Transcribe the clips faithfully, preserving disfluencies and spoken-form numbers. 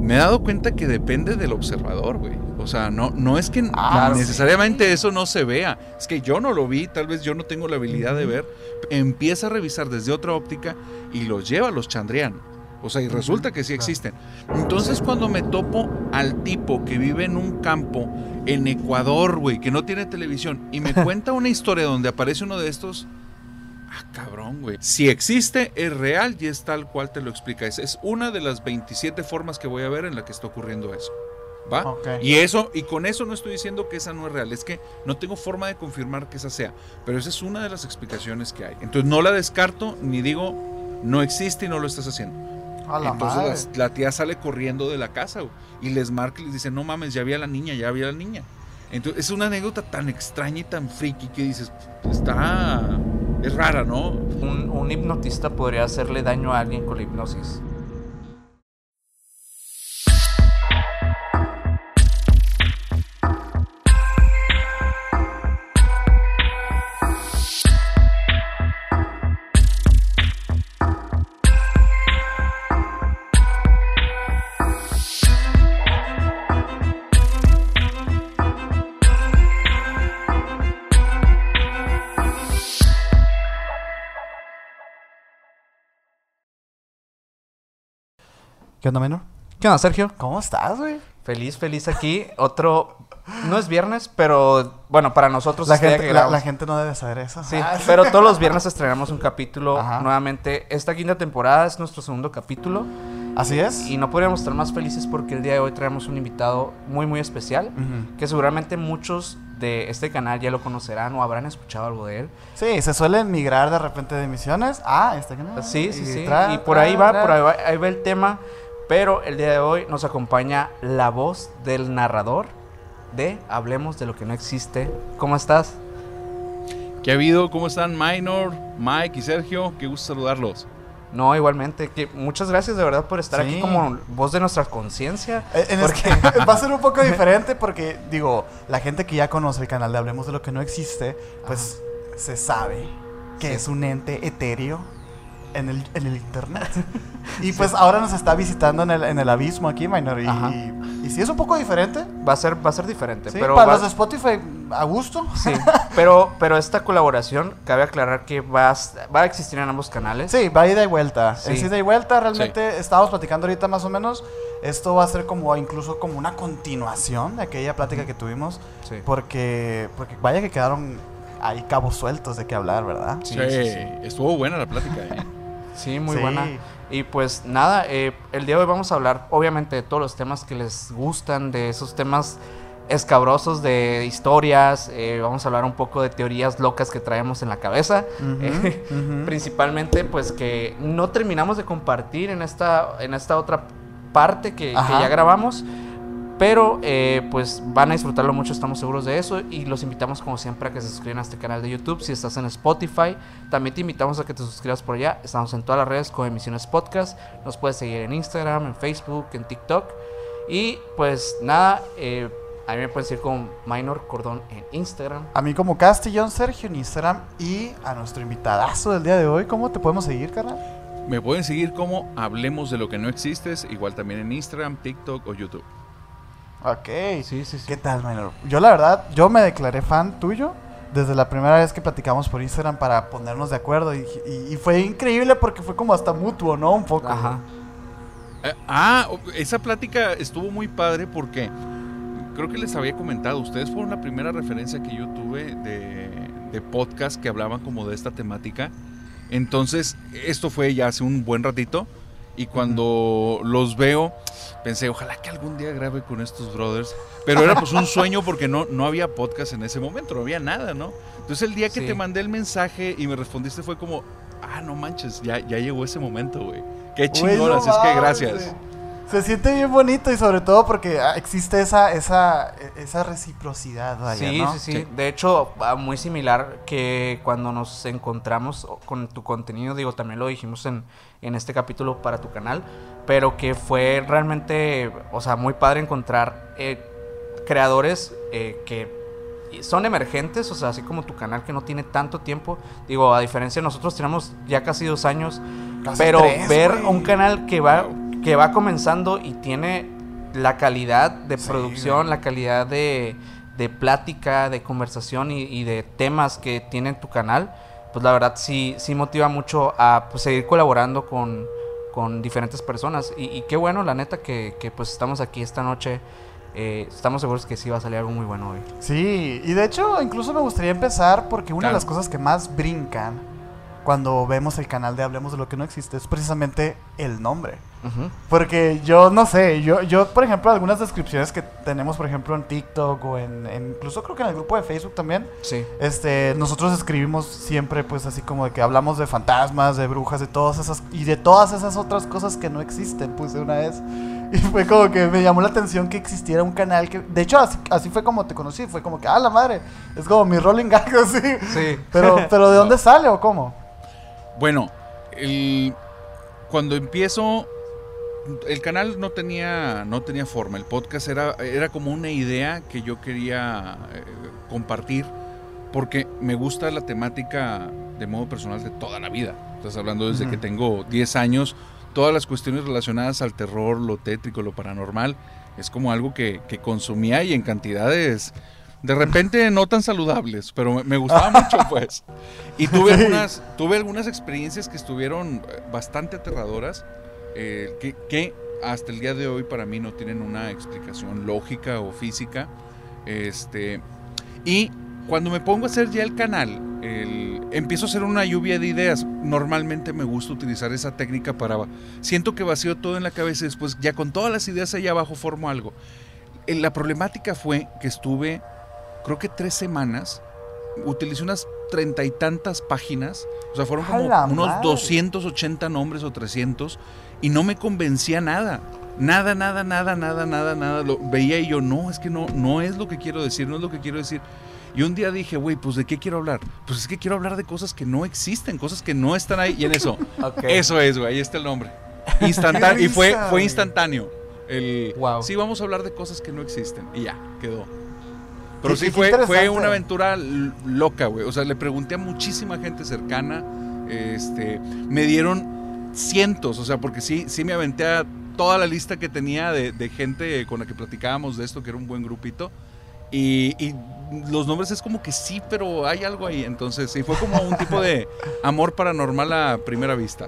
Me he dado cuenta que depende del observador, güey. O sea, no, no es que ah, necesariamente sí. eso no se vea. Es que yo no lo vi, tal vez yo no tengo la habilidad uh-huh. de ver. Empieza a revisar desde otra óptica y los lleva a los Chandrian. O sea, y resulta uh-huh. que sí existen. Entonces, cuando me topo al tipo que vive en un campo en Ecuador, güey, que no tiene televisión, y me cuenta una historia donde aparece uno de estos... Ah, cabrón, güey. Si existe, es real y es tal cual te lo explica. Es, es una de las veintisiete formas que voy a ver en la que está ocurriendo eso. ¿Va? Okay. Y eso, y con eso no estoy diciendo que esa no es real. Es que no tengo forma de confirmar que esa sea. Pero esa es una de las explicaciones que hay. Entonces no la descarto, ni digo, no existe y no lo estás haciendo. A la Entonces la, la tía sale corriendo de la casa, güey, y les marca y les dice, no mames, ya vi a la niña, ya vi a la niña. Entonces es una anécdota tan extraña y tan friki que dices, está... es rara, ¿no? Un, un hipnotista podría hacerle daño a alguien con la hipnosis. ¿Qué onda, menor? ¿Qué onda, Sergio? ¿Cómo estás, güey? Feliz, feliz aquí. Otro... No es viernes, pero... Bueno, para nosotros... La, gente, la, la gente no debe saber eso. Sí, ah, pero todos los viernes estrenamos un capítulo. Ajá. Nuevamente. Esta quinta temporada es nuestro segundo capítulo. Así es. Y no podríamos estar más felices porque el día de hoy traemos un invitado muy, muy especial. Uh-huh. Que seguramente muchos de este canal ya lo conocerán o habrán escuchado algo de él. Sí, se suelen migrar de repente de emisiones. Ah, este canal. Sí, sí, y sí. Tra, y por tra, ahí va, tra. por ahí va, ahí va el tema... Pero el día de hoy nos acompaña la voz del narrador de Hablemos de lo que no existe. ¿Cómo estás? ¿Qué ha habido? ¿Cómo están Minor, Mike y Sergio? Qué gusto saludarlos. No, igualmente. Que muchas gracias de verdad por estar sí. aquí como voz de nuestra conciencia. En porque... es, va a ser un poco diferente porque, digo, la gente que ya conoce el canal de Hablemos de lo que no existe, pues Ajá. se sabe que sí. es un ente etéreo en el, en el internet. Y pues sí. ahora nos está visitando en el, en el abismo aquí, Minor. Y, y, y sí es un poco diferente. Va a ser, va a ser diferente. Sí, pero para va... los de Spotify, a gusto. Sí, pero, pero esta colaboración, cabe aclarar que va a, va a existir en ambos canales. Sí, va ida y vuelta. Sí. Es ida y vuelta, realmente sí. estábamos platicando ahorita más o menos. Esto va a ser como incluso como una continuación de aquella plática que tuvimos. Sí. Porque, porque vaya que quedaron ahí cabos sueltos de qué hablar, ¿verdad? Sí, sí, sí, sí. Estuvo buena la plática, ¿eh? Sí, muy sí. buena. Y pues nada, eh, el día de hoy vamos a hablar obviamente de todos los temas que les gustan, de esos temas escabrosos de historias, eh, vamos a hablar un poco de teorías locas que traemos en la cabeza, uh-huh, eh, uh-huh. principalmente pues que no terminamos de compartir en esta, en esta otra parte que, que ya grabamos. Pero eh, pues van a disfrutarlo mucho, estamos seguros de eso. Y los invitamos como siempre a que se suscriban a este canal de YouTube. Si estás en Spotify, también te invitamos a que te suscribas por allá. Estamos en todas las redes con Emisiones Podcast. Nos puedes seguir en Instagram, en Facebook, en TikTok. Y pues nada, eh, a mí me pueden seguir como Minor Cordón en Instagram. A mí como Castillón Sergio en Instagram. Y a nuestro invitadazo del día de hoy, ¿cómo te podemos seguir, carnal? Me pueden seguir como Hablemos de lo que no existes. Igual también en Instagram, TikTok o YouTube. Ok, sí, sí, sí. ¿Qué tal, Minor? Yo la verdad, yo me declaré fan tuyo desde la primera vez que platicamos por Instagram para ponernos de acuerdo y, y, y fue increíble porque fue como hasta mutuo, ¿no? Un poco. Ajá. Eh, ah, esa plática estuvo muy padre porque creo que les había comentado, ustedes fueron la primera referencia que yo tuve de, de podcast que hablaban como de esta temática. Entonces, esto fue ya hace un buen ratito. Y cuando uh-huh. los veo, pensé, ojalá que algún día grabe con estos brothers. Pero era pues un sueño porque no, no había podcast en ese momento, no había nada, ¿no? Entonces el día que sí. te mandé el mensaje y me respondiste fue como, ah, no manches, ya, ya llegó ese momento, güey. Qué chingón, así es que gracias. Se siente bien bonito y sobre todo porque existe esa, esa, esa reciprocidad, vaya, sí, ¿no? sí, sí, sí. De hecho, muy similar que cuando nos encontramos con tu contenido, digo, también lo dijimos en, en este capítulo para tu canal, pero que fue realmente, o sea, muy padre encontrar eh, creadores eh, que son emergentes, o sea, así como tu canal que no tiene tanto tiempo. Digo, a diferencia de nosotros tenemos ya casi dos años, casi pero tres, ver wey. un canal que va... que va comenzando y tiene la calidad de Sí, producción, güey. la calidad de, de plática, de conversación y, y de temas que tiene tu canal, pues la verdad sí, sí motiva mucho a pues, seguir colaborando con, con diferentes personas. Y, y qué bueno, la neta, que, que pues estamos aquí esta noche. Eh, estamos seguros que sí va a salir algo muy bueno hoy. Sí, y de hecho incluso me gustaría empezar porque una Claro. de las cosas que más brincan cuando vemos el canal de Hablemos de lo que no existe es precisamente el nombre. Uh-huh. Porque yo no sé, yo, yo por ejemplo, algunas descripciones que tenemos, por ejemplo, en TikTok o en, en- incluso creo que en el grupo de Facebook también, Sí. este, nosotros escribimos siempre pues así como de que hablamos de fantasmas, de brujas, de todas esas, y de todas esas otras cosas que no existen, puse una vez. Y fue como que me llamó la atención que existiera un canal que, de hecho así, así fue como te conocí, fue como que, ah, la madre, es como mi rolling gag así. Sí. Pero, pero ¿de dónde sale o cómo? Bueno, el- cuando empiezo, el canal no tenía, no tenía forma. El podcast era, era como una idea que yo quería eh, compartir porque me gusta la temática de modo personal de toda la vida. Estás hablando desde Ujú. que tengo diez años, todas las cuestiones relacionadas al terror, lo tétrico, lo paranormal, es como algo que, que consumía y en cantidades de repente no tan saludables, pero me, me gustaba mucho pues. Y tuve Sí. algunas, tuve algunas experiencias que estuvieron eh, bastante aterradoras, eh, que, que hasta el día de hoy para mí no tienen una explicación lógica o física. Este, y cuando me pongo a hacer ya el canal, el- empiezo a hacer una lluvia de ideas. Normalmente me gusta utilizar esa técnica para... Siento que vacío todo en la cabeza y después ya con todas las ideas allá abajo formo algo. Eh, La problemática fue que estuve, creo que tres semanas, utilicé unas treinta y tantas páginas, o sea, fueron ¡A como la unos madre! doscientos ochenta nombres o trescientos, y no me convencía nada. Nada, nada, nada, nada, nada, nada. Lo veía y yo, no, es que no, no es lo que quiero decir, no es lo que quiero decir. Y un día dije, güey, pues ¿de qué quiero hablar? Pues es que quiero hablar de cosas que no existen, cosas que no están ahí. Y en eso, Ok. eso es, güey, ahí está el nombre. Instantáneo. Y fue, risa, fue güey! instantáneo. El, Wow. Sí, vamos a hablar de cosas que no existen. Y ya, quedó. Pero Qué- sí qué fue, fue interesante. una aventura l- loca, güey. O sea, le pregunté a muchísima gente cercana. Este, me dieron cientos, o sea, porque sí, sí me aventé a toda la lista que tenía de, de gente con la que platicábamos de esto, que era un buen grupito. Y, y los nombres es como que sí, pero hay algo ahí. Entonces, sí, fue como un tipo de amor paranormal a primera vista.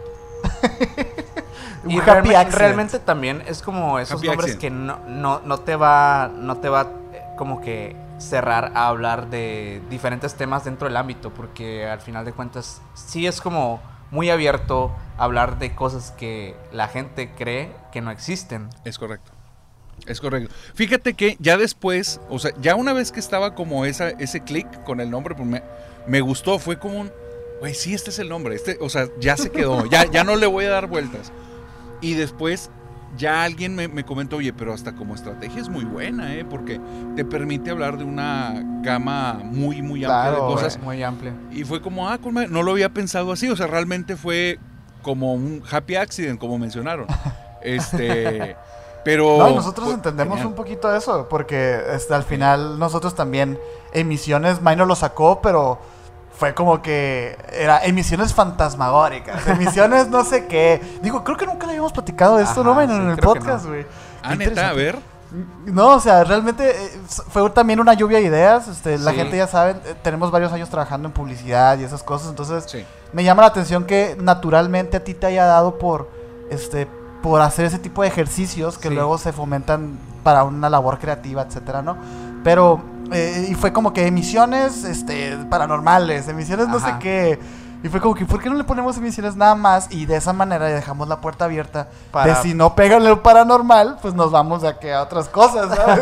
Un Y happy realme- accident. realmente también es como esos Happy nombres accident. que no, no, no te va, no te va eh, como que cerrar a hablar de diferentes temas dentro del ámbito, porque al final de cuentas sí es como muy abierto hablar de cosas que la gente cree que no existen. Es correcto. Es correcto. Fíjate que ya después, o sea, ya una vez que estaba como esa, ese clic con el nombre, pues me, me gustó, fue como un, güey, sí, este es el nombre, este, o sea, ya se quedó, ya, ya no le voy a dar vueltas. Y después ya alguien me, me comentó, oye, pero hasta como estrategia es muy buena, ¿eh? Porque te permite hablar de una gama muy, muy amplia Claro, de güey. cosas. Muy amplia. Y fue como, ah, con madre, no lo había pensado así, o sea, realmente fue como un happy accident, como mencionaron. Este, pero... No, y nosotros fue entendemos genial. un poquito eso, porque este, al final nosotros también, Emisiones, Minor lo sacó, pero fue como que era emisiones fantasmagóricas, emisiones no sé qué. Digo, creo que nunca le habíamos platicado de esto, Ajá, ¿no, Minor? sí, en el creo que podcast, no. güey. Ah, Qué neta, a interesante. ver. No, o sea, realmente eh, fue también una lluvia de ideas. Este, La Sí. gente ya sabe, eh, tenemos varios años trabajando en publicidad y esas cosas, entonces Sí. me llama la atención que naturalmente a ti te haya dado por este por hacer ese tipo de ejercicios que Sí. luego se fomentan para una labor creativa, etcétera, ¿no? Pero eh, y fue como que emisiones este paranormales, emisiones no sé Ajá. qué. Y fue como que ¿por qué no le ponemos emisiones nada más? Y de esa manera dejamos la puerta abierta Para- de si no pegan lo paranormal, pues nos vamos de aquí a otras cosas, ¿sabes?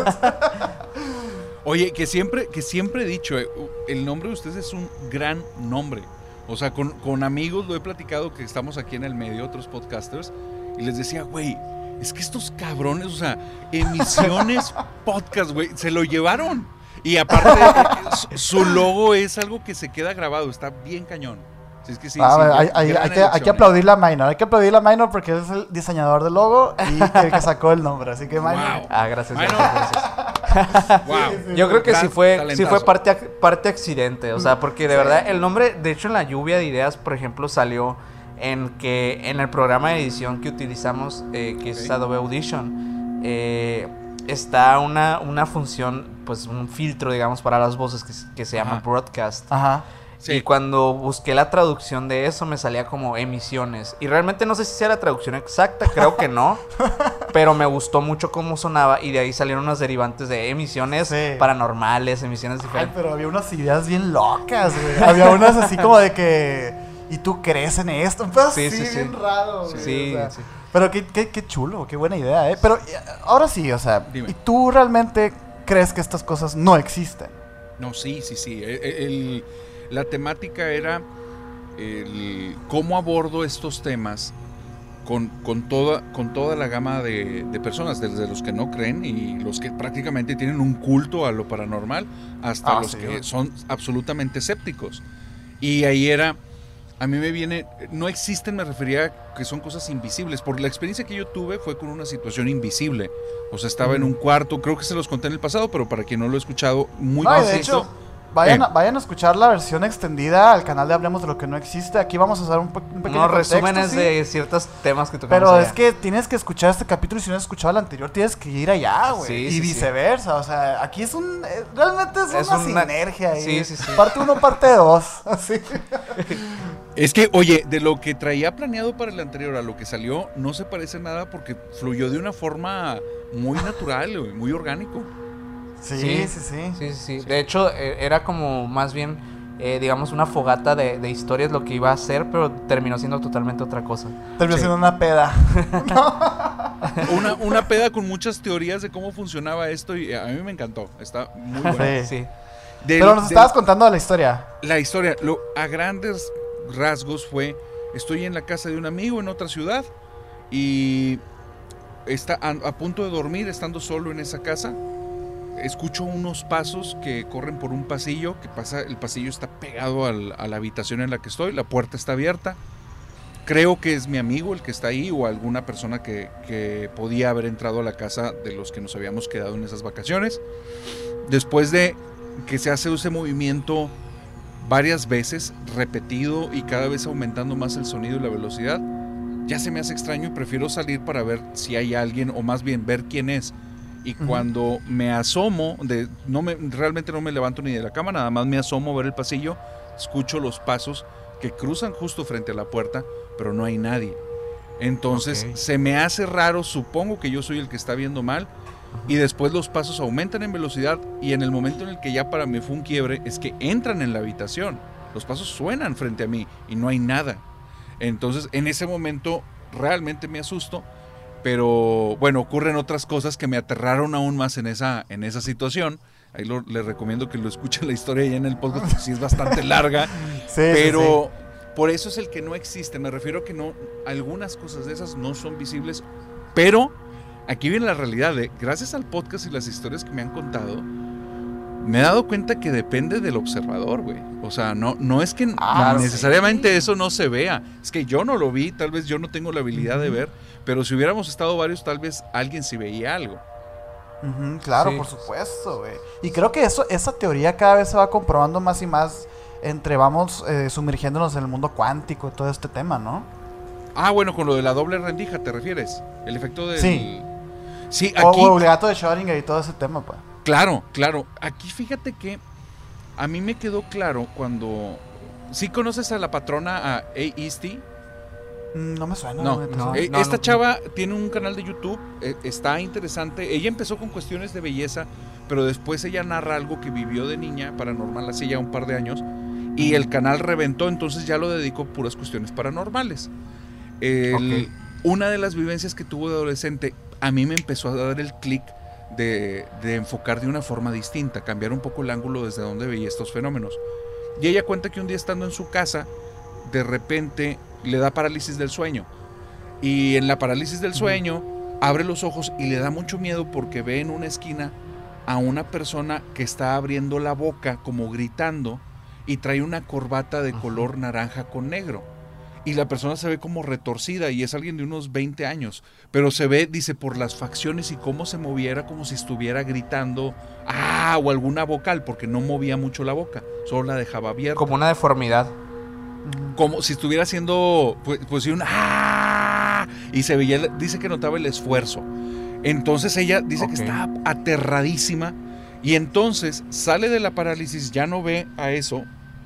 Oye, que siempre, que siempre he dicho, eh, el nombre de ustedes es un gran nombre. O sea, con, con amigos lo he platicado que estamos aquí en el medio, otros podcasters, y les decía, güey, es que estos cabrones, o sea, emisiones podcast, güey, se lo llevaron. Y aparte, eh, su, su logo es algo que se queda grabado, está bien cañón. Si es que sí, Ah, sí, bueno, hay, gran hay- hay que, hay que elección, aplaudirle a Minor, hay que aplaudirle a Minor porque es el diseñador del logo y el que sacó el nombre, así que Minor. Wow. Ah, gracias. Bueno. gracias. Wow. Yo creo que Gran sí fue, sí talentazo. fue parte, ac- parte accidente, o sea, porque de Sí. verdad el nombre, de hecho en la lluvia de ideas, por ejemplo, salió en que en el programa de edición que utilizamos, eh, que es Ok. Adobe Audition, eh, está una, una función, pues un filtro, digamos, para las voces que, que se llama Ajá. broadcast. Ajá. Sí. Y cuando busqué la traducción de eso me salía como emisiones. Y realmente no sé si sea la traducción exacta, creo que no. Pero me gustó mucho cómo sonaba y de ahí salieron unos derivantes de emisiones Sí. paranormales, emisiones Ay, diferentes. pero había unas ideas bien locas, güey. Había unas así como de que... ¿Y tú crees en esto? Un pedo Sí, así sí, sí. bien raro, güey. Sí, o sea. sí. Pero qué, qué, qué chulo, qué buena idea, ¿eh? Pero eh, ahora sí, o sea... Dime. ¿Y tú realmente crees que estas cosas no existen? No, sí, sí, sí. El- el- la temática era el cómo abordo estos temas con, con, toda, con toda la gama de, de personas, desde los que no creen y los que prácticamente tienen un culto a lo paranormal, hasta Ah, los sí, que güey. son absolutamente escépticos. Y ahí era, a mí me viene, no existen, me refería a que son cosas invisibles. Por la experiencia que yo tuve fue con una situación invisible. O sea, estaba en un cuarto, creo que se los conté en el pasado, pero para quien no lo ha escuchado, muy No, y de conciso. hecho, vayan, Eh. a, vayan a escuchar la versión extendida al canal de Hablemos de lo que no existe. Aquí vamos a hacer un, pe- un pequeño Unos contexto, resúmenes ¿sí? de ciertos temas que tocamos Pero allá. es que tienes que escuchar este capítulo y si no has escuchado el anterior, tienes que ir allá, güey. Sí, y sí, sí. viceversa. O sea, aquí es un. eh, Realmente es, Es una, una- sinergia ahí. Sí, sí, sí. Parte uno, parte dos. Así. Es que, oye, de lo que traía planeado para el anterior a lo que salió, no se parece nada porque fluyó de una forma muy natural, güey, muy orgánico. Sí, Sí. sí, sí. Sí, sí, sí. De hecho, eh, era como más bien, eh, digamos, una fogata de, de historias lo que iba a ser, pero terminó siendo totalmente otra cosa. Terminó Sí. siendo una peda. Una, una peda con muchas teorías de cómo funcionaba esto y a mí me encantó. Está muy bueno. Sí. Sí. Del- Pero nos del- estabas contando la historia. La historia, lo, a grandes rasgos fue, estoy en la casa de un amigo en otra ciudad y está a, a punto de dormir, estando solo en esa casa, escucho unos pasos que corren por un pasillo, que pasa, el pasillo está pegado al- a la habitación en la que estoy, la puerta está abierta, creo que es mi amigo el que está ahí o alguna persona que, que podía haber entrado a la casa de los que nos habíamos quedado en esas vacaciones. Después de que se hace ese movimiento varias veces, repetido y cada vez aumentando más el sonido y la velocidad, ya se me hace extraño y prefiero salir para ver si hay alguien o más bien ver quién es. Y Ujú. cuando me asomo, de, no me, realmente no me levanto ni de la cama, nada más me asomo a ver el pasillo, escucho los pasos que cruzan justo frente a la puerta, pero no hay nadie. Entonces Ok. se me hace raro, supongo que yo soy el que está viendo mal, y después los pasos aumentan en velocidad y en el momento en el que ya para mí fue un quiebre es que entran en la habitación. Los pasos suenan frente a mí y no hay nada. Entonces en ese momento realmente me asusto, pero bueno, ocurren otras cosas que me aterraron aún más en esa, en esa situación. Ahí lo- les recomiendo que lo escuchen la historia ya en el podcast, porque sí es bastante larga. Sí, Pero por eso es el que no existe. Me refiero a que no, algunas cosas de esas no son visibles. Pero aquí viene la realidad. ¿eh? Gracias al podcast y las historias que me han contado, me he dado cuenta que depende del observador, güey. O sea, no, no es que Ah, necesariamente sí. eso no se vea. Es que yo no lo vi, tal vez yo no tengo la habilidad de ver. Pero si hubiéramos estado varios, tal vez alguien sí veía algo. Ujú, claro, Sí. por supuesto, güey. Y creo que eso, esa teoría cada vez se va comprobando más y más entre vamos eh, sumergiéndonos en el mundo cuántico y todo este tema, ¿no? Ah, bueno, con lo de la doble rendija, ¿te refieres? El efecto del... Sí. Sí, O, aquí... o el gato de Schrödinger y todo ese tema, pues. Claro, claro. Aquí fíjate que a mí me quedó claro cuando... ¿Sí conoces a la patrona, a A. Easty? Mm, No me suena. No, neta, no. sí. Eh, no, Esta no. chava tiene un canal de YouTube, eh, está interesante. Ella empezó con cuestiones de belleza, pero después ella narra algo que vivió de niña paranormal hace ya un par de años y el canal reventó, entonces ya lo dedicó a puras cuestiones paranormales. El- Ok. Una de las vivencias que tuvo de adolescente, a mí me empezó a dar el clic de, de enfocar de una forma distinta, cambiar un poco el ángulo desde donde veía estos fenómenos. Y ella cuenta que un día estando en su casa, de repente le da parálisis del sueño. Y en la parálisis del sueño abre los ojos y le da mucho miedo porque ve en una esquina a una persona que está abriendo la boca como gritando y trae una corbata de color naranja con negro. Y la persona se ve como retorcida y es alguien de unos veinte años, pero se ve, dice, por las facciones y cómo se moviera como si estuviera gritando, ah, o alguna vocal, porque no movía mucho la boca, solo la dejaba abierta. Como una deformidad. Ujú. Como si estuviera haciendo, pues, pues sí, un ah, y se veía, dice que notaba el esfuerzo. Entonces ella dice Ok. que está aterradísima y entonces sale de la parálisis, ya no ve a eso,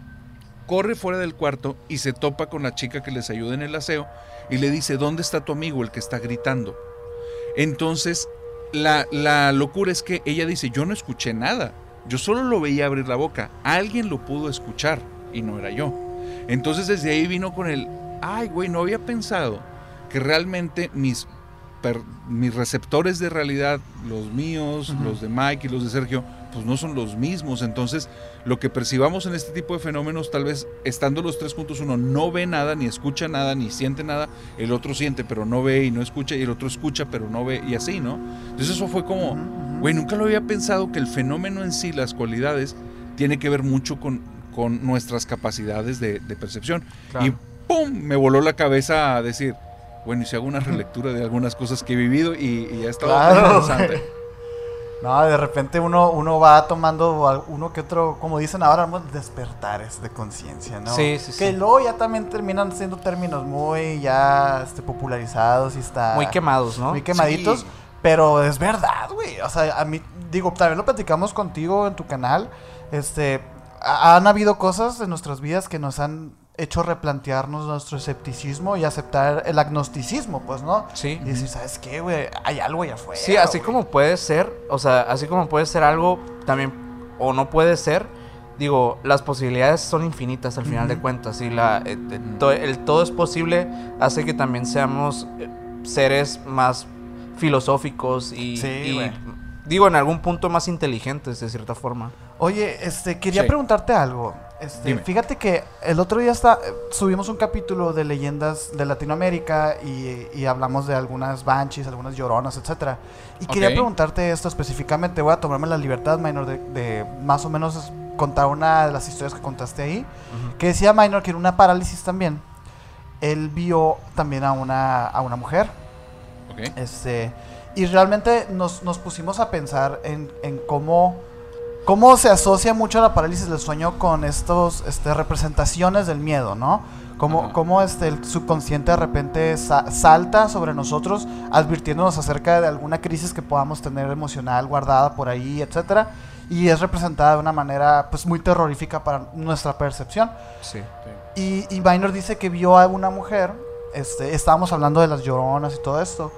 corre fuera del cuarto y se topa con la chica que les ayuda en el aseo y le dice, ¿dónde está tu amigo, el que está gritando? Entonces la, la locura es que ella dice, yo no escuché nada, yo solo lo veía abrir la boca, alguien lo pudo escuchar y no era yo. Entonces desde ahí vino con el, ay güey, no había pensado que realmente mis, per, mis receptores de realidad, los míos, uh-huh. los de Mike y los de Sergio, pues no son los mismos. Entonces lo que percibamos en este tipo de fenómenos, tal vez estando los tres juntos, uno no ve nada, ni escucha nada, ni siente nada, el otro siente pero no ve y no escucha, y el otro escucha pero no ve, y así, ¿no? Entonces eso fue como, güey, nunca lo había pensado que el fenómeno en sí, las cualidades, tiene que ver mucho con, con nuestras capacidades de, de percepción. Claro. Y ¡pum! Me voló la cabeza a decir, bueno, y si hago una relectura de algunas cosas que he vivido y, y ha estado claro, interesante. Wey. No, de repente uno, uno va tomando uno que otro, como dicen ahora, despertares de conciencia, ¿no? Sí, sí, sí. Que luego ya también terminan siendo términos muy ya este, popularizados y está... Muy quemados, ¿no? Muy quemaditos, sí. Pero es verdad, güey. O sea, a mí, digo, también lo platicamos contigo en tu canal. Este, han habido cosas en nuestras vidas que nos han hecho replantearnos nuestro escepticismo y aceptar el agnosticismo, pues, ¿no? Sí. Y decir, ¿sabes qué, güey? Hay algo allá afuera. Sí, así wey. como puede ser, o sea, así como puede ser algo también, o no puede ser, digo, las posibilidades son infinitas al final uh-huh. de cuentas, y la, el, el, to, el todo es posible, hace que también seamos seres más filosóficos y, sí, y digo, en algún punto más inteligentes, de cierta forma. Oye, este, quería sí. preguntarte algo. Este, fíjate que el otro día está, subimos un capítulo de leyendas de Latinoamérica y, y hablamos de algunas banshees, algunas lloronas, etcétera. Y okay. quería preguntarte esto específicamente. Voy a tomarme la libertad, Minor, de, de más o menos contar una de las historias que contaste ahí. Uh-huh. Que decía Minor que en una parálisis también, él vio también a una, a una mujer. Okay. Este, y realmente nos, nos pusimos a pensar en, en cómo... cómo se asocia mucho la parálisis del sueño con estos este, representaciones del miedo, ¿no? Cómo, cómo este, el subconsciente de repente sa- salta sobre nosotros advirtiéndonos acerca de alguna crisis que podamos tener emocional guardada por ahí, etcétera, y es representada de una manera pues muy terrorífica para nuestra percepción. Sí. Y, y Minor dice que vio a una mujer, este, estábamos hablando de las lloronas y todo esto,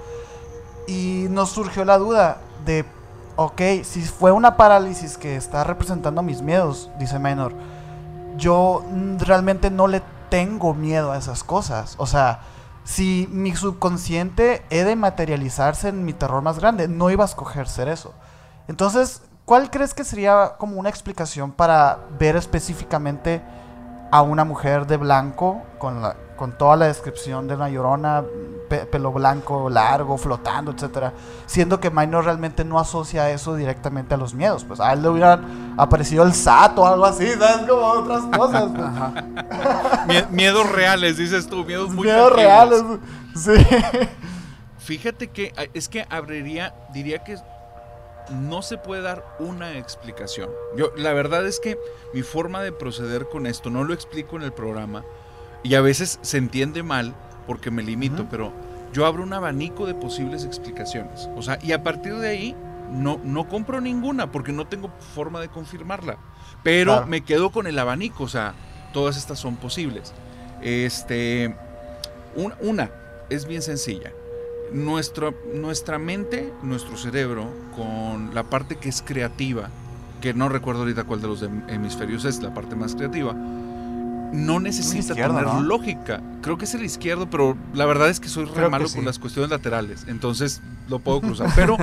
y nos surgió la duda de, ok, si fue una parálisis que está representando mis miedos, dice Minor, yo realmente no le tengo miedo a esas cosas. O sea, si mi subconsciente he de materializarse en mi terror más grande, no iba a escoger ser eso. Entonces, ¿cuál crees que sería como una explicación para ver específicamente a una mujer de blanco con la, con toda la descripción de una llorona, pe- pelo blanco, largo, flotando, etcétera, siendo que Minor realmente no asocia eso directamente a los miedos? Pues a él le hubieran aparecido el S A T o algo así, ¿sabes? Como otras cosas. Pues. Mie- miedos reales, dices tú, miedos muy Miedos reales, sí. Fíjate que es que abriría, diría que no se puede dar una explicación. Yo, la verdad es que mi forma de proceder con esto no lo explico en el programa y a veces se entiende mal porque me limito, uh-huh. pero yo abro un abanico de posibles explicaciones. O sea, y a partir de ahí no, no compro ninguna porque no tengo forma de confirmarla. Pero claro. me quedo con el abanico, o sea, todas estas son posibles. Este, un, una es bien sencilla. Nuestro, nuestra mente, nuestro cerebro, con la parte que es creativa, que no recuerdo ahorita cuál de los hemisferios es la parte más creativa, no necesita izquierdo, tener ¿no? lógica. Creo que es el izquierdo, pero la verdad es que soy re Creo malo sí. con las cuestiones laterales, entonces lo puedo cruzar. Pero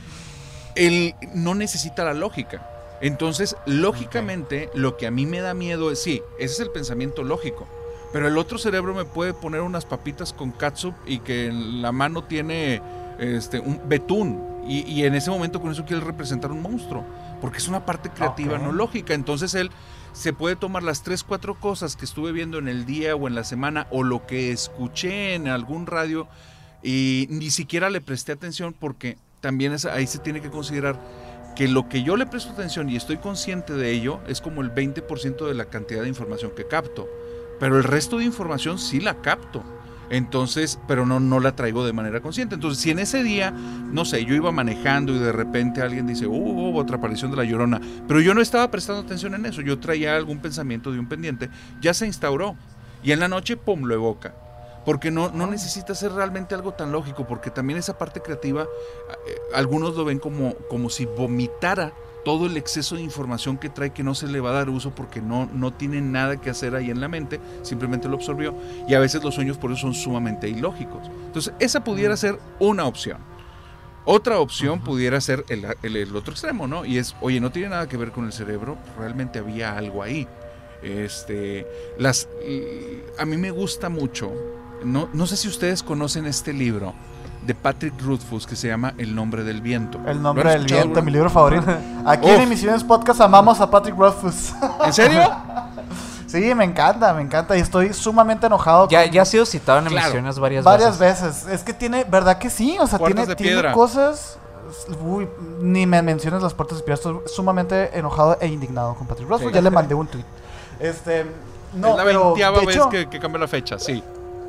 él no necesita la lógica. Entonces, lógicamente, okay. lo que a mí me da miedo es, sí, ese es el pensamiento lógico. Pero el otro cerebro me puede poner unas papitas con catsup y que en la mano tiene este, un betún. Y, y en ese momento con eso quiere representar un monstruo. Porque es una parte creativa, okay. no lógica. Entonces él se puede tomar las tres, cuatro cosas que estuve viendo en el día o en la semana o lo que escuché en algún radio y ni siquiera le presté atención porque también es, ahí se tiene que considerar que lo que yo le presto atención y estoy consciente de ello es como el veinte por ciento de la cantidad de información que capto. Pero el resto de información sí la capto. Entonces, pero no, no la traigo de manera consciente. Entonces, si en ese día, no sé, yo iba manejando y de repente alguien dice, oh, oh, otra aparición de la Llorona, pero yo no estaba prestando atención en eso, yo traía algún pensamiento de un pendiente, ya se instauró. Y en la noche, pum, lo evoca. Porque no, no necesita ser realmente algo tan lógico, porque también esa parte creativa, eh, algunos lo ven como, como si vomitara todo el exceso de información que trae, que no se le va a dar uso porque no, no tiene nada que hacer ahí en la mente, simplemente lo absorbió, y a veces los sueños por eso son sumamente ilógicos. Entonces esa pudiera ser una opción. Otra opción uh-huh. pudiera ser el, el, el otro extremo, ¿no? Y es, oye, no tiene nada que ver con el cerebro, realmente había algo ahí. Este, las, a mí me gusta mucho, no, no sé si ustedes conocen este libro de Patrick Rothfuss que se llama El nombre del viento. El nombre del viento, bro? Mi libro favorito. Aquí Uf. en Emisiones Podcast amamos a Patrick Rothfuss. ¿En serio? Sí, me encanta, me encanta y estoy sumamente enojado. Ya, con... ya ha sido citado en claro. emisiones varias, varias veces. Varias veces. Es que tiene, ¿verdad que sí? O sea, tiene, tiene cosas... Uy, ni me menciones las puertas de piedra. Estoy sumamente enojado e indignado con Patrick Rothfuss. Sí. Ya le mandé un tweet. Este, no, es la pero veintiava de vez hecho... que, que cambia la fecha, sí.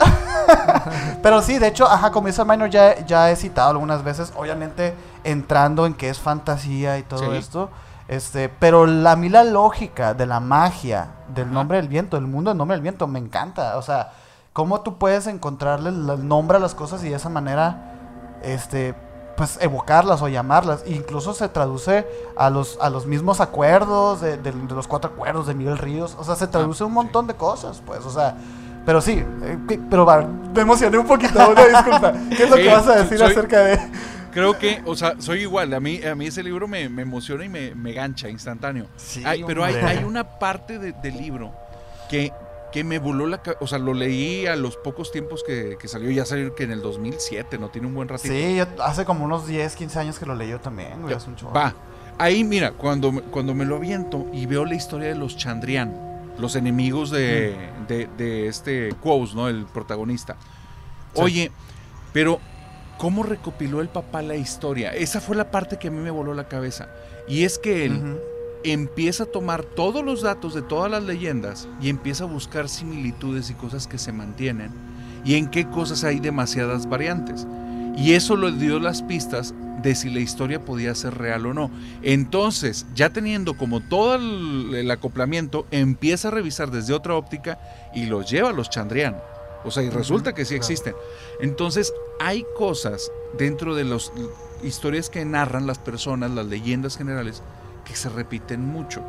Pero sí, de hecho, ajá, como dice Minor, ya, ya he citado algunas veces, obviamente entrando en que es fantasía y todo sí. esto, este, pero la, a mí la lógica de la magia del ajá. nombre del viento, del mundo del nombre del viento, me encanta. O sea, cómo tú puedes encontrarle el nombre a las cosas y de esa manera, este, pues evocarlas o llamarlas. Incluso se traduce a los, a los mismos acuerdos de, de, de los cuatro acuerdos de Miguel Ríos. O sea, se traduce ah, un montón sí. de cosas, pues, o sea... Pero sí, eh, pero va, me emocioné un poquito, una disculpa. ¿Qué es lo sí, que vas a decir soy, acerca de...? Creo que, o sea, soy igual, a mí, a mí ese libro me, me emociona y me, me gancha instantáneo. Sí, hay, pero hay, hay una parte de, del libro que, que me voló la cabeza, o sea, lo leí a los pocos tiempos que, que salió, ya salió que en el dos mil siete, no tiene un buen ratito. Sí, yo, hace como unos diez, quince años que lo leí yo también, güey, es un chorro. Va, ahí mira, cuando, cuando me lo aviento y veo la historia de los Chandrian, los enemigos de, mm. de, de este Quoz, ¿no? El protagonista. Sí. Oye, pero ¿cómo recopiló el papá la historia? Esa fue la parte que a mí me voló la cabeza. Y es que él uh-huh. empieza a tomar todos los datos de todas las leyendas y empieza a buscar similitudes y cosas que se mantienen y en qué cosas hay demasiadas variantes. Y eso le dio las pistas de si la historia podía ser real o no. Entonces, ya teniendo como todo el, el acoplamiento, empieza a revisar desde otra óptica y los lleva a los Chandrian. O sea, y resulta que sí existen. Entonces, hay cosas dentro de las historias que narran las personas, las leyendas generales, que se repiten mucho.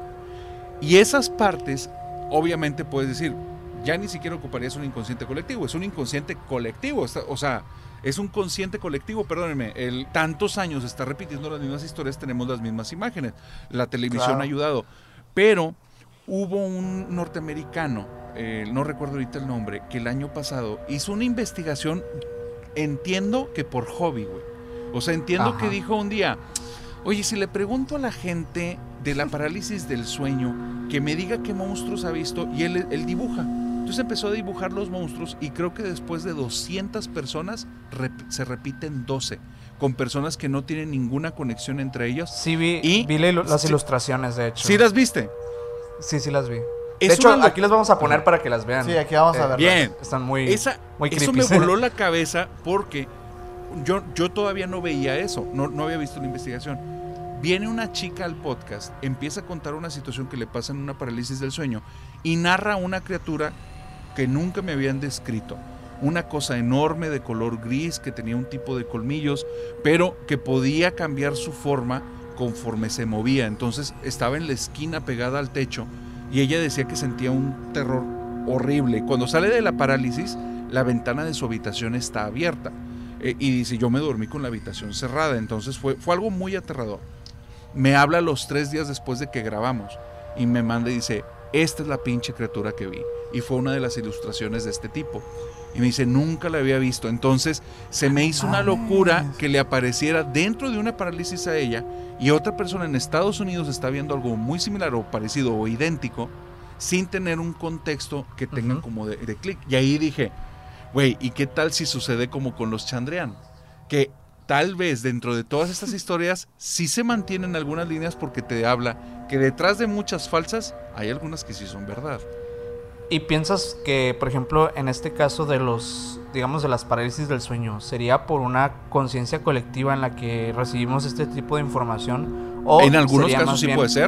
Y esas partes, obviamente puedes decir, ya ni siquiera ocuparías un inconsciente colectivo, es un inconsciente colectivo, o sea, es un consciente colectivo, perdónenme, el, tantos años está repitiendo las mismas historias, tenemos las mismas imágenes, la televisión claro. ha ayudado, pero hubo un norteamericano, eh, no recuerdo ahorita el nombre, que el año pasado hizo una investigación, entiendo que por hobby, güey, o sea, entiendo Ajá. que dijo un día, oye, si le pregunto a la gente de la parálisis del sueño que me diga qué monstruos ha visto, y él, él dibuja. Entonces empezó a dibujar los monstruos y creo que después de doscientas personas rep- se repiten doce, con personas que no tienen ninguna conexión entre ellos. Sí, vi, y, vi la, las sí, ilustraciones, de hecho. ¿Sí las viste? Sí, sí las vi. Es de hecho, lo... aquí las vamos a poner para que las vean. Sí, aquí vamos a verlas. Bien. Están muy, Esa, muy creepy. Eso me voló la cabeza porque yo, yo todavía no veía eso, no, no había visto la investigación. Viene una chica al podcast, empieza a contar una situación que le pasa en una parálisis del sueño y narra una criatura que nunca me habían descrito. Una cosa enorme de color gris que tenía un tipo de colmillos, pero que podía cambiar su forma conforme se movía. Entonces estaba en la esquina pegada al techo y ella decía que sentía un terror horrible. Cuando sale de la parálisis, la ventana de su habitación está abierta. Eh, y dice, yo me dormí con la habitación cerrada. Entonces fue, fue algo muy aterrador. Me habla los tres días después de que grabamos y me manda y dice, esta es la pinche criatura que vi. Y fue una de las ilustraciones de este tipo. Y me dice, nunca la había visto. Entonces se me hizo una locura que le apareciera dentro de una parálisis a ella y otra persona en Estados Unidos está viendo algo muy similar o parecido o idéntico sin tener un contexto que tenga uh-huh. como de, de clic. Y ahí dije, güey, ¿y qué tal si sucede como con los Chandrian? Que tal vez dentro de todas estas historias sí se mantienen algunas líneas porque te habla que detrás de muchas falsas hay algunas que sí son verdad. ¿Y piensas que, por ejemplo, en este caso de los, digamos, de las parálisis del sueño, sería por una conciencia colectiva en la que recibimos este tipo de información? ¿O en algunos sería casos más sí bien, puede ser.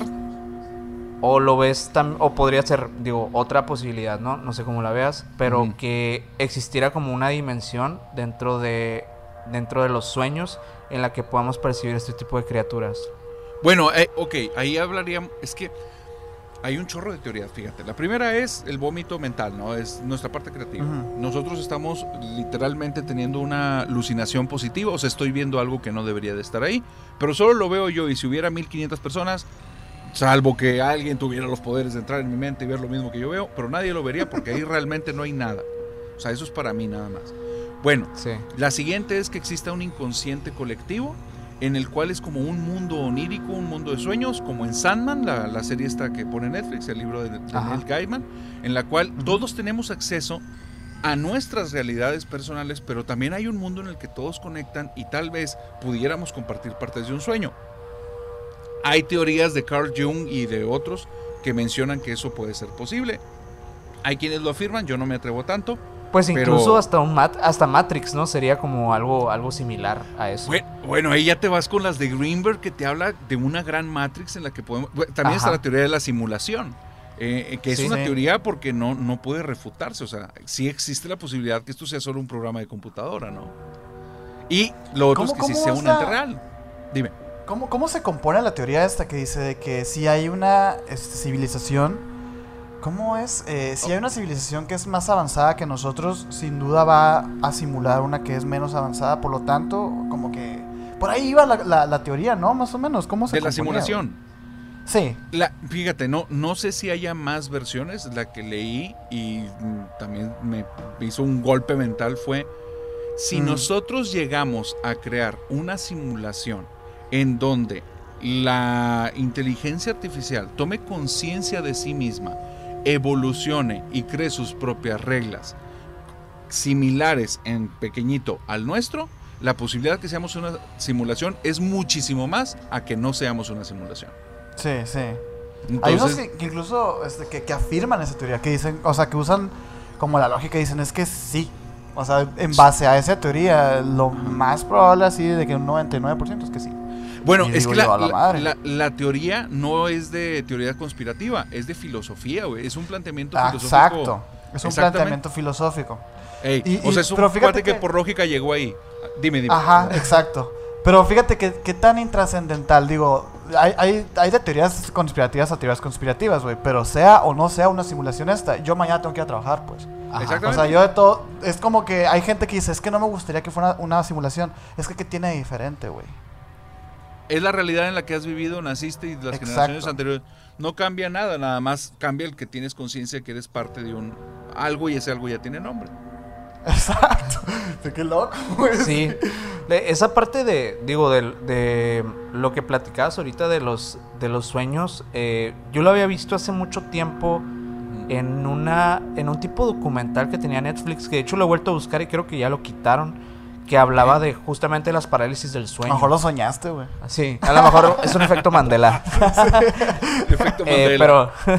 o lo ves tam- o podría ser, digo, otra posibilidad, ¿no? No sé cómo la veas, pero Ujú. que existiera como una dimensión dentro de dentro de los sueños en la que podamos percibir este tipo de criaturas. Bueno, eh, ok, ahí hablaríamos, es que hay un chorro de teorías, fíjate. La primera es el vómito mental, ¿no? Es nuestra parte creativa. Ujú. Nosotros estamos literalmente teniendo una alucinación positiva, o sea, estoy viendo algo que no debería de estar ahí, pero solo lo veo yo, y si hubiera mil quinientas personas, salvo que alguien tuviera los poderes de entrar en mi mente y ver lo mismo que yo veo, pero nadie lo vería porque ahí realmente no hay nada. O sea, eso es para mí nada más. Bueno, Sí. la siguiente es que exista un inconsciente colectivo en el cual es como un mundo onírico, un mundo de sueños, como en Sandman, la, la serie esta que pone Netflix, el libro de, de Neil Gaiman, en la cual Ujú. todos tenemos acceso a nuestras realidades personales, pero también hay un mundo en el que todos conectan y tal vez pudiéramos compartir partes de un sueño. Hay teorías de Carl Jung y de otros que mencionan que eso puede ser posible. Hay quienes lo afirman, yo no me atrevo tanto. Pues incluso Pero- hasta un mat hasta Matrix, ¿no? Sería como algo algo similar a eso. Bueno, bueno, ahí ya te vas con las de Greenberg, que te habla de una gran Matrix en la que podemos... bueno, también Ajá. está la teoría de la simulación, eh, que es Sí. una Sí. teoría porque no, no puede refutarse. O sea, sí existe la posibilidad que esto sea solo un programa de computadora, ¿no? Y lo otro es ¿Cómo- que sí cómo sea es un la- ente real. Dime. ¿Cómo, ¿Cómo se compone la teoría esta que dice de que si hay una este, civilización, ¿cómo es? Eh, si hay una civilización que es más avanzada que nosotros, sin duda va a simular una que es menos avanzada, por lo tanto, como que... Por ahí iba la, la- la teoría, ¿no? Más o menos, ¿cómo se De la componía, simulación. güey? Sí. La, fíjate, no, no sé si haya más versiones. La que leí y mm, también me hizo un golpe mental fue: si Mm. nosotros llegamos a crear una simulación en donde la inteligencia artificial tome conciencia de sí misma, evolucione y cree sus propias reglas similares en pequeñito al nuestro, la posibilidad de que seamos una simulación es muchísimo más a que no seamos una simulación. Sí, sí. Entonces, Hay unos que, que incluso este, que, que afirman esa teoría, que dicen, o sea, que usan como la lógica y dicen, es que sí. O sea, en base a esa teoría, lo más probable así de que un noventa y nueve por ciento es que sí. bueno, Y es digo que yo, la, a la la- madre. la- la teoría no es de teoría conspirativa, es de filosofía, güey. Es un planteamiento Ah, filosófico. exacto. Es un Exactamente. planteamiento filosófico. Ey, Y- o y- sea, es un pero fíjate cuate que... que- por lógica llegó ahí. Dime, dime. Ajá, exacto. Pero fíjate que, que tan intrascendental, digo, hay, hay, hay de teorías conspirativas a teorías conspirativas, güey, pero sea o no sea una simulación esta, yo mañana tengo que ir a trabajar, pues. Ajá. Exactamente. O sea, yo de todo, es como que hay gente que dice, es que no me gustaría que fuera una, una simulación, es que ¿qué tiene de diferente, güey? Es la realidad en la que has vivido, naciste y las Exacto. generaciones anteriores. No cambia nada, nada más cambia el que tienes conciencia que eres parte de un algo y ese algo ya tiene nombre. Exacto. Qué loco, güey. Sí, de esa parte de, digo, de, de lo que platicabas ahorita de los, de los sueños, eh, yo lo había visto hace mucho tiempo en una, en un tipo documental que tenía Netflix, que de hecho lo he vuelto a buscar y creo que ya lo quitaron, que hablaba de justamente las parálisis del A sueño. lo mejor lo soñaste, güey. Sí, a lo mejor es un efecto Mandela. Efecto Eh, Mandela. pero,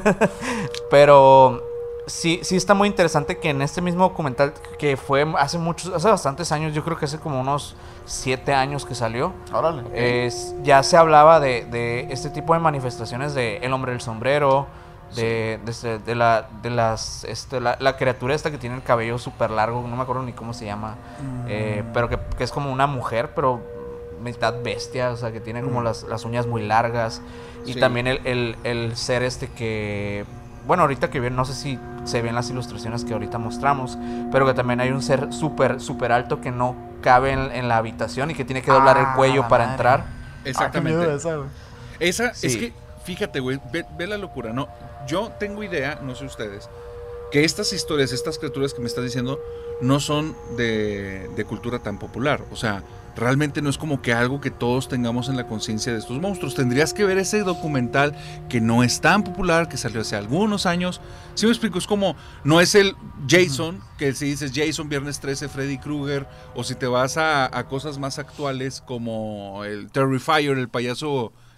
pero sí, sí está muy interesante que en este mismo documental que fue hace muchos, hace bastantes años, yo creo que hace como unos siete años que salió, Órale. es, ya se hablaba de, de este tipo de manifestaciones de el hombre del sombrero, de, de, este- de la, de las, este, la, la criatura esta que tiene el cabello súper largo, no me acuerdo ni cómo se llama, eh, Mm. pero que, que es como una mujer, pero mitad bestia, o sea, que tiene como Mm. las, las uñas muy largas. Y Sí. también el, el, el ser este que, bueno, ahorita que bien, no sé si se ven las ilustraciones que ahorita mostramos, pero que también hay un ser súper, súper alto que no cabe en, en la habitación y que tiene que doblar Ah, el cuello la para madre. entrar. Exactamente. Ah, qué miedo esa, güey. Esa, Sí. es que, fíjate, güey, ve, ve la locura, ¿no? Yo tengo idea, no sé ustedes, que estas historias, estas criaturas que me estás diciendo, no son de, de cultura tan popular. O sea, realmente no es como que algo que todos tengamos en la conciencia de estos monstruos. Tendrías que ver ese documental que no es tan popular, que salió hace algunos años. Si me explico, es como, no es el Jason, que si dices Jason, Viernes trece, Freddy Krueger, o si te vas a, a cosas más actuales como el Terrifier, el payaso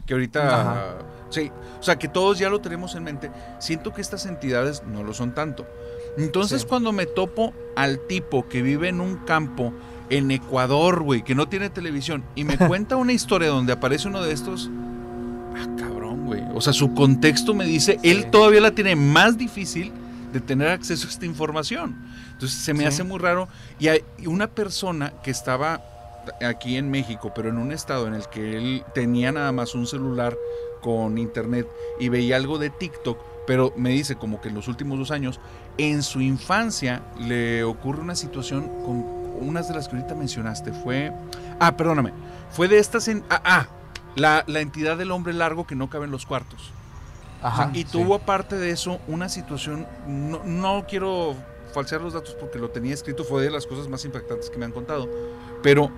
que ahorita... Ajá. Sí, o sea, que todos ya lo tenemos en mente. Siento que estas entidades no lo son tanto. Entonces, Sí. cuando me topo al tipo que vive en un campo en Ecuador, güey, que no tiene televisión, y me cuenta una historia donde aparece uno de estos, ah, cabrón, güey. O sea, su contexto me dice, Sí. él todavía la tiene más difícil de tener acceso a esta información. Entonces, se me Sí. hace muy raro. Y hay una persona que estaba aquí en México, pero en un estado en el que él tenía nada más un celular con internet y veía algo de TikTok, pero me dice como que en los últimos dos años, en su infancia le ocurre una situación con unas de las que ahorita mencionaste. Fue, ah, perdóname, fue de estas, en, ah, ah la, la entidad del hombre largo que no cabe en los cuartos. Ajá, O sea, y sí. tuvo aparte de eso una situación, no, no quiero falsear los datos porque lo tenía escrito, fue de las cosas más impactantes que me han contado, pero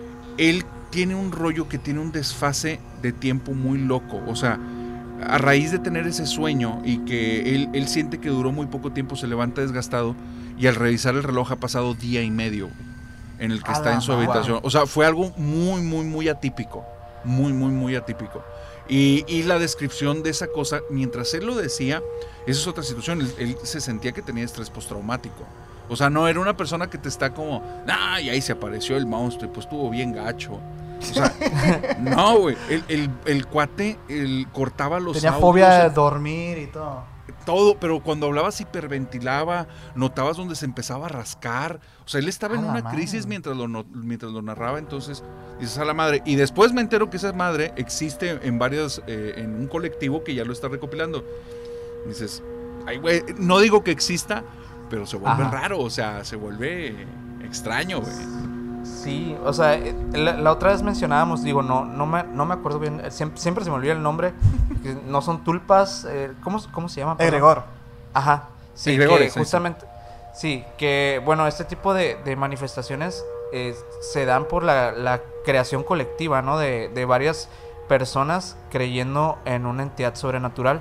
él tiene un rollo que tiene un desfase de tiempo muy loco. O sea, a raíz de tener ese sueño y que él, él siente que duró muy poco tiempo, se levanta desgastado y al revisar el reloj ha pasado día y medio en el que A está la en su madre. habitación. O sea, fue algo muy, muy, muy atípico. Muy, muy, muy atípico. Y, y la descripción de esa cosa, mientras él lo decía, esa es otra situación. Él, él se sentía que tenía estrés postraumático. O sea, no era una persona que te está como, ah, y ahí se apareció el monstruo y pues estuvo bien gacho. O sea, no, güey. El, el, el cuate el, cortaba los Tenía audios, fobia de dormir y todo. todo, pero cuando hablabas hiperventilaba, notabas donde se empezaba a rascar. O sea, él estaba A en la una madre. crisis mientras lo, no- mientras lo narraba. Entonces, dices a la madre. Y después me entero que esa madre existe en varias, eh, en un colectivo que ya lo está recopilando. Dices, ay, güey, no digo que exista, pero se vuelve Ajá. raro, o sea, se vuelve extraño, güey. Sí, o sea, eh, la, la otra vez mencionábamos, digo, no, no me, no me acuerdo bien, eh, siempre, siempre se me olvida el nombre, que no son tulpas, eh, ¿cómo, ¿cómo se llama? Perdón. Egregor. Ajá, sí, Egregores, que sí, justamente, sí, que bueno, este tipo de, de manifestaciones eh, se dan por la, la creación colectiva, ¿no? De, de varias personas creyendo en una entidad sobrenatural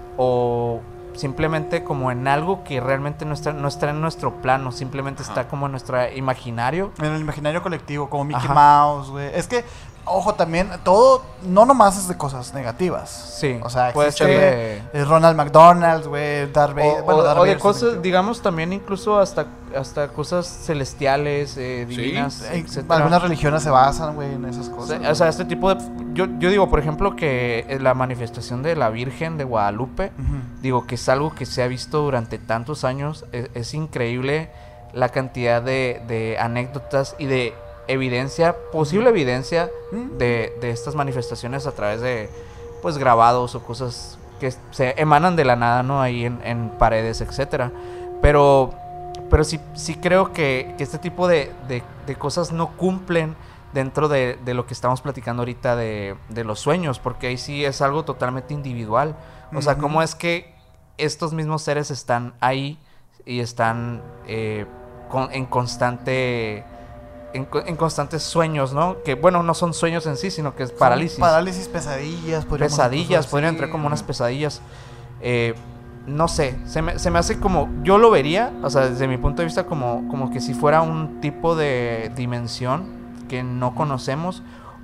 o simplemente como en algo que realmente no está, no está en nuestro plano, simplemente Ajá. está como en nuestro imaginario. En el imaginario colectivo, como Mickey Ajá. Mouse, güey. Es que, ojo, también, todo, no nomás es de cosas negativas. Sí, O sea, puede existe ser de... eh, Ronald McDonald, güey, Darth Vader. O, bueno, o- Darth o de Vader es cosas, negativo. digamos, también incluso hasta, hasta cosas celestiales, eh, Sí. divinas, Eh, etcétera. Algunas religiones se basan, güey, en esas O cosas. sea, o sea, este tipo de... Yo, yo digo, por ejemplo, que eh, la manifestación de la Virgen de Guadalupe, Ujú. digo que es algo que se ha visto durante tantos años, es, es increíble la cantidad de, de anécdotas y de evidencia, posible evidencia Mm. de, de estas manifestaciones a través de, pues, grabados o cosas que se emanan de la nada, ¿no? Ahí en, en paredes, etcétera. Pero, pero sí, sí creo que, que este tipo de, de, de cosas no cumplen dentro de, de lo que estamos platicando ahorita de, de los sueños, porque ahí sí es algo totalmente individual. O sea, Ujú. ¿cómo es que estos mismos seres están ahí y están eh, con- en constante... En, co- en constantes sueños, ¿no? Que, bueno, no son sueños en sí, sino que es parálisis. Parálisis, pesadillas, podríamos Pesadillas, incluso podrían decir. entrar como unas pesadillas. Eh, no sé, se me, se me hace como... Yo lo vería, o sea, desde mi punto de vista, como, como que si fuera un tipo de dimensión que no conocemos.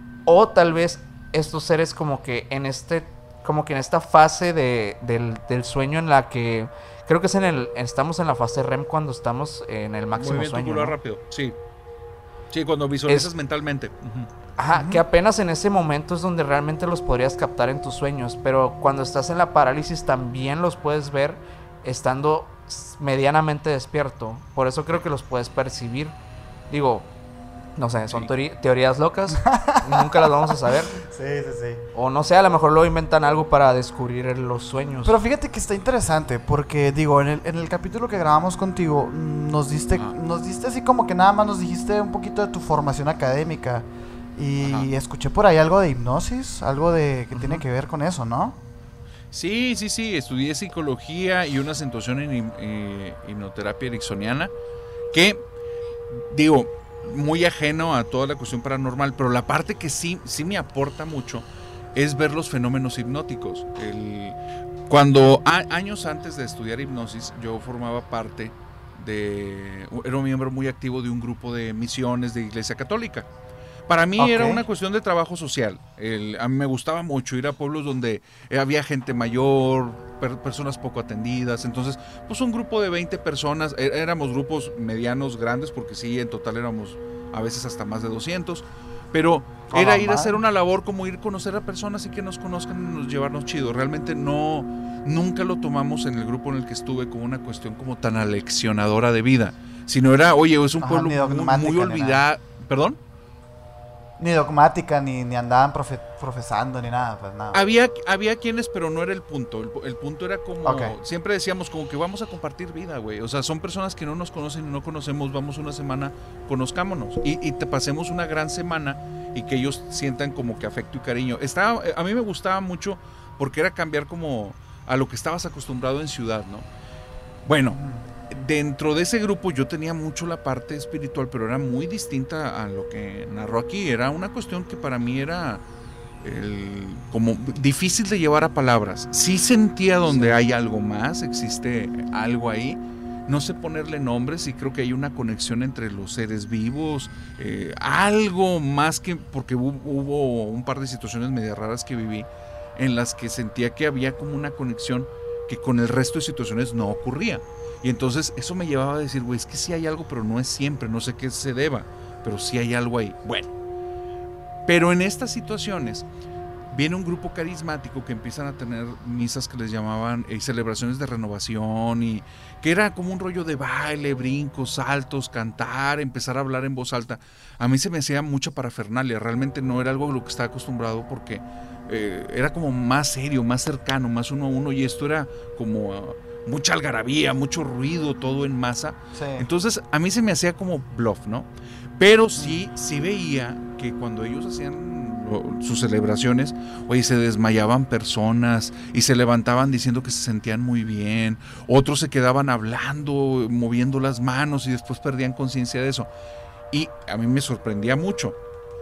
O tal vez estos seres como que en este... Como que en esta fase de, del, del sueño en la que... Creo que es en el... Estamos en la fase R E M cuando estamos en el máximo Movimiento sueño, ocular ¿no? rápido, sí. Sí, cuando visualizas Es- mentalmente. Ujú. Ajá, Ujú. que apenas en ese momento es donde realmente los podrías captar en tus sueños, pero cuando estás en la parálisis también los puedes ver estando s- medianamente despierto. Por eso creo que los puedes percibir. Digo, no sé, son Sí. teori- teorías locas, nunca las vamos a saber. Sí, sí, sí. O no sé, a lo mejor luego inventan algo para descubrir los sueños. Pero fíjate que está interesante porque, digo, en el, en el capítulo que grabamos contigo, mm, nos diste, Ajá. nos diste así como que nada más nos dijiste un poquito de tu formación académica. Y Ajá. escuché por ahí algo de hipnosis, algo de que tiene Ujú. que ver con eso, ¿no? Sí, sí, sí, estudié psicología y una acentuación en him- eh, hipnoterapia ericksoniana, que, digo, muy ajeno a toda la cuestión paranormal, pero la parte que sí, sí me aporta mucho es ver los fenómenos hipnóticos. El, cuando a- años antes de estudiar hipnosis, yo formaba parte de, era un miembro muy activo de un grupo de misiones de Iglesia Católica. Para mí Okay. era una cuestión de trabajo social. El, a mí me gustaba mucho ir a pueblos donde eh, había gente mayor, per, personas poco atendidas. Entonces, pues un grupo de veinte personas, é- éramos grupos medianos, grandes, porque sí, en total éramos a veces hasta más de doscientos. Pero A era la ir a hacer madre. una labor como ir a conocer a personas y que nos conozcan y nos llevarnos chido. Realmente no, nunca lo tomamos en el grupo en el que estuve como una cuestión como tan aleccionadora de vida. Sino era, oye, es un Ajá, pueblo ni muy, dogmática muy ni nada. olvidado. ¿Perdón? Ni dogmática, ni, ni andaban profe- profesando, ni nada, pues nada. Había, había quienes, pero no era el punto. El, el punto era como, Ok. siempre decíamos como que vamos a compartir vida, güey. O sea, son personas que no nos conocen y no conocemos, vamos una semana, conozcámonos. Y, y te pasemos una gran semana y que ellos sientan como que afecto y cariño. Estaba, a mí me gustaba mucho porque era cambiar como a lo que estabas acostumbrado en ciudad, ¿no? Bueno, dentro de ese grupo yo tenía mucho la parte espiritual, pero era muy distinta a lo que narró aquí. Era una cuestión que para mí era el- como difícil de llevar a palabras. Sí sentía donde hay algo más, existe algo ahí. No sé ponerle nombres y creo que hay una conexión entre los seres vivos, eh, algo más que, porque hubo, hubo un par de situaciones medio raras que viví en las que sentía que había como una conexión que con el resto de situaciones no ocurría. Y entonces eso me llevaba a decir, güey, es que sí hay algo, pero no es siempre, no sé qué se deba, pero sí hay algo ahí. Bueno, pero en estas situaciones viene un grupo carismático que empiezan a tener misas que les llamaban eh, celebraciones de renovación, y que era como un rollo de baile, brincos, saltos, cantar, empezar a hablar en voz alta. A mí se me hacía mucha parafernalia, realmente no era algo a lo que estaba acostumbrado porque eh, era como más serio, más cercano, más uno a uno, y esto era como uh, mucha algarabía, mucho ruido, todo en masa. Sí. Entonces a mí se me hacía como bluff, ¿no? Pero sí, sí veía que cuando ellos hacían lo- sus celebraciones, oye, se desmayaban personas y se levantaban diciendo que se sentían muy bien, otros se quedaban hablando, moviendo las manos y después perdían conciencia de eso. Y a mí me sorprendía mucho.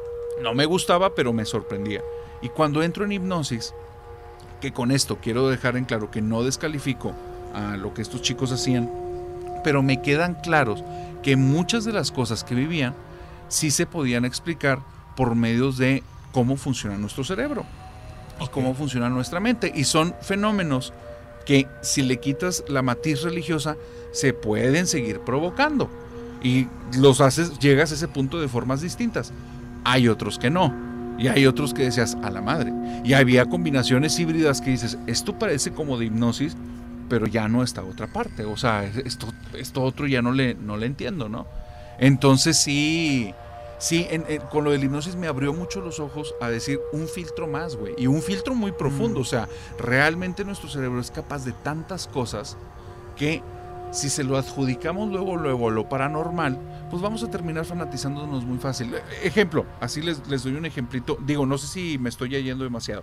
No me gustaba, pero me sorprendía. Y cuando entro en hipnosis, que con esto quiero dejar en claro que no descalifico a lo que estos chicos hacían, pero me quedan claros que muchas de las cosas que vivían sí se podían explicar por medios de cómo funciona nuestro cerebro y cómo funciona nuestra mente. Y son fenómenos que si le quitas la matiz religiosa se pueden seguir provocando y los haces, llegas a ese punto de formas distintas. Hay otros que no. Y hay otros que decías, a la madre. Y había combinaciones híbridas que dices, esto parece como de hipnosis, pero ya no está otra parte. O sea, esto, esto otro ya no le, no le entiendo, ¿no? Entonces sí, sí, en, en, con lo de la hipnosis me abrió mucho los ojos a decir un filtro más, güey. Y un filtro muy profundo. Mm. O sea, realmente nuestro cerebro es capaz de tantas cosas que si se lo adjudicamos luego, luego a lo paranormal, pues vamos a terminar fanatizándonos muy fácil. Ejemplo, así les, les doy un ejemplito. Digo, no sé si me estoy yendo demasiado.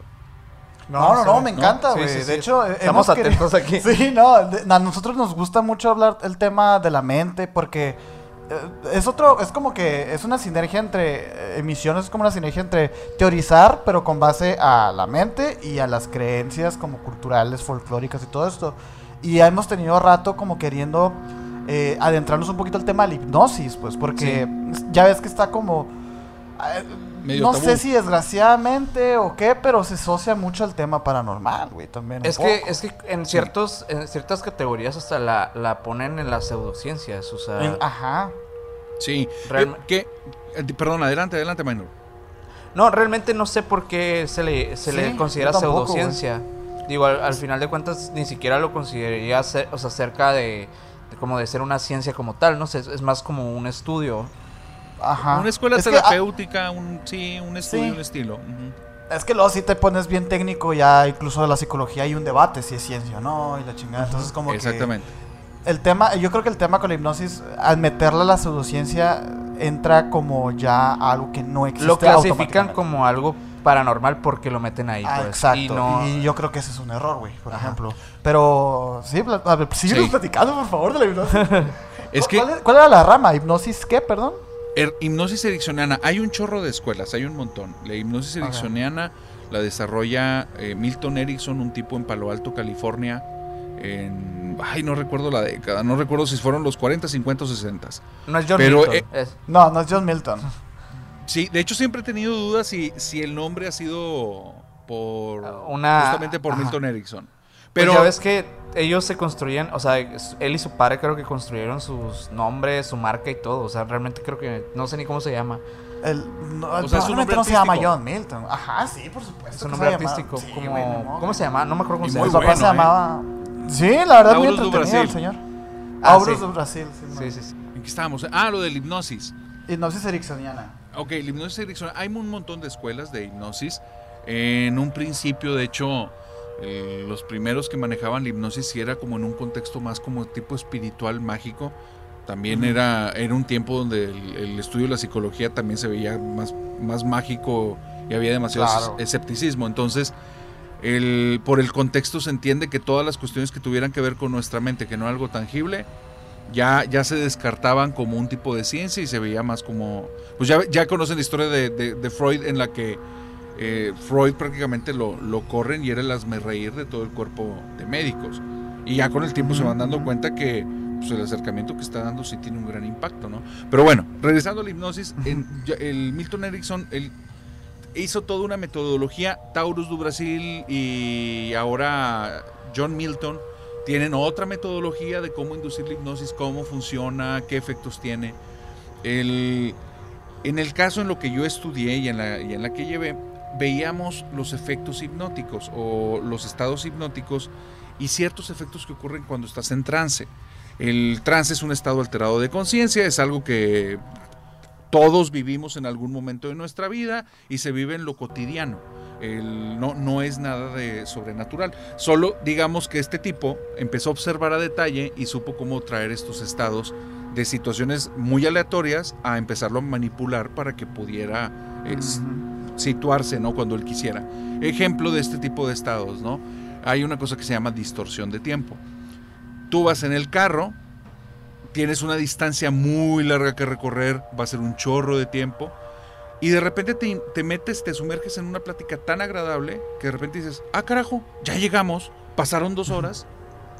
No, no, no, me encanta, güey. Sí, sí, de sí. hecho, estamos atentos querido... aquí. Sí, no, de, a nosotros nos gusta mucho hablar el tema de la mente porque eh, es otro, es como que es una sinergia entre eh, emisiones, es como una sinergia entre teorizar, pero con base a la mente y a las creencias como culturales, folclóricas y todo esto. Y ya hemos tenido rato como queriendo eh, adentrarnos un poquito al tema de la hipnosis, pues, porque sí. Ya ves que está como... Eh, Medio no tabú. sé si desgraciadamente o qué, pero se asocia mucho al tema paranormal, güey, también. Es que, es que en ciertos, sí. en ciertas categorías hasta la, la ponen en las pseudociencias, o sea... En, ajá. Sí. Realme... ¿Qué? Perdón, adelante, adelante, Minor. No, realmente no sé por qué se le, se sí, le considera tampoco, pseudociencia. Güey. Digo, al, al final de cuentas ni siquiera lo consideraría ser, o sea, cerca de, de como de ser una ciencia como tal, no sé, es, es más como un estudio. Ajá. Una escuela es terapéutica, que, un, sí, un estudio, sí. un estilo. Uh-huh. Es que luego si te pones bien técnico, ya incluso de la psicología hay un debate si es ciencia o no, y la chingada. Uh-huh. Entonces como Exactamente. que el tema, yo creo que el tema con la hipnosis, al meterla a la pseudociencia, entra como ya algo que no existe. Lo clasifican como algo paranormal porque lo meten ahí. Ah, pues, exacto. Y, no... y yo creo que ese es un error, güy, por Ajá. ejemplo. Pero sí, a ver, síguenos sí. platicando, por favor, de la hipnosis. Es que... ¿Cuál, ¿Cuál era la rama? ¿Hipnosis qué, perdón? Er, hipnosis ericksoniana, hay un chorro de escuelas, hay un montón. La hipnosis ericksoniana okay. la desarrolla eh, Milton Erickson, un tipo en Palo Alto, California, en, ay, no recuerdo la década, no recuerdo si fueron los cuarenta, cincuenta o sesenta. No es John Pero, Milton. Eh, es. No, no es John Milton. Sí, de hecho siempre he tenido dudas si, si el nombre ha sido por Una, justamente por ajá. Milton Erickson. Pero Pero pues ya ves que ellos se construían, o sea, él y su padre creo que construyeron sus nombres, su marca y todo. O sea, realmente creo que no sé ni cómo se llama. El, no, O sea, es un probablemente nombre no se llama artístico. John Milton. Ajá, sí, por supuesto. Es un que nombre se llama- artístico. Sí, como, güey, no mames. ¿Cómo se llama? No me acuerdo cómo Y se muy Su llama. papá bueno, se ¿eh? llamaba. Sí, la verdad, muy Taurus do entretenido el Brasil. señor. Ah, Aurus sí. de Brasil. Sí, Sí, sí, sí. ¿en qué estábamos? Ah, lo del hipnosis. Hipnosis ericksoniana. Ok, la hipnosis ericksoniana. Hay un montón de escuelas de hipnosis. En un principio, de hecho, eh, los primeros que manejaban la hipnosis sí era como en un contexto más como tipo espiritual, mágico. También Ujú. era, era un tiempo donde el, el estudio de la psicología también se veía más, más mágico y había demasiado Claro. escepticismo. Entonces, el, por el contexto se entiende que todas las cuestiones que tuvieran que ver con nuestra mente, que no algo tangible, ya, ya se descartaban como un tipo de ciencia y se veía más como... Pues ya, ya conocen la historia de, de, de Freud, en la que eh, Freud prácticamente lo, lo corren y era el hazmerreír de todo el cuerpo de médicos. Y ya con el tiempo se van dando cuenta que pues, el acercamiento que está dando sí tiene un gran impacto, ¿no? Pero bueno, regresando a la hipnosis, en, ya- el Milton Erickson él hizo toda una metodología. Taurus do Brasil y ahora John Milton tienen otra metodología de cómo inducir la hipnosis, cómo funciona, qué efectos tiene. El, en el caso en lo que yo estudié y en, la, y en la que llevé, veíamos los efectos hipnóticos o los estados hipnóticos y ciertos efectos que ocurren cuando estás en trance. El trance es un estado alterado de conciencia, es algo que todos vivimos en algún momento de nuestra vida y se vive en lo cotidiano. El, no, no es nada de sobrenatural. Solo digamos que este tipo empezó a observar a detalle y supo cómo traer estos estados de situaciones muy aleatorias a empezarlo a manipular para que pudiera eh, Ujú. situarse, ¿no? Cuando él quisiera. Ejemplo de este tipo de estados, ¿no? Hay una cosa que se llama distorsión de tiempo. Tú vas en el carro, tienes una distancia muy larga que recorrer, va a ser un chorro de tiempo, y de repente te, te metes, te sumerges en una plática tan agradable que de repente dices, ah carajo, ya llegamos, pasaron dos horas,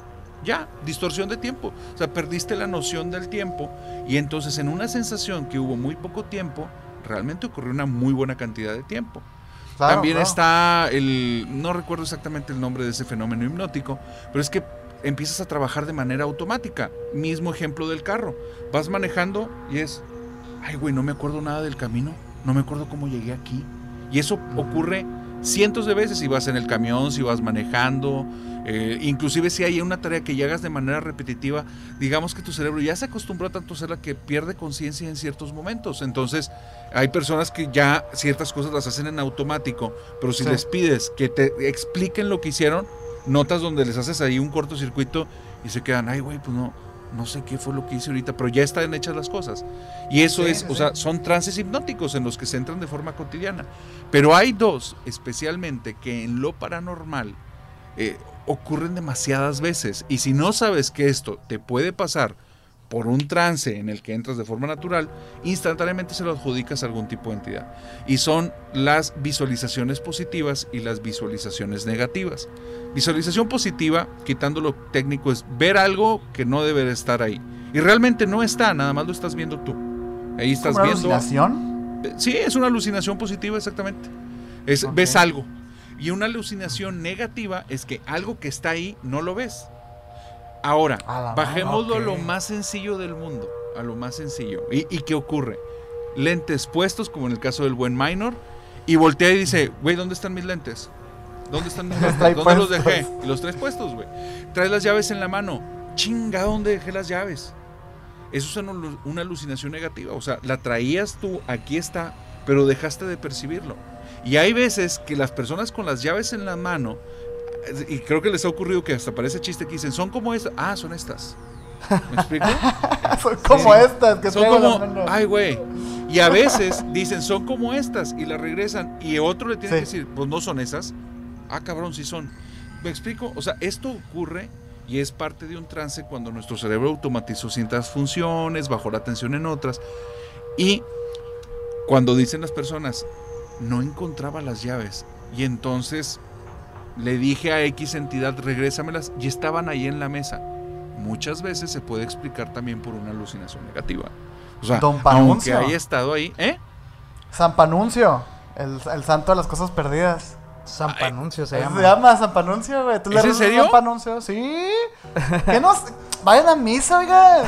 ya, distorsión de tiempo, o sea, perdiste la noción del tiempo, y entonces en una sensación que hubo muy poco tiempo, realmente ocurrió una muy buena cantidad de tiempo. Claro, También claro. está el, no recuerdo exactamente el nombre de ese fenómeno hipnótico, pero es que empiezas a trabajar de manera automática. Mismo ejemplo del carro. Vas manejando y es, ay güey, no me acuerdo nada del camino, no me acuerdo cómo llegué aquí. Y eso ocurre cientos de veces si vas en el camión, si vas manejando, eh, inclusive si hay una tarea que ya hagas de manera repetitiva, digamos que tu cerebro ya se acostumbró a tanto hacerla que pierde conciencia en ciertos momentos. Entonces hay personas que ya ciertas cosas las hacen en automático, pero si Sí. les pides que te expliquen lo que hicieron, notas donde les haces ahí un cortocircuito y se quedan, ay güey, pues no, no sé qué fue lo que hice ahorita, pero ya están hechas las cosas. Y eso Sí, es, sí, o sí. sea, son trances hipnóticos en los que se entran de forma cotidiana. Pero hay dos, especialmente, que en lo paranormal eh, ocurren demasiadas veces. Y si no sabes que esto te puede pasar por un trance en el que entras de forma natural, instantáneamente se lo adjudicas a algún tipo de entidad. Y son las visualizaciones positivas y las visualizaciones negativas. Visualización positiva, quitando lo técnico, es ver algo que no debe de estar ahí. Y realmente no está, nada más lo estás viendo tú. Ahí estás ¿Como una viendo... alucinación? Eh, Sí, es una alucinación positiva, exactamente. Es, Ok. Ves algo. Y una alucinación negativa es que algo que está ahí no lo ves. Ahora, A la bajémoslo madre, a ok. lo más sencillo del mundo. A lo más sencillo. ¿Y, y qué ocurre? Lentes puestos, como en el caso del buen Minor, y voltea y dice, güey, ¿dónde están mis lentes? ¿Dónde están mis Los lentes? trae ¿Dónde los puestos. dejé? Y los traes puestos, güey. Traes las llaves en la mano. Chinga, ¿dónde dejé las llaves? Eso es una, alu- una alucinación negativa. O sea, la traías tú, aquí está, pero dejaste de percibirlo. Y hay veces que las personas con las llaves en la mano, y creo que les ha ocurrido que hasta parece chiste que dicen, son como estas. Ah, son estas. ¿Me explico? Son como Sí. estas que Son traigo en como, la mano. ay, güey. Y a veces dicen, son como estas, y las regresan, y otro le tiene Sí. que decir, pues no son esas. Ah, cabrón, sí son. ¿Me explico? O sea, esto ocurre y es parte de un trance cuando nuestro cerebro automatizó ciertas funciones, bajó la atención en otras. Y cuando dicen las personas, no encontraba las llaves, y entonces le dije a X entidad, regrésamelas, y estaban ahí en la mesa. Muchas veces se puede explicar también por una alucinación negativa. O sea, Don aunque Panuncio. haya estado ahí, ¿eh? Sampanuncio, el, el santo de las cosas perdidas. Sampanuncio se Se llama. llama Sampanuncio, güey. ¿Tú le ¿Es en rezas a serio? Sampanuncio? Sí. ¿Qué nos...? Vayan a misa, oigan.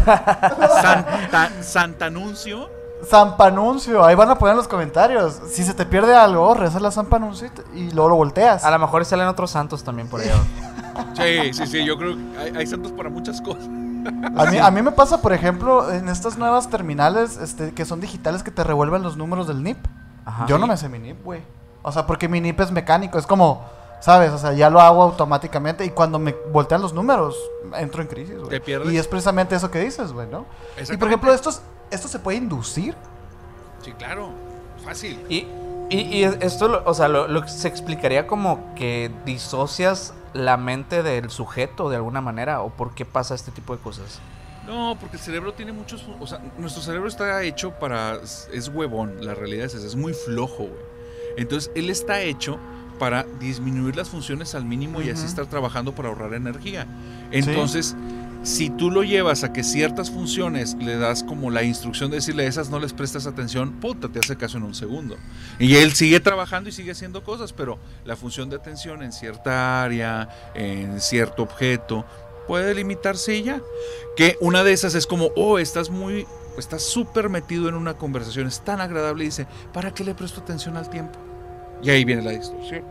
Santa, Santanuncio. Sampanuncio, ahí van a poner en los comentarios. Si se te pierde algo, reza la Sampanuncio y, te- y luego lo volteas. A lo mejor salen otros santos también por allá. Sí, sí, sí, yo creo que hay, hay santos para muchas cosas. A mí, a mí me pasa, por ejemplo, en estas nuevas terminales este, que son digitales que te revuelven los números del N I P. Ajá. Yo no me sé mi N I P, güey. O sea, porque mi N I P es mecánico. Es como, ¿sabes? O sea, ya lo hago automáticamente. Y cuando me voltean los números, entro en crisis, güey. ¿Te pierdes? Y es precisamente eso que dices, güey, ¿no? Y por Exactamente. ejemplo, estos, ¿esto se puede inducir? Sí, claro. Fácil. Y, y, y esto, lo- o sea, lo, lo que se explicaría como que disocias la mente del sujeto de alguna manera, o por qué pasa este tipo de cosas. No, porque el cerebro tiene muchos... O sea, nuestro cerebro está hecho para... Es huevón, la realidad es esa, es muy flojo, güey. Entonces, él está hecho para disminuir las funciones al mínimo y así Ujú. estar trabajando para ahorrar energía. Entonces, si tú lo llevas a que ciertas funciones le das como la instrucción de decirle esas no les prestas atención, puta, te hace caso en un segundo. Y él sigue trabajando y sigue haciendo cosas, pero la función de atención en cierta área, en cierto objeto, puede limitarse y ya. Que una de esas es como, oh, estás muy, estás súper metido en una conversación, es tan agradable y dice, ¿para qué le presto atención al tiempo? Y ahí viene la distorsión.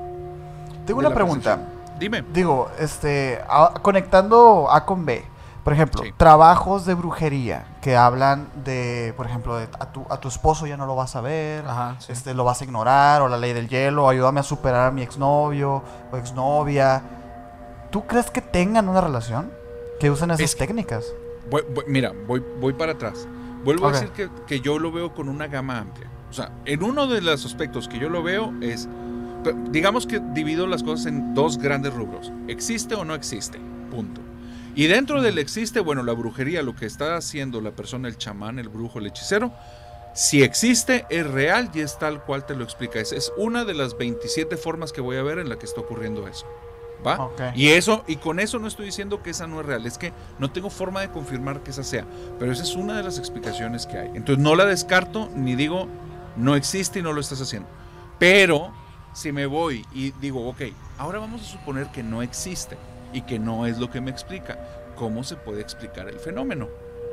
Tengo de una la pregunta. percepción. Dime. Digo, este, a- conectando A con B. Por ejemplo, Sí. trabajos de brujería que hablan de, por ejemplo, de a tu, a tu esposo ya no lo vas a ver, Ajá, sí. este, lo vas a ignorar, o la ley del hielo, ayúdame a superar a mi exnovio o exnovia. ¿Tú crees que tengan una relación? Que usen esas Es- técnicas. Voy- voy- mira, voy, voy para atrás. Vuelvo Ok. a decir que, que yo lo veo con una gama amplia. O sea, en uno de los aspectos que yo lo veo es, pe- digamos que divido las cosas en dos grandes rubros. ¿Existe o no existe? Punto. Y dentro del existe, bueno, la brujería, lo que está haciendo la persona, el chamán, el brujo, el hechicero, si existe, es real y es tal cual te lo explica. Es, es una de las veintisiete formas que voy a ver en la que está ocurriendo eso. ¿Va? Ok. Y eso, y con eso no estoy diciendo que esa no es real, es que no tengo forma de confirmar que esa sea, pero esa es una de las explicaciones que hay. Entonces no la descarto, ni digo no existe y no lo estás haciendo. Pero si me voy y digo, ok, ahora vamos a suponer que no existe y que no es lo que me explica, ¿cómo se puede explicar el fenómeno?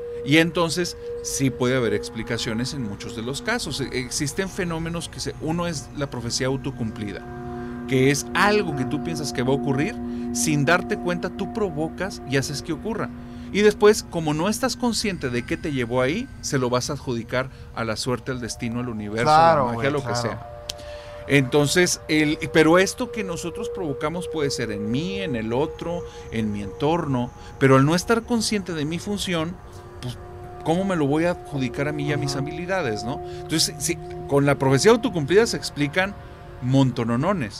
Y entonces sí puede haber explicaciones en muchos de los casos. Existen fenómenos que se, uno es la profecía autocumplida, que es algo que tú piensas que va a ocurrir, sin darte cuenta tú provocas y haces que ocurra. Y después, como no estás consciente de qué te llevó ahí, se lo vas a adjudicar a la suerte, al destino, al universo, Claro, a la magia, güey, lo claro. que sea. Entonces, el, pero esto que nosotros provocamos puede ser en mí, en el otro, en mi entorno, pero al no estar consciente de mi función, pues, ¿cómo me lo voy a adjudicar a mí y a mis Ajá. habilidades, no? Entonces, sí, con la profecía autocumplida se explican montononones.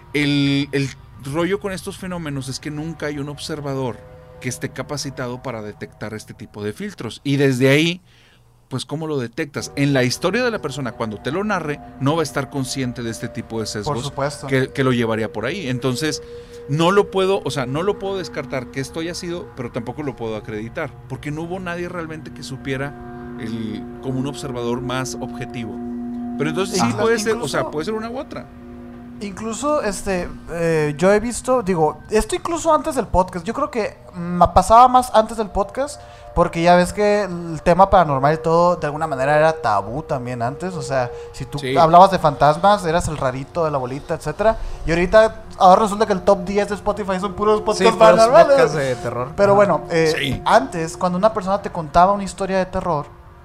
El, el rollo con estos fenómenos es que nunca hay un observador que esté capacitado para detectar este tipo de filtros. Y desde ahí, pues ¿cómo lo detectas? En la historia de la persona, cuando te lo narre, no va a estar consciente de este tipo de Por sesgos supuesto. que, que lo llevaría por ahí. Entonces, no lo puedo, o sea, no lo puedo descartar que esto haya sido, pero tampoco lo puedo acreditar, porque no hubo nadie realmente que supiera el, como un observador más objetivo. Pero entonces sí Incluso- puede ser, o sea, incluso- puede ser una u otra. Incluso, este, eh, yo he visto, digo, esto incluso antes del podcast, yo creo que me pasaba más antes del podcast, porque ya ves que el tema paranormal y todo, de alguna manera era tabú también antes, o sea, si tú Sí. hablabas de fantasmas, eras el rarito de la bolita, etcétera, y ahorita, ahora resulta que el top diez de Spotify son puros Sí, podcasts puros paranormales. podcasts de terror. Pero Ajá. bueno, eh, Sí. antes, cuando una persona te contaba una historia de terror,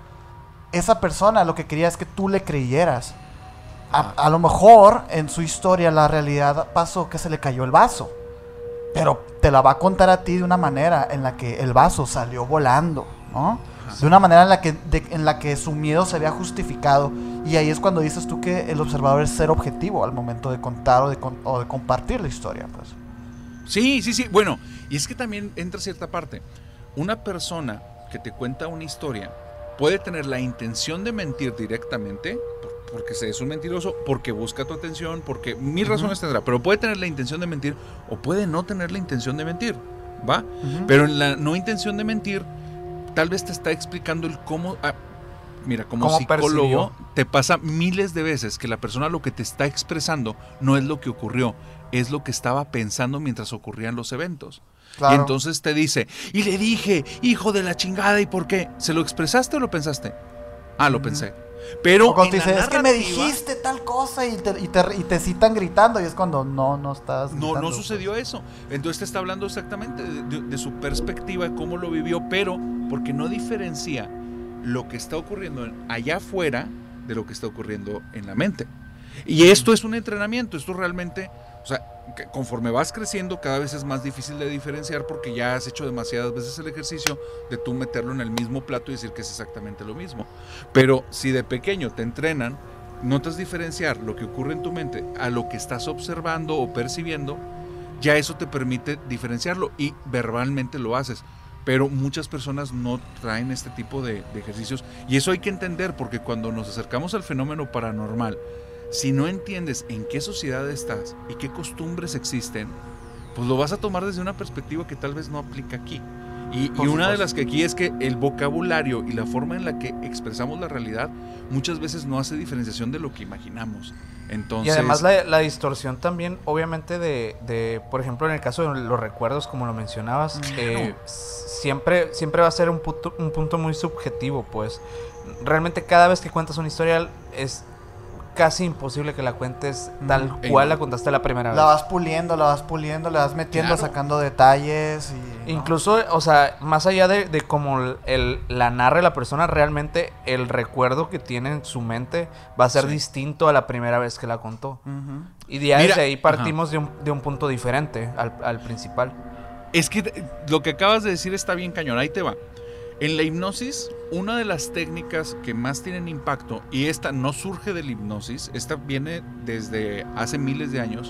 esa persona lo que quería es que tú le creyeras. A, a lo mejor en su historia la realidad pasó que se le cayó el vaso, pero te la va a contar a ti de una manera en la que el vaso salió volando, ¿no? De una manera en la que de- en la que su miedo se había justificado, y ahí es cuando dices tú que el observador es ser objetivo al momento de contar o de, con- o de compartir la historia, pues. Sí, sí, sí. Bueno, y es que también entra cierta parte. Una persona que te cuenta una historia puede tener la intención de mentir directamente, por- porque se es un mentiroso, porque busca tu atención, porque mil Ujú. razones tendrá, pero puede tener la intención de mentir o puede no tener la intención de mentir, ¿va? Ujú. Pero en la no intención de mentir, tal vez te está explicando el cómo... ah, mira, como psicólogo, percibió? Te pasa miles de veces que la persona lo que te está expresando no es lo que ocurrió, es lo que estaba pensando mientras ocurrían los eventos. Claro. Y entonces te dice, y le dije, hijo de la chingada, ¿y por qué? ¿Se lo expresaste o lo pensaste? Ah, lo mm. pensé. Pero o cuando te dice, es que me dijiste tal cosa y te, y, te, y te citan gritando, y es cuando no, no estás gritando. No, no sucedió pues. eso. Entonces te está hablando exactamente de, de, de su perspectiva, de cómo lo vivió, pero porque no diferencia lo que está ocurriendo allá afuera de lo que está ocurriendo en la mente. Y esto es un entrenamiento, esto realmente, o sea, conforme vas creciendo cada vez es más difícil de diferenciar porque ya has hecho demasiadas veces el ejercicio de tú meterlo en el mismo plato y decir que es exactamente lo mismo. Pero si de pequeño te entrenan, notas diferenciar lo que ocurre en tu mente a lo que estás observando o percibiendo, ya eso te permite diferenciarlo y verbalmente lo haces. Pero muchas personas no traen este tipo de, de ejercicios y eso hay que entender porque cuando nos acercamos al fenómeno paranormal, si no entiendes en qué sociedad estás y qué costumbres existen, pues lo vas a tomar desde una perspectiva que tal vez no aplica aquí. Y, y una de las que aquí es que el vocabulario y la forma en la que expresamos la realidad muchas veces no hace diferenciación de lo que imaginamos. Entonces, y además la, la distorsión también, obviamente, de, de, por ejemplo, en el caso de los recuerdos, como lo mencionabas, claro. eh, siempre, siempre va a ser un punto, un punto muy subjetivo, pues. Realmente cada vez que cuentas una historia es casi imposible que la cuentes tal mm. cual la contaste la primera vez. La vas puliendo, la vas puliendo, le vas metiendo, claro. sacando detalles. Y, Incluso, ¿no? O sea, más allá de, de cómo el, la narre la persona, realmente el recuerdo que tiene en su mente va a ser sí. distinto a la primera vez que la contó. Uh-huh. Y ya desde ahí partimos de un, de un punto diferente al, al principal. Es que lo que acabas de decir está bien cañón, ahí te va. En la hipnosis, una de las técnicas que más tienen impacto, y esta no surge de la hipnosis, esta viene desde hace miles de años,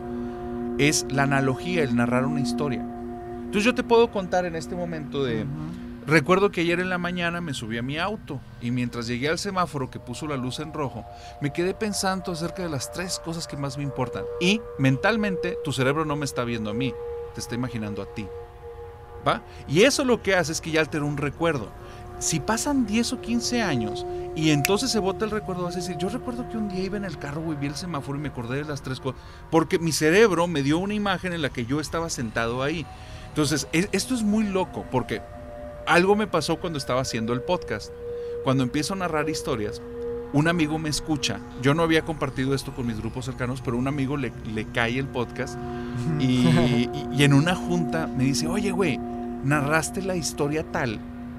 es la analogía, el narrar una historia. Entonces yo te puedo contar en este momento de... Uh-huh. Recuerdo que ayer en la mañana me subí a mi auto y mientras llegué al semáforo que puso la luz en rojo, me quedé pensando acerca de las tres cosas que más me importan. Y mentalmente tu cerebro no me está viendo a mí, te está imaginando a ti. ¿Va? Y eso lo que hace es que ya alteró un recuerdo. Si pasan diez o quince años y entonces se bota el recuerdo, vas a decir, yo recuerdo que un día iba en el carro, güey, vi el semáforo y me acordé de las tres cosas, porque mi cerebro me dio una imagen en la que yo estaba sentado ahí. Entonces, es, esto es muy loco, porque algo me pasó cuando estaba haciendo el podcast. Cuando empiezo a narrar historias, un amigo me escucha. Yo no había compartido esto con mis grupos cercanos, pero un amigo le, le cae el podcast y, y, y en una junta me dice, oye, güey, narraste la historia tal,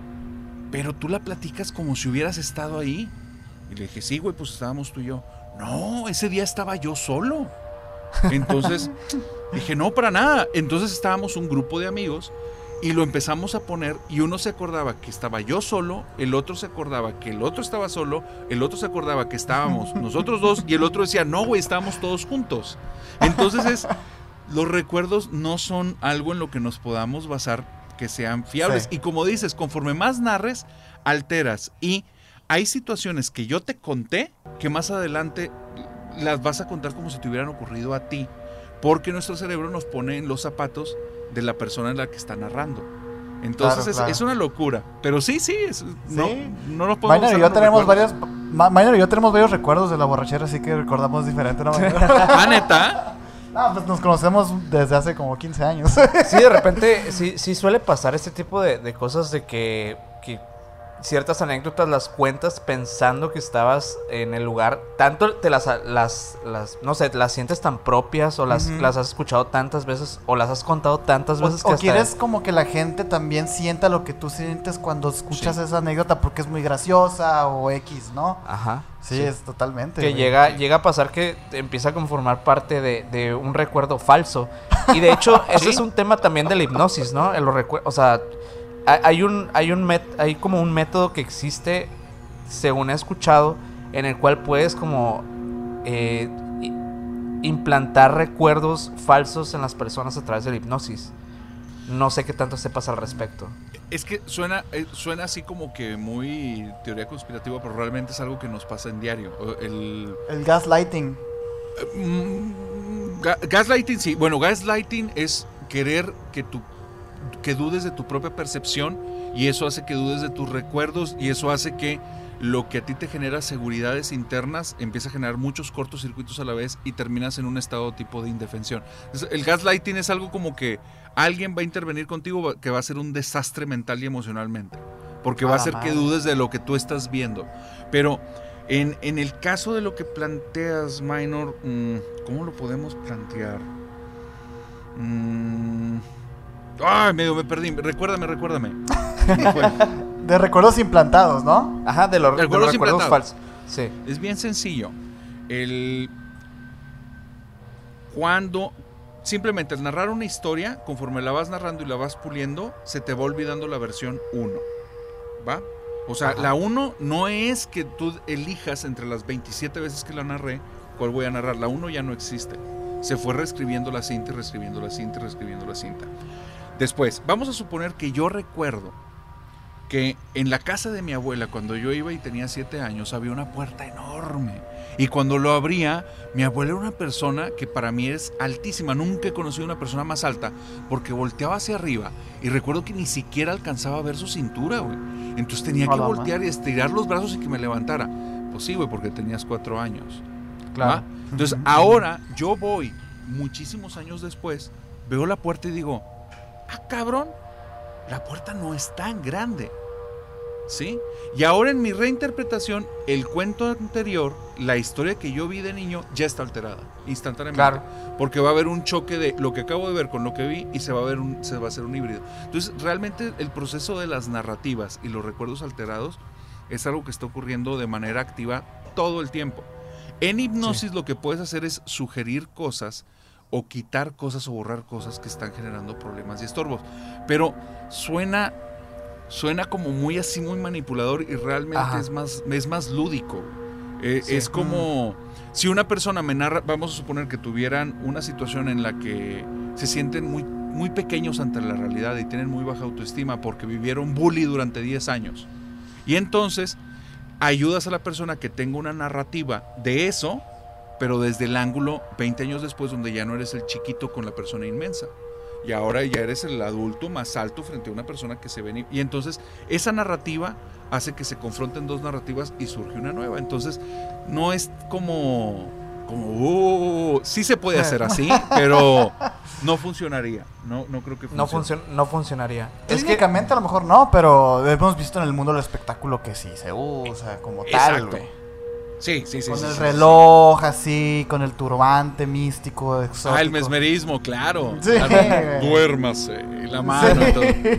pero tú la platicas como si hubieras estado ahí. Y le dije, sí, güey, pues estábamos tú y yo. No, ese día estaba yo solo. Entonces dije, no, para nada. Entonces estábamos un grupo de amigos y lo empezamos a poner y uno se acordaba que estaba yo solo, el otro se acordaba que el otro estaba solo, el otro se acordaba que estábamos nosotros dos y el otro decía, no, güey, estábamos todos juntos. Entonces es, los recuerdos no son algo en lo que nos podamos basar que sean fiables. Sí. Y como dices, conforme más narres, alteras. Y hay situaciones que yo te conté que más adelante las vas a contar como si te hubieran ocurrido a ti, porque nuestro cerebro nos pone en los zapatos de la persona en la que está narrando. Entonces claro, es, claro. es una locura. Pero sí, sí, es, ¿sí? No, no nos podemos... Minor y yo tenemos varios, Minor y yo tenemos varios recuerdos de la borrachera, así que recordamos diferente, ¿no? ¿Ah, neta? Ah, pues nos conocemos desde hace como quince años. Sí, de repente, sí, sí suele pasar este tipo de, de cosas de que, que ciertas anécdotas las cuentas pensando que estabas en el lugar. Tanto te las, las, las no sé, las sientes tan propias o las, uh-huh. las has escuchado tantas veces o las has contado tantas veces o, que o quieres como que la gente también sienta lo que tú sientes cuando escuchas sí. esa anécdota porque es muy graciosa o X, ¿no? Ajá. Sí, sí, es totalmente. Que llega, llega a pasar que empieza a conformar parte de, de un recuerdo falso. Y de hecho, ese ¿sí? es un tema también de la hipnosis, ¿no? El recu- o sea, hay un, hay un met- hay como un método que existe, según he escuchado, en el cual puedes como eh, implantar recuerdos falsos en las personas a través de la hipnosis. No sé qué tanto sepas al respecto. Es que suena, eh, suena así como que muy teoría conspirativa, pero realmente es algo que nos pasa en diario. El, el gaslighting. Mm, ga- gaslighting, sí. Bueno, gaslighting es querer que tú que dudes de tu propia percepción y eso hace que dudes de tus recuerdos y eso hace que lo que a ti te genera seguridades internas empieza a generar muchos cortocircuitos a la vez y terminas en un estado tipo de indefensión. Entonces, el gaslighting es algo como que alguien va a intervenir contigo que va a ser un desastre mental y emocionalmente, porque va a hacer que dudes de lo que tú estás viendo. Pero en, en el caso de lo que planteas, Minor, ¿cómo lo podemos plantear? Mm, ay, medio me perdí. Recuérdame, recuérdame. De recuerdos implantados, ¿no? Ajá, de los recuerdos, de los recuerdos falsos. Sí. Es bien sencillo. El cuando simplemente al narrar una historia, conforme la vas narrando y la vas puliendo, se te va olvidando la versión uno. ¿Va? O sea, ajá, la uno no es que tú elijas entre las veintisiete veces que la narré cuál voy a narrar. La uno ya no existe. Se fue reescribiendo la cinta, reescribiendo la cinta, reescribiendo la cinta. Después, vamos a suponer que yo recuerdo que en la casa de mi abuela, cuando yo iba y tenía siete años, había una puerta enorme. Y cuando lo abría, mi abuela era una persona que para mí es altísima. Nunca he conocido una persona más alta, porque volteaba hacia arriba y recuerdo que ni siquiera alcanzaba a ver su cintura, güey. Entonces tenía que voltear y estirar los brazos y que me levantara. Pues sí, güey, porque tenías cuatro años. Claro. ¿Va? Entonces ahora yo voy, muchísimos años después, veo la puerta y digo, ah, cabrón, la puerta no es tan grande, ¿sí? Y ahora en mi reinterpretación, el cuento anterior, la historia que yo vi de niño, ya está alterada, instantáneamente. Claro. Porque va a haber un choque de lo que acabo de ver con lo que vi y se va a ver un, se va a hacer un híbrido. Entonces, realmente el proceso de las narrativas y los recuerdos alterados es algo que está ocurriendo de manera activa todo el tiempo. En hipnosis, sí, lo que puedes hacer es sugerir cosas o quitar cosas o borrar cosas que están generando problemas y estorbos. Pero suena, suena como muy así, muy manipulador y realmente es más, es más lúdico. Eh, sí. Es como mm. si una persona me narra, vamos a suponer que tuvieran una situación en la que se sienten muy, muy pequeños ante la realidad y tienen muy baja autoestima porque vivieron bully durante diez años. Y entonces ayudas a la persona que tenga una narrativa de eso, pero desde el ángulo veinte años después, donde ya no eres el chiquito con la persona inmensa y ahora ya eres el adulto más alto frente a una persona que se ve, y entonces esa narrativa hace que se confronten dos narrativas y surge una nueva. Entonces no es como como uh, sí se puede hacer así, pero no funcionaría. No, no creo que funcione. No, funcion, no funcionaría. Técnicamente a lo mejor no, pero hemos visto en el mundo del espectáculo que sí se usa como tal, güey. Sí, sí, sí. Con sí, el sí, reloj sí. así, con el turbante místico, exótico. Ah, el mesmerismo, claro. Sí. Claro. Duérmase, y la mano sí. y todo.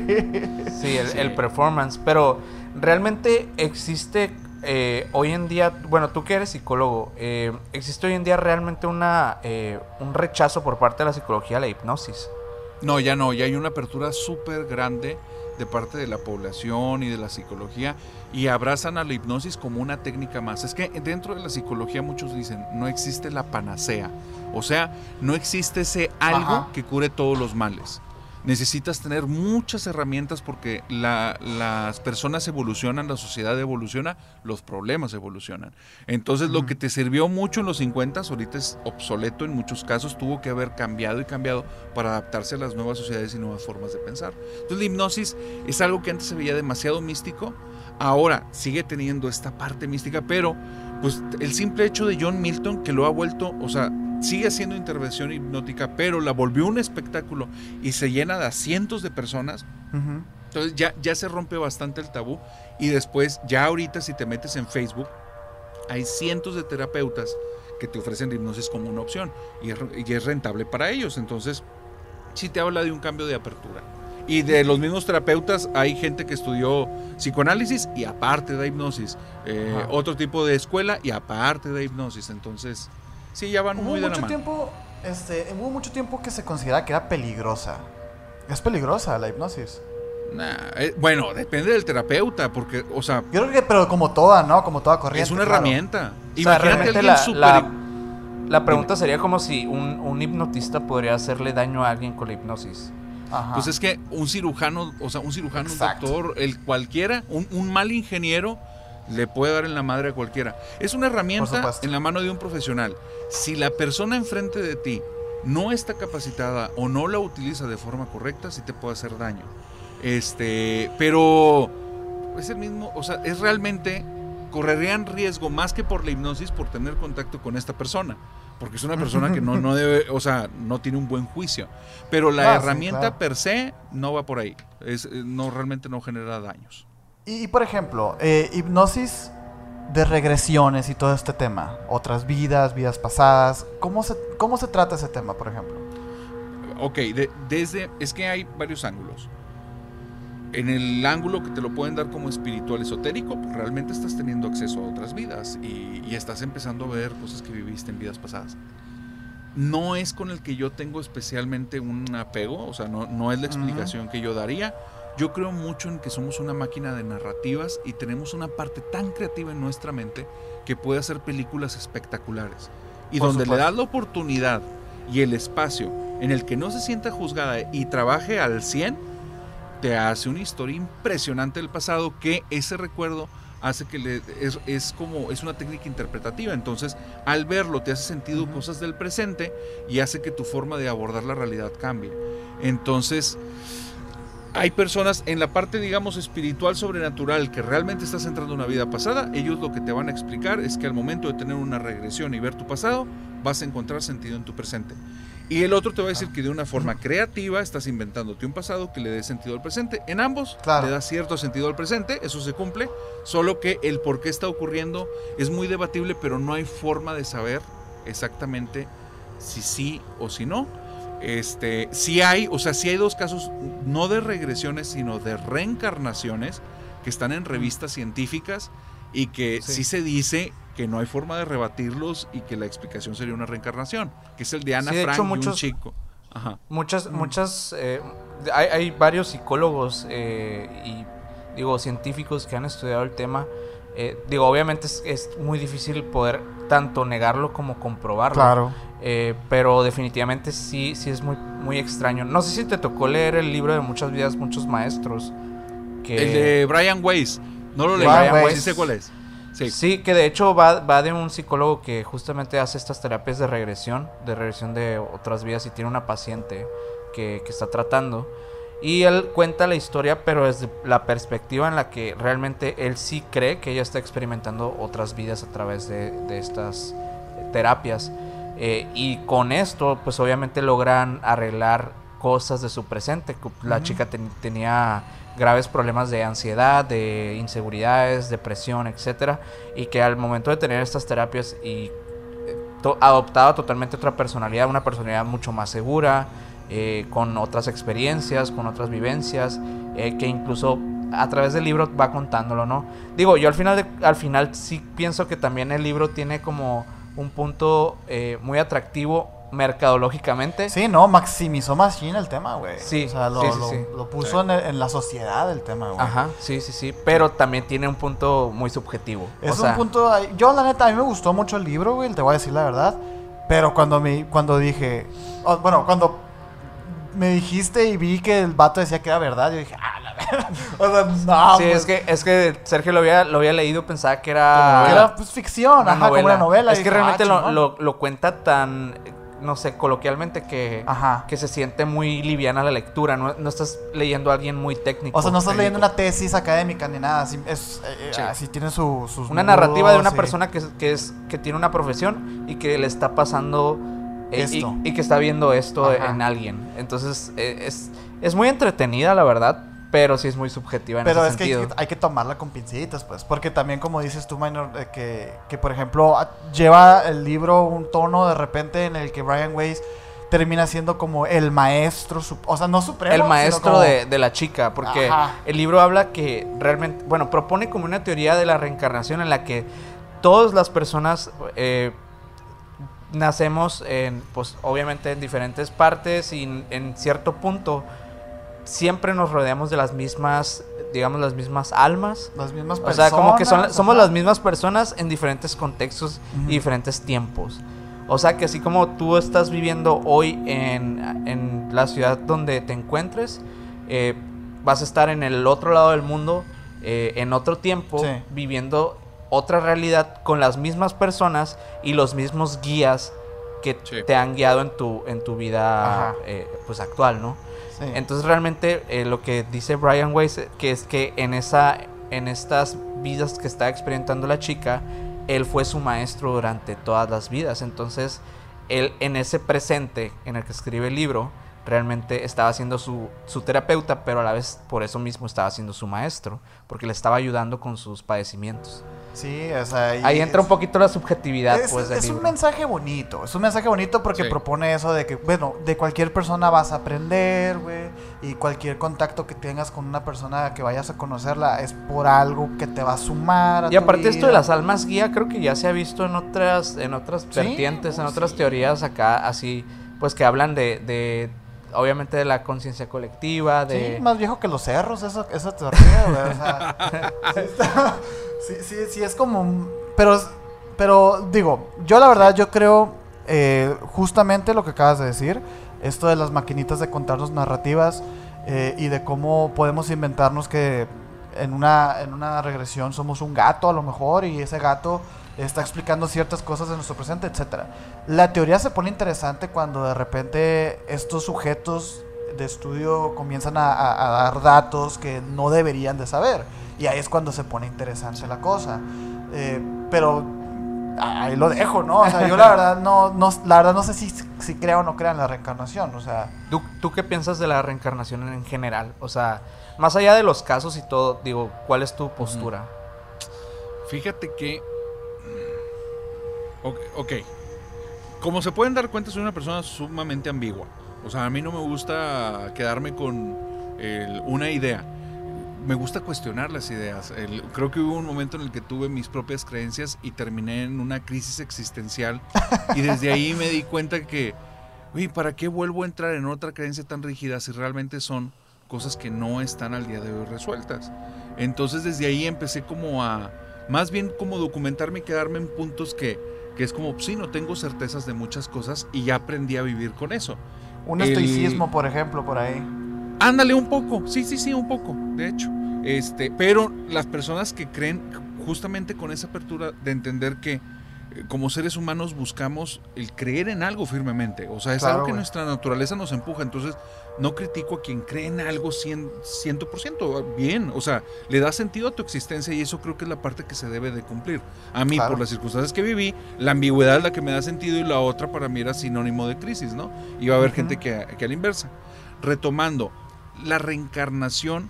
Sí, el, sí. el performance. Pero realmente existe eh, hoy en día, bueno, tú que eres psicólogo, eh, existe hoy en día realmente una eh, un rechazo por parte de la psicología a la hipnosis. No, ya no, ya hay una apertura súper grande de parte de la población y de la psicología, y abrazan a la hipnosis como una técnica más. Es que dentro de la psicología muchos dicen, no existe la panacea, o sea, no existe ese algo Ajá. que cure todos los males. Necesitas tener muchas herramientas porque la, las personas evolucionan, la sociedad evoluciona, los problemas evolucionan. Entonces, uh-huh. lo que te sirvió mucho en los cincuenta, ahorita es obsoleto en muchos casos, tuvo que haber cambiado y cambiado para adaptarse a las nuevas sociedades y nuevas formas de pensar. Entonces, la hipnosis es algo que antes se veía demasiado místico, ahora sigue teniendo esta parte mística, pero pues el simple hecho de John Milton, que lo ha vuelto, o sea, sigue haciendo intervención hipnótica, pero la volvió un espectáculo y se llena de cientos de personas. Uh-huh. Entonces ya, ya se rompe bastante el tabú. Y después, ya ahorita si te metes en Facebook, hay cientos de terapeutas que te ofrecen hipnosis como una opción y es, y es rentable para ellos. Entonces sí te habla de un cambio de apertura. Y de los mismos terapeutas hay gente que estudió psicoanálisis y aparte da hipnosis, eh, uh-huh. otro tipo de escuela y aparte da hipnosis. Entonces sí, ya van muy de la mano. Tiempo, este, hubo mucho tiempo que se consideraba que era peligrosa. ¿Es peligrosa la hipnosis? Nah, eh, bueno, depende del terapeuta, porque, o sea... Yo creo que, pero como toda, ¿no? Como toda corriente. Es una claro. herramienta. O sea, Imagínate la, super... la, la pregunta Dime. sería como si un, un hipnotista podría hacerle daño a alguien con la hipnosis. Ajá. Pues es que un cirujano, o sea, un cirujano, Exacto. un doctor, el cualquiera, un, un mal ingeniero... le puede dar en la madre a cualquiera. Es una herramienta en la mano de un profesional. Si la persona enfrente de ti no está capacitada o no la utiliza de forma correcta, sí te puede hacer daño. Este, pero es el mismo, o sea, es realmente correrían riesgo más que por la hipnosis por tener contacto con esta persona. Porque es una persona que no, no debe, o sea, no tiene un buen juicio. Pero la Ah, sí, herramienta claro. per se no va por ahí. Es, no, realmente no genera daños. Y, y, por ejemplo, eh, hipnosis de regresiones y todo este tema. Otras vidas, vidas pasadas. ¿Cómo se, cómo se trata ese tema, por ejemplo? Ok, de, desde, es que hay varios ángulos. En el ángulo que te lo pueden dar como espiritual esotérico, pues realmente estás teniendo acceso a otras vidas y, y estás empezando a ver cosas que viviste en vidas pasadas. No es con el que yo tengo especialmente un apego, o sea, no, no es la explicación uh-huh. que yo daría. Yo creo mucho en que somos una máquina de narrativas y tenemos una parte tan creativa en nuestra mente que puede hacer películas espectaculares. Y Por donde supuesto. le das la oportunidad y el espacio en el que no se sienta juzgada y trabaje al cien, te hace una historia impresionante del pasado que ese recuerdo hace que le, es, es como es una técnica interpretativa. Entonces al verlo te hace sentido uh-huh. cosas del presente y hace que tu forma de abordar la realidad cambie. Entonces hay personas en la parte, digamos, espiritual, sobrenatural, que realmente estás entrando en una vida pasada. Ellos lo que te van a explicar es que al momento de tener una regresión y ver tu pasado, vas a encontrar sentido en tu presente. Y el otro te va a decir que de una forma creativa estás inventándote un pasado que le dé sentido al presente. En ambos Claro. le da cierto sentido al presente, eso se cumple, solo que el por qué está ocurriendo es muy debatible, pero no hay forma de saber exactamente si sí o si no. Este, sí hay, o sea, sí hay dos casos, no de regresiones, sino de reencarnaciones que están en revistas científicas y que sí, sí se dice que no hay forma de rebatirlos y que la explicación sería una reencarnación, que es el de Ana sí, de Frank hecho, y muchos, un chico. Ajá. Muchas, mm. muchas, eh, hay, hay varios psicólogos eh, y digo científicos que han estudiado el tema. Eh, digo, obviamente es, es muy difícil poder tanto negarlo como comprobarlo. Claro. Eh, pero definitivamente sí, sí es muy, muy extraño. No sé si te tocó leer el libro de Muchas vidas, muchos maestros. Que... El de Brian Weiss. No lo leí, sí sé cuál es. Sí. sí, que de hecho va, va de un psicólogo que justamente hace estas terapias de regresión, de regresión de otras vidas, y tiene una paciente que, que está tratando. Y él cuenta la historia, pero desde la perspectiva en la que realmente él sí cree que ella está experimentando otras vidas a través de, de estas terapias. Eh, y con esto, pues obviamente logran arreglar cosas de su presente. La uh-huh. chica ten, tenía graves problemas de ansiedad, de inseguridades, depresión, etcétera, y que al momento de tener estas terapias y to- adoptaba totalmente otra personalidad, una personalidad mucho más segura, eh, con otras experiencias, con otras vivencias, eh, que incluso a través del libro va contándolo, ¿no? Digo, yo al final, de, al final sí pienso que también el libro tiene como un punto eh, muy atractivo mercadológicamente. Sí, no, maximizó Machine el tema, güey. Sí, o sea, lo, sí, sí, lo, sí. lo puso sí. en, el, en la sociedad el tema, güey. Ajá, sí, sí, sí. Pero también tiene un punto muy subjetivo. Es o un sea, punto... Yo, la neta, a mí me gustó mucho el libro, güey, te voy a decir la verdad. Pero cuando me cuando dije... Oh, bueno, cuando me dijiste y vi que el vato decía que era verdad, yo dije, ah, la verdad. O sea, no, sí, pues, es que, es que Sergio lo había, lo había leído, pensaba que era... Que era pues, ficción, una ajá, novela. como una novela. Es y que dije, realmente ah, lo, chingón. lo, lo cuenta tan... no sé, coloquialmente que, Ajá. que se siente muy liviana la lectura, no, no estás leyendo a alguien muy técnico. O sea, no estás técnico. leyendo una tesis académica ni nada, así, es, eh, Sí. así tiene su, sus Una narrativa de una nudos y- persona que, es- que, es, que tiene una profesión y que le está pasando eh, y, Esto. y que está viendo esto Ajá. en alguien. Entonces, eh, es, es muy entretenida, la verdad, pero sí es muy subjetiva en Pero ese es que sentido. hay, que hay que tomarla con pincitas, pues. Porque también, como dices tú, Minor, eh, que, que por ejemplo, a- lleva el libro un tono de repente en el que Brian Weiss termina siendo como el maestro, sup- o sea, no supremo, El sino maestro como- de, de la chica, porque Ajá. el libro habla que realmente, bueno, propone como una teoría de la reencarnación en la que todas las personas eh, nacemos en, pues obviamente en diferentes partes y en, en cierto punto siempre nos rodeamos de las mismas, digamos, las mismas almas. Las mismas O personas. sea, como que son, somos ajá. las mismas personas en diferentes contextos Ujú. y diferentes tiempos. O sea, que así como tú estás viviendo hoy en, en la ciudad donde te encuentres, eh, vas a estar en el otro lado del mundo, eh, en otro tiempo, Sí. viviendo otra realidad con las mismas personas y los mismos guías que Sí. te han guiado en tu, en tu vida Ajá. eh, pues actual, ¿no? Sí. Entonces realmente eh, lo que dice Brian Weiss, que es que en esa en estas vidas que está experimentando la chica, él fue su maestro durante todas las vidas. Entonces, él en ese presente en el que escribe el libro, realmente estaba siendo su, su terapeuta, pero a la vez por eso mismo estaba siendo su maestro, porque le estaba ayudando con sus padecimientos. Sí, o sea... Ahí entra un poquito la subjetividad, es, pues, del es libro. un mensaje bonito, es un mensaje bonito porque Sí. propone eso de que, bueno, de cualquier persona vas a aprender, güey, y cualquier contacto que tengas con una persona que vayas a conocerla es por algo que te va a sumar a Y tu aparte esto vida. de las almas guía creo que ya se ha visto en otras en otras Sí, vertientes, en no, otras sí. teorías acá, así, pues que hablan de, de obviamente de la conciencia colectiva, de... Sí, más viejo que los cerros, eso, esa teoría, güey, o sea, sí, está- sí, sí, sí, es como, un- pero, pero digo, yo la verdad, yo creo, eh, justamente lo que acabas de decir, esto de las maquinitas de contarnos narrativas, eh, y de cómo podemos inventarnos que en una, en una regresión somos un gato a lo mejor, y ese gato está explicando ciertas cosas de nuestro presente, etcétera. La teoría se pone interesante cuando de repente estos sujetos de estudio comienzan a, a- a dar datos que no deberían de saber, y ahí es cuando se pone interesante la cosa. Eh, pero ahí lo dejo, ¿no? O sea, yo la verdad no, no, la verdad no sé si, si creo o no creo en la reencarnación, o sea... ¿Tú, ¿Tú qué piensas de la reencarnación en general? O sea, más allá de los casos y todo, digo, ¿cuál es tu postura? Fíjate que... Ok, ok. Como se pueden dar cuenta, soy una persona sumamente ambigua. O sea, a mí no me gusta quedarme con el- una idea. Me gusta cuestionar las ideas. El- creo que hubo un momento en el que tuve mis propias creencias y terminé en una crisis existencial. Y desde ahí me di cuenta que, uy, ¿para qué vuelvo a entrar en otra creencia tan rígida si realmente son cosas que no están al día de hoy resueltas? Entonces desde ahí empecé como a, más bien como documentarme y quedarme en puntos que, que es como, sí, no tengo certezas de muchas cosas y ya aprendí a vivir con eso. Un El- estoicismo, por ejemplo, por ahí. Ándale un poco, sí, sí, sí, un poco, de hecho. Este, pero las personas que creen justamente con esa apertura de entender que eh, como seres humanos buscamos el creer en algo firmemente, o sea, es Claro, algo que güey. nuestra naturaleza nos empuja, entonces no critico a quien cree en algo cien por ciento, bien, o sea, le da sentido a tu existencia y eso creo que es la parte que se debe de cumplir. A mí, Claro. por las circunstancias que viví, la ambigüedad es la que me da sentido y la otra para mí era sinónimo de crisis, ¿no? Y va a haber Ujú. gente que, que a la inversa. Retomando, la reencarnación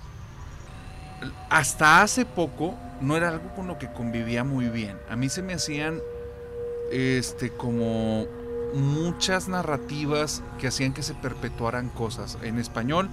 hasta hace poco no era algo con lo que convivía muy bien. A mí se me hacían este como muchas narrativas que hacían que se perpetuaran cosas. En español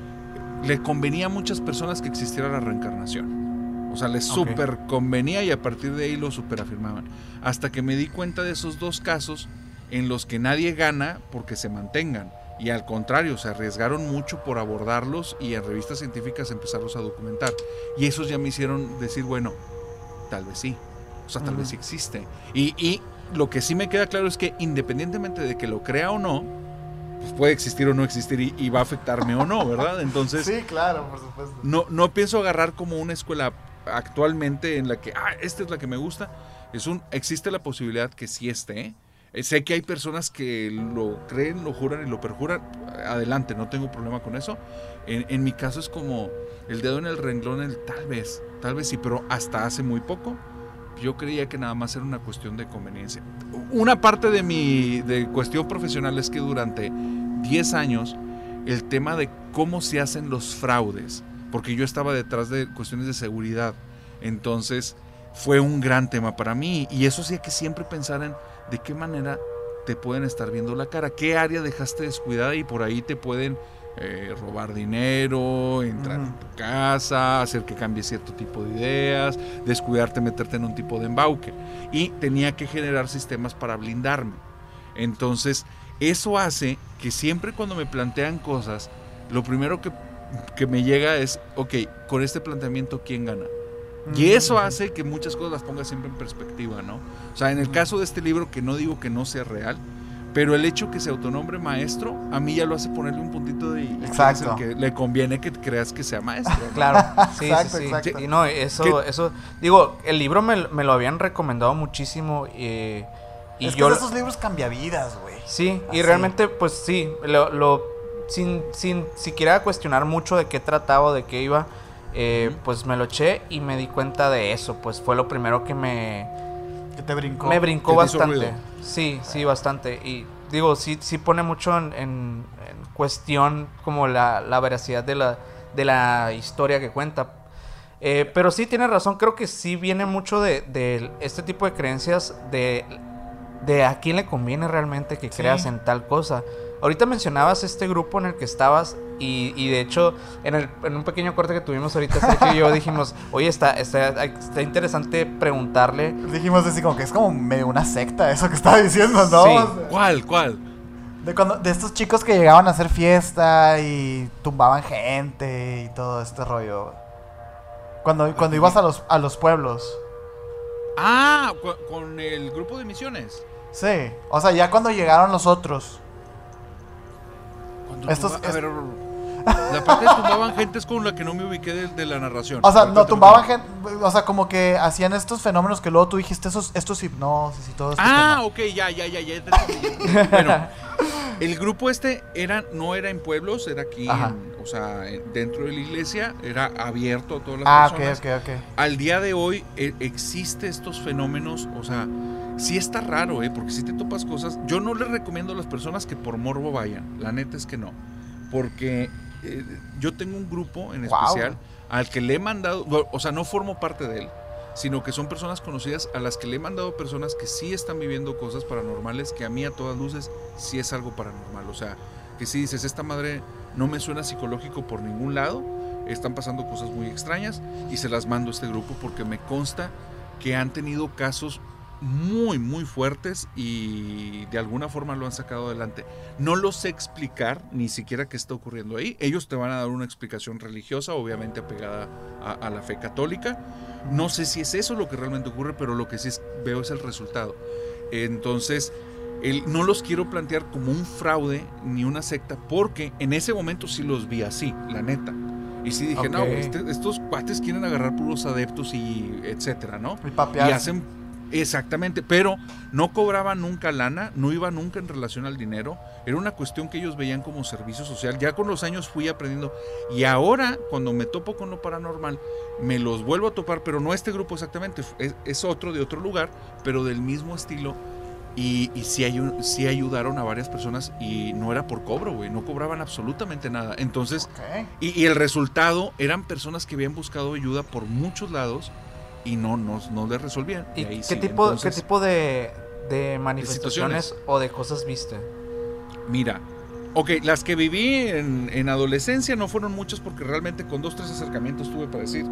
le convenía a muchas personas que existiera la reencarnación. O sea, les Ok. super convenía y a partir de ahí lo super afirmaban. Hasta que me di cuenta de esos dos casos en los que nadie gana porque se mantengan. Y al contrario, se arriesgaron mucho por abordarlos y en revistas científicas empezarlos a documentar. Y esos ya me hicieron decir, bueno, tal vez sí. O sea, tal Ujú. vez sí existe. Y, y lo que sí me queda claro es que independientemente de que lo crea o no, pues puede existir o no existir y, y va a afectarme o no, ¿verdad? Entonces, Sí, claro, por supuesto. no, no pienso agarrar como una escuela actualmente en la que, ah, esta es la que me gusta. Es un, existe la posibilidad que sí esté. Eh, sé que hay personas que lo creen, lo juran y lo perjuran. Adelante, no tengo problema con eso. En, en mi caso es como el dedo en el renglón, el tal vez, tal vez sí, pero hasta hace muy poco yo creía que nada más era una cuestión de conveniencia. Una parte de mi de cuestión profesional es que durante diez años el tema de cómo se hacen los fraudes, porque yo estaba detrás de cuestiones de seguridad, entonces fue un gran tema para mí y eso hacía que siempre pensara en de qué manera te pueden estar viendo la cara, qué área dejaste descuidada y por ahí te pueden eh, robar dinero, entrar Ujú. en tu casa, hacer que cambies cierto tipo de ideas, descuidarte, meterte en un tipo de embauque. Y tenía que generar sistemas para blindarme. Entonces, eso hace que siempre cuando me plantean cosas, lo primero que, que me llega es, ok, con este planteamiento, ¿quién gana? Y eso hace que muchas cosas las ponga siempre en perspectiva, ¿no? O sea, en el caso de este libro, que no digo que no sea real, pero el hecho que se autonombre maestro, a mí ya lo hace ponerle un puntito de... y Exacto. que le conviene que creas que sea maestro, ¿no? Claro, sí, Exacto, sí, sí. exacto. Y no, eso, ¿Qué? eso, digo, el libro me, me lo habían recomendado muchísimo eh, y es que yo... es de esos libros cambia vidas, güey. Sí, y Así. realmente, pues sí, lo, lo- sin, sin siquiera cuestionar mucho de qué trataba o de qué iba, eh, Ujú. pues me lo eché y me di cuenta de eso. Pues fue lo primero que me... Que te brincó. Me brincó ¿Que te hizo bastante. ruido? Sí, sí, bastante. Y digo, sí, sí pone mucho en, en- en cuestión como la, la veracidad de la, de la historia que cuenta. Eh, pero sí tiene razón, creo que sí viene mucho de, de este tipo de creencias de, de a quién le conviene realmente que Sí. creas en tal cosa. Ahorita mencionabas este grupo en el que estabas y, y de hecho en, el, en un pequeño corte que tuvimos ahorita, Sergio y yo dijimos, oye, está, está, está interesante preguntarle. Dijimos así como que es como medio una secta eso que estaba diciendo, ¿no? Sí. O sea, ¿Cuál? ¿Cuál? de, cuando, de estos chicos que llegaban a hacer fiesta y tumbaban gente y todo este rollo. Cuando, cuando ibas a los, a los pueblos. Ah, cu- con el grupo de misiones. Sí, o sea, ya cuando llegaron los otros. Cuando Estos- tumba- a es- ver, la parte de tumbaban gente es con la que no me ubiqué de, de la narración. O sea, no Cuéntame. tumbaban gente, o sea, como que hacían estos fenómenos que luego tú dijiste, esos, estos hipnosis y todo esto. Ah, ok, ya, ya, ya, ya. entendí, ya. Bueno, el grupo este era, no era en pueblos, era aquí, Ajá. en- o sea, en- dentro de la iglesia, era abierto a todas las Ah, ok, personas. ok, ok. Al día de hoy eh, existe estos fenómenos, o sea, sí está raro, ¿eh? Porque si te topas cosas, yo no les recomiendo a las personas que por morbo vayan, la neta es que no, porque eh, yo tengo un grupo en Wow. especial al que le he mandado, o sea, no formo parte de él, sino que son personas conocidas a las que le he mandado personas que sí están viviendo cosas paranormales, que a mí a todas luces sí es algo paranormal, o sea, que si dices, esta madre no me suena psicológico por ningún lado, están pasando cosas muy extrañas y se las mando a este grupo porque me consta que han tenido casos muy muy fuertes y de alguna forma lo han sacado adelante. No lo sé explicar ni siquiera qué está ocurriendo ahí. Ellos te van a dar una explicación religiosa, obviamente apegada a, a la fe católica. No sé si es eso lo que realmente ocurre, pero lo que sí es, veo es el resultado. Entonces, el, no los quiero plantear como un fraude ni una secta, porque en ese momento sí los vi así, la neta. Y sí dije, Ok. no, güey, este- estos cuates quieren agarrar puros adeptos y etcétera, ¿no? Y papearse. Y hacen exactamente, pero no cobraban nunca lana, no iba nunca en relación al dinero, era una cuestión que ellos veían como servicio social. Ya con los años fui aprendiendo y ahora cuando me topo con lo paranormal me los vuelvo a topar, pero no este grupo exactamente, es, es otro de otro lugar, pero del mismo estilo. Y, y sí, ayu- sí ayudaron a varias personas y no era por cobro, güey, no cobraban absolutamente nada. Entonces, Ok. y, y el resultado eran personas que habían buscado ayuda por muchos lados y no, no, no les resolvían. ¿Y Y ahí qué, sí, tipo, entonces, qué tipo de, de manifestaciones situaciones. o de cosas viste? Mira, ok, las que viví en, en adolescencia no fueron muchas porque realmente con dos, tres acercamientos tuve para decir.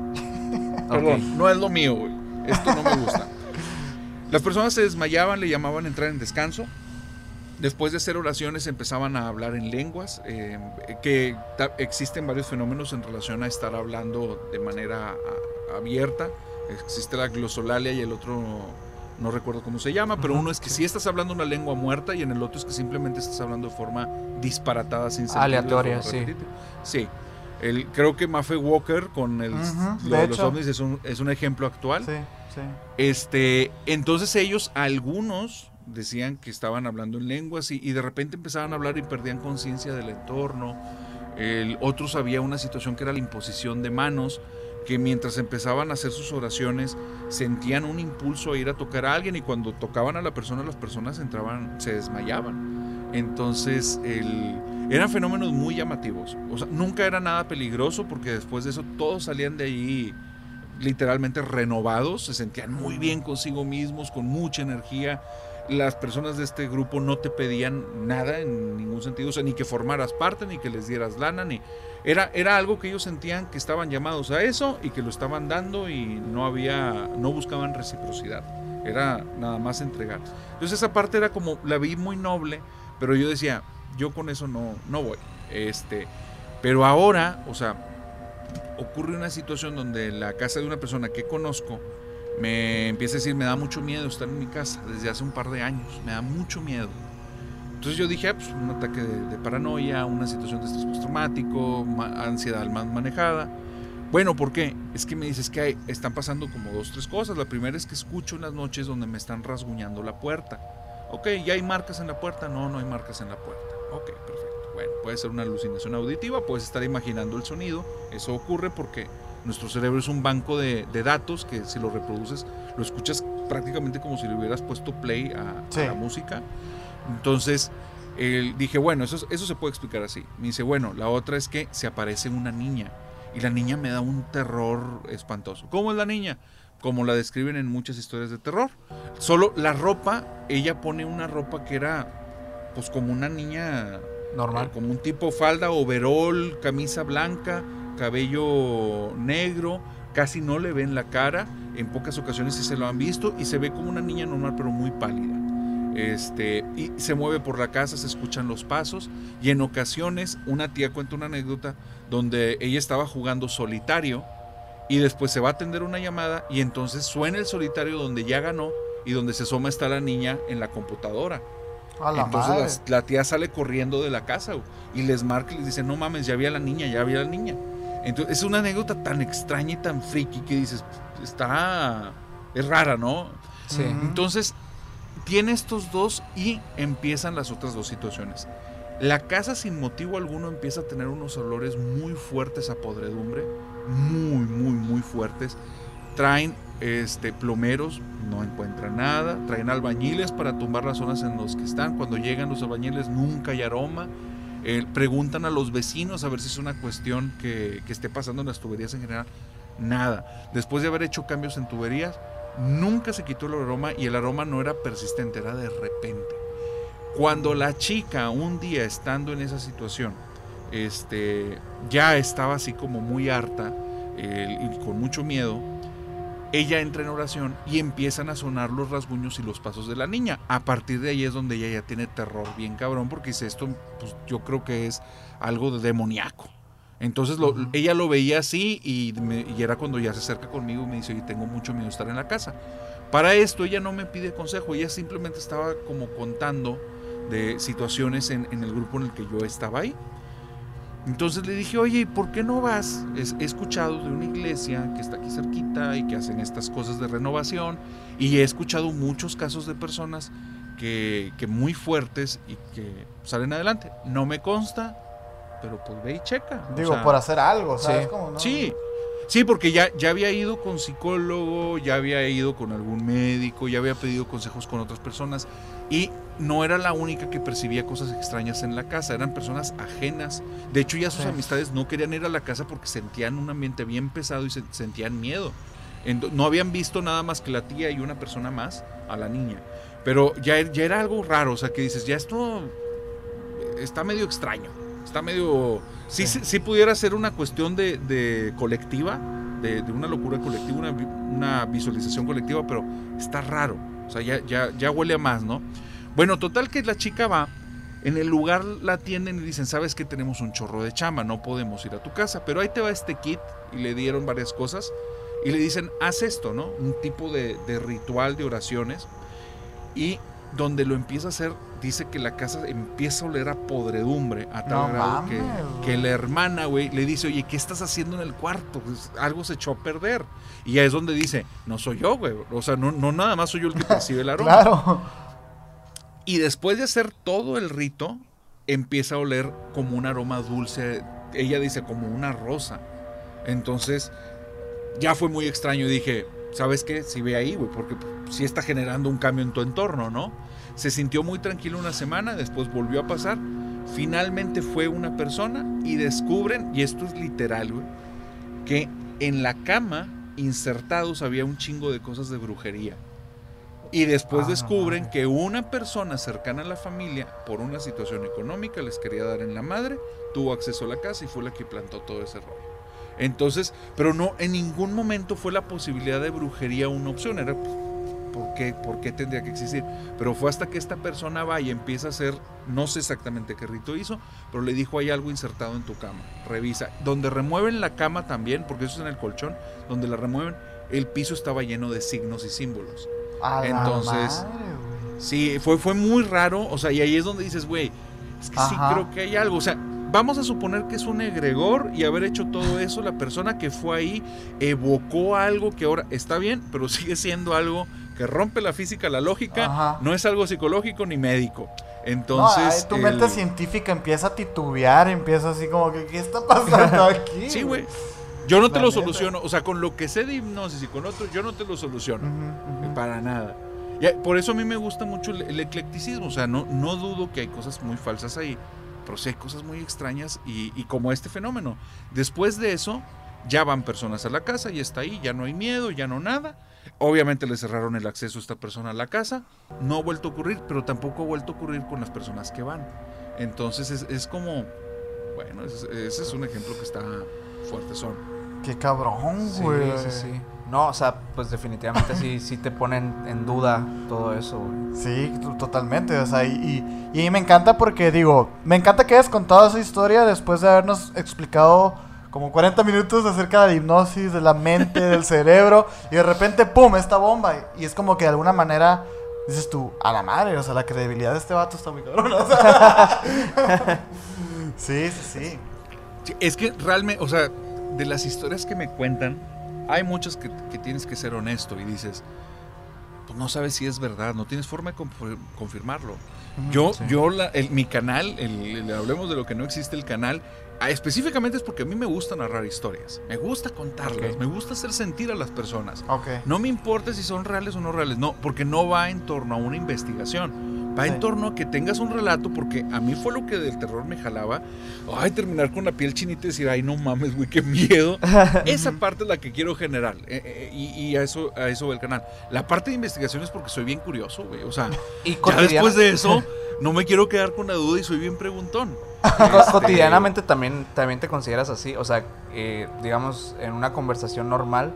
Perdón, Ok. no es lo mío, güey. Esto no me gusta. Las personas se desmayaban, le llamaban entrar en descanso. Después de hacer oraciones empezaban a hablar en lenguas, eh, que ta- existen varios fenómenos en relación a estar hablando de manera a- abierta. Existe la glosolalia y el otro no recuerdo cómo se llama, pero Ujú, uno es que sí. sí estás hablando una lengua muerta y en el otro es que simplemente estás hablando de forma disparatada, sin sentido, Aleatoria, de forma sí. repetitiva. Sí. El, creo que Mafe Walker con el, Ujú, lo de de los hecho. ovnis es un, es un ejemplo actual. Sí, sí. Este, entonces ellos, algunos decían que estaban hablando en lenguas y, y de repente empezaban a hablar y perdían conciencia del entorno. El, otros había una situación que era la imposición de manos, que mientras empezaban a hacer sus oraciones sentían un impulso a ir a tocar a alguien y cuando tocaban a la persona, las personas entraban, se desmayaban. Entonces, el, eran fenómenos muy llamativos. O sea, nunca era nada peligroso porque después de eso todos salían de ahí literalmente renovados, se sentían muy bien consigo mismos, con mucha energía. Las personas de este grupo no te pedían nada en ningún sentido, o sea, ni que formaras parte, ni que les dieras lana, ni era, era algo que ellos sentían que estaban llamados a eso y que lo estaban dando y no había, no buscaban reciprocidad, era nada más entregar. Entonces esa parte era como, la vi muy noble, pero yo decía, yo con eso no, no voy. Este, pero ahora, o sea, ocurre una situación donde la casa de una persona que conozco me empieza a decir, me da mucho miedo estar en mi casa desde hace un par de años, me da mucho miedo. Entonces yo dije, ah, pues un ataque de, de paranoia, una situación de estrés postraumático, ma- ansiedad mal manejada. Bueno, ¿por qué? Es que me dices que hay, están pasando como dos, tres cosas. La primera es que escucho en las noches donde me están rasguñando la puerta. Ok, ¿ya hay marcas en la puerta? No, no hay marcas en la puerta. Ok, perfecto. Bueno, puede ser una alucinación auditiva, puedes estar imaginando el sonido. Eso ocurre porque nuestro cerebro es un banco de, de datos que si lo reproduces, lo escuchas prácticamente como si le hubieras puesto play a, sí. a la música. Entonces, eh, dije, bueno, eso, eso se puede explicar así. Me dice, bueno, la otra es que se aparece una niña y la niña me da un terror espantoso. ¿Cómo es la niña? Como la describen en muchas historias de terror. Solo la ropa, ella pone una ropa que era pues como una niña normal, eh, como un tipo falda, overol, camisa blanca, cabello negro, casi no le ven la cara, en pocas ocasiones sí se lo han visto y se ve como una niña normal pero muy pálida. Este, y se mueve por la casa, se escuchan los pasos y en ocasiones una tía cuenta una anécdota donde ella estaba jugando solitario y después se va a atender una llamada y entonces suena el solitario donde ya ganó y donde se asoma está la niña en la computadora. A la entonces la, la tía sale corriendo de la casa y les marca y les dice, no mames, ya vi a la niña, ya vi a la niña. Entonces es una anécdota tan extraña y tan friki que dices, está, es rara, ¿no? Sí. Entonces tiene estos dos y empiezan las otras dos situaciones. La casa sin motivo alguno empieza a tener unos olores muy fuertes a podredumbre, muy, muy, muy fuertes. Traen este, plomeros, no encuentran nada. Traen albañiles para tumbar las zonas en las que están. Cuando llegan los albañiles nunca hay aroma. Eh, preguntan a los vecinos a ver si es una cuestión que, que esté pasando en las tuberías en general. Nada. Después de haber hecho cambios en tuberías, nunca se quitó el aroma y el aroma no era persistente, era de repente. Cuando la chica un día estando en esa situación este, ya estaba así como muy harta eh, y con mucho miedo, ella entra en oración y empiezan a sonar los rasguños y los pasos de la niña. A partir de ahí es donde ella ya tiene terror bien cabrón porque dice esto, pues, yo creo que es algo de demoníaco. Entonces lo, uh-huh. ella lo veía así y, me, y era cuando ya se acerca conmigo y me dice, oye, tengo mucho miedo de estar en la casa. Para esto ella no me pide consejo, ella simplemente estaba como contando de situaciones en, en el grupo en el que yo estaba ahí. Entonces le dije, oye, ¿por qué no vas? He escuchado de una iglesia que está aquí cerquita y que hacen estas cosas de renovación y he escuchado muchos casos de personas que, que muy fuertes y que salen adelante. No me consta, pero pues ve y checa. Digo, o sea, por hacer algo, ¿sabes sí, cómo, no? Sí, sí, porque ya, ya había ido con psicólogo, ya había ido con algún médico, ya había pedido consejos con otras personas y no era la única que percibía cosas extrañas en la casa, eran personas ajenas. De hecho, ya sus sí. amistades no querían ir a la casa porque sentían un ambiente bien pesado y se, sentían miedo. No habían visto nada más que la tía y una persona más, a la niña. Pero ya, ya era algo raro, o sea, que dices, ya esto está medio extraño. Está medio... Sí, sí, sí pudiera ser una cuestión de, de colectiva, de, de una locura colectiva, una, una visualización colectiva, pero está raro. O sea, ya, ya, ya huele a más, ¿no? Bueno, total que la chica va, en el lugar la atienden y dicen, sabes que tenemos un chorro de chamba, no podemos ir a tu casa, pero ahí te va este kit, y le dieron varias cosas, y le dicen, haz esto, ¿no? Un tipo de, de ritual de oraciones, y donde lo empieza a hacer, dice que la casa empieza a oler a podredumbre, a tal no grado mames, que, que la hermana, güey, le dice, oye, ¿qué estás haciendo en el cuarto? Pues algo se echó a perder. Y ya es donde dice, no soy yo, güey, o sea, no, no nada más soy yo el que percibe el aroma. Claro. Y después de hacer todo el rito, empieza a oler como un aroma dulce, ella dice, como una rosa. Entonces, ya fue muy extraño, dije, ¿sabes qué? Si ve ahí, güey, porque sí está generando un cambio en tu entorno, ¿no? Se sintió muy tranquilo una semana, después volvió a pasar, finalmente fue una persona y descubren, y esto es literal, güey, que en la cama insertados había un chingo de cosas de brujería. Y después ah, descubren que una persona cercana a la familia, por una situación económica, les quería dar en la madre, tuvo acceso a la casa y fue la que plantó todo ese rollo. Entonces, pero no, en ningún momento fue la posibilidad de brujería una opción, era ¿por qué, por qué tendría que existir? Pero fue hasta que esta persona va y empieza a hacer, no sé exactamente qué rito hizo, pero le dijo, hay algo insertado en tu cama, revisa. Donde remueven la cama también, porque eso es en el colchón, donde la remueven, el piso estaba lleno de signos y símbolos. A Entonces, la madre, sí, fue, fue muy raro, o sea, y ahí es donde dices, güey, es que Ajá. sí creo que hay algo, o sea, vamos a suponer que es un egregor y haber hecho todo eso, la persona que fue ahí evocó algo que ahora está bien, pero sigue siendo algo que rompe la física, la lógica, Ajá. no es algo psicológico ni médico. Entonces... No, tu el... mente científica empieza a titubear, empieza así como que, ¿qué está pasando aquí? Sí, güey. Yo no te La lo neta. soluciono, o sea, con lo que sé de hipnosis y con otro, yo no te lo soluciono, Ujú, ujú. para nada. Y por eso a mí me gusta mucho el, el eclecticismo, o sea, no, no dudo que hay cosas muy falsas ahí, pero sí hay cosas muy extrañas y, y como este fenómeno. Después de eso, ya van personas a la casa y está ahí, ya no hay miedo, ya no nada. Obviamente le cerraron el acceso a esta persona a la casa, no ha vuelto a ocurrir, pero tampoco ha vuelto a ocurrir con las personas que van. Entonces es, es como, bueno, ese, ese es un ejemplo que está fuerte son. Qué cabrón, Sí, güey. sí, sí. No, o sea, pues definitivamente sí, sí te ponen en duda todo eso, güey. Sí, t- totalmente, o sea, y, y, y me encanta porque, digo, me encanta que hayas contado esa historia después de habernos explicado como cuarenta minutos acerca de la hipnosis, de la mente, del cerebro, y de repente, ¡pum!, esta bomba, y es como que de alguna manera dices tú, a la madre, o sea, la credibilidad de este vato está muy cabrona, o sea. Sí, sí, sí. Sí, es que realmente, o sea, de las historias que me cuentan, hay muchas que, que tienes que ser honesto y dices, pues no sabes si es verdad, no tienes forma de confir- confirmarlo. Yo, sí. yo la, el, mi canal, el, el Hablemos de lo que no existe, el canal, ah, específicamente es porque a mí me gusta narrar historias, me gusta contarlas, Ok. me gusta hacer sentir a las personas. Ok. No me importa si son reales o no reales, no, porque no va en torno a una investigación. Va Sí. en torno a que tengas un relato, porque a mí fue lo que del terror me jalaba. Ay, terminar con la piel chinita y decir, ay, no mames, güey, qué miedo. Esa parte es la que quiero generar. eh, eh, y, y a eso a eso va el canal. La parte de investigación es porque soy bien curioso, güey. O sea, Y ya cotidiana- después de eso, no me quiero quedar con la duda y soy bien preguntón. Co- Este, Cotidianamente también, también te consideras así, o sea, eh, digamos, en una conversación normal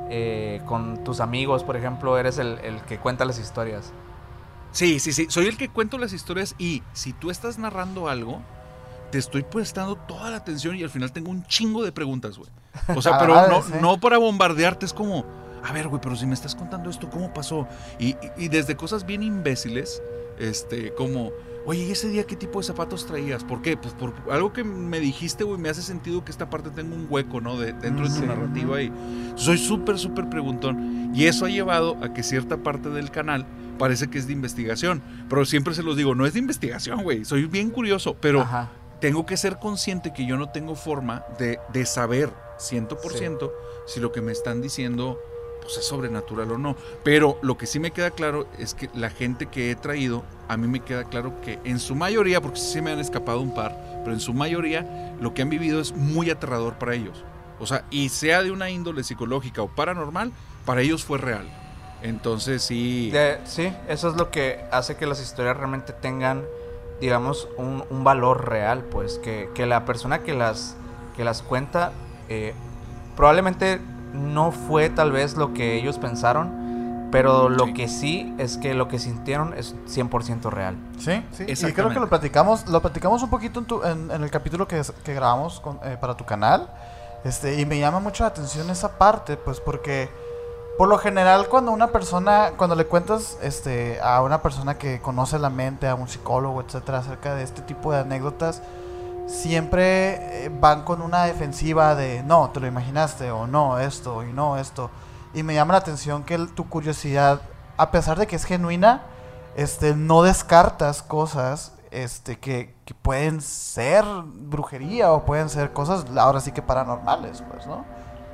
eh, con tus amigos, por ejemplo, eres el, el que cuenta las historias. Sí, sí, sí. Soy el que cuento las historias y si tú estás narrando algo, te estoy prestando toda la atención y al final tengo un chingo de preguntas, güey. O sea, A la pero madre, no, sí. no para bombardearte, es como, a ver, güey, pero si me estás contando esto, ¿cómo pasó? Y, y, y desde cosas bien imbéciles, este, como, oye, ¿y ese día qué tipo de zapatos traías? ¿Por qué? Pues por algo que me dijiste, güey, me hace sentido que esta parte tenga un hueco, ¿no? De, dentro de tu Sí. narrativa y soy súper, súper preguntón. Y eso ha llevado a que cierta parte del canal parece que es de investigación, pero siempre se los digo, no es de investigación, güey, soy bien curioso, pero Ajá. tengo que ser consciente que yo no tengo forma de, de saber cien por ciento si lo que me están diciendo pues es sobrenatural o no, pero lo que sí me queda claro es que la gente que he traído, a mí me queda claro que en su mayoría, porque sí se me han escapado un par, pero en su mayoría lo que han vivido es muy aterrador para ellos, o sea, y sea de una índole psicológica o paranormal, para ellos fue real. Entonces sí. De- sí, eso es lo que hace que las historias realmente tengan, digamos, un, un valor real, pues, que, que la persona que las, que las cuenta eh, probablemente no fue tal vez lo que ellos pensaron, pero lo Sí. que sí es que lo que sintieron es cien por ciento real. Sí, sí. Y creo que Exactamente. lo platicamos, lo platicamos un poquito en, tu- en, en el capítulo que, que grabamos con- eh, para tu canal. Este, y me llama mucho la atención esa parte, pues porque por lo general cuando una persona, cuando le cuentas este, a una persona que conoce la mente, a un psicólogo, etcétera, acerca de este tipo de anécdotas, siempre eh, van con una defensiva de no, te lo imaginaste, o no, esto, y no, esto. Y me llama la atención que el- tu curiosidad, a pesar de que es genuina, este, no descartas cosas este, que, que pueden ser brujería o pueden ser cosas ahora sí que paranormales, pues, ¿no?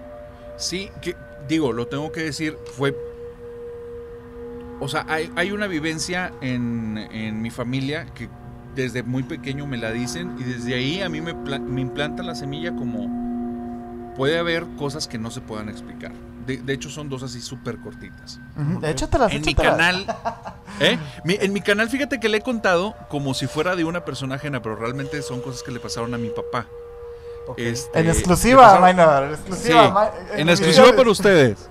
Sí, que digo, lo tengo que decir, fue... O sea, hay, hay una vivencia en, en mi familia que desde muy pequeño me la dicen y desde ahí a mí me, pla- me implanta la semilla como... Puede haber cosas que no se puedan explicar. De, de hecho, son dos así súper cortitas. Ujú, échatelas, En mi échatelas. canal, ¿eh? Mi- en mi canal, fíjate que le he contado como si fuera de una persona ajena, pero realmente son cosas que le pasaron a mi papá. Ok. Este, En le exclusiva, pasaron- Minor, en Sí, exclusiva. Ma- en exclusiva para ustedes.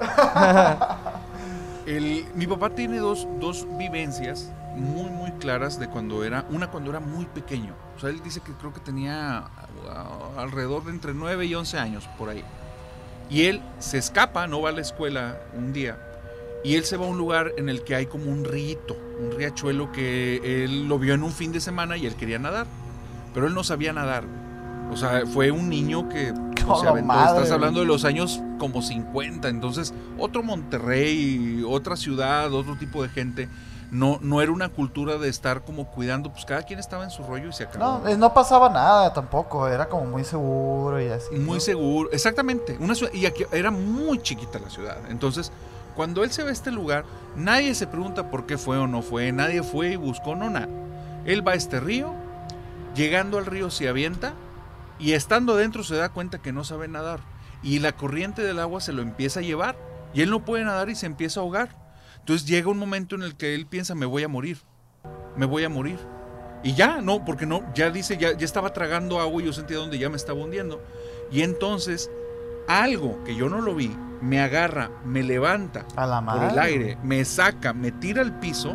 El- mi papá tiene dos, dos vivencias muy, muy claras de cuando era, una cuando era muy pequeño. O sea, él dice que creo que tenía uh, alrededor de entre nueve y once años, por ahí. Y él se escapa, no va a la escuela un día, y él se va a un lugar en el que hay como un rito, un riachuelo que él lo vio en un fin de semana y él quería nadar, pero él no sabía nadar. O sea, fue un niño que pues, se ¡Oh, aventó. madre! Estás hablando de los años como cincuenta, entonces otro Monterrey, otra ciudad, otro tipo de gente. no, no era una cultura de estar como cuidando, pues cada quien estaba en su rollo y se acabó. No, eh, no pasaba nada tampoco, era como muy seguro y así. Muy ¿no? seguro, exactamente. Una ciudad, y aquí era muy chiquita la ciudad. Entonces, cuando él se va a este lugar, nadie se pregunta por qué fue o no fue, nadie fue y buscó, no, nada. Él va a este río, llegando al río se avienta y estando dentro se da cuenta que no sabe nadar. Y la corriente del agua se lo empieza a llevar y él no puede nadar y se empieza a ahogar. Entonces llega un momento en el que él piensa, me voy a morir, me voy a morir. Y ya, no, porque no, ya dice, ya, ya estaba tragando agua y yo sentía donde ya me estaba hundiendo. Y entonces, algo que yo no lo vi, me agarra, me levanta a la por el aire, me saca, me tira al piso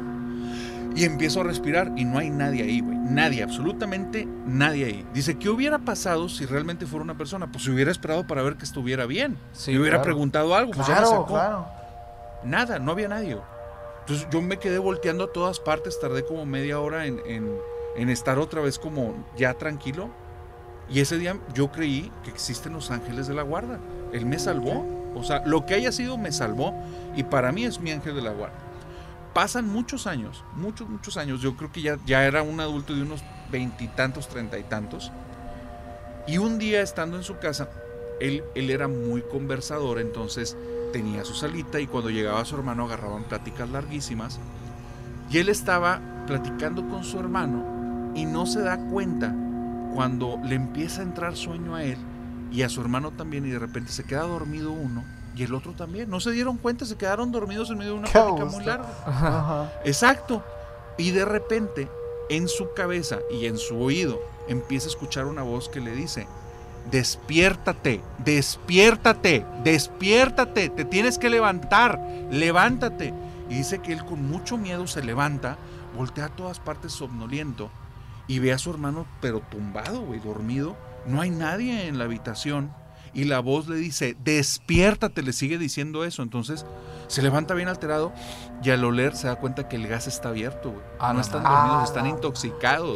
y empiezo a respirar y no hay nadie ahí, güey. Nadie, absolutamente nadie ahí. Dice, ¿qué hubiera pasado si realmente fuera una persona? Pues se hubiera esperado para ver que estuviera bien. Sí, me hubiera claro. preguntado algo, pues ya Claro, me sacó. claro. Nada, no había nadie. Entonces yo me quedé volteando a todas partes, tardé como media hora en, en, en estar otra vez como ya tranquilo. Y ese día yo creí que existen los ángeles de la guarda. Él me salvó. O sea, lo que haya sido me salvó. Y para mí es mi ángel de la guarda. Pasan muchos años, muchos, muchos años. Yo creo que ya, ya era un adulto de unos veintitantos, treinta y tantos. Y un día estando en su casa, él, él era muy conversador, entonces tenía su salita y cuando llegaba su hermano agarraban pláticas larguísimas. Y él estaba platicando con su hermano y no se da cuenta cuando le empieza a entrar sueño a él y a su hermano también, y de repente se queda dormido uno y el otro también. No se dieron cuenta, se quedaron dormidos en medio de una Qué plática gusto. muy larga. Ajá. Exacto. Y de repente, en su cabeza y en su oído, empieza a escuchar una voz que le dice: despiértate, despiértate, despiértate, te tienes que levantar, levántate. Y dice que él con mucho miedo se levanta, voltea a todas partes somnoliento y ve a su hermano pero tumbado, güey, dormido. No hay nadie en la habitación y la voz le dice: despiértate, le sigue diciendo eso. Entonces se levanta bien alterado y al oler se da cuenta que el gas está abierto, güey. Ah, no no, están no. dormidos, Ah, están no. intoxicados.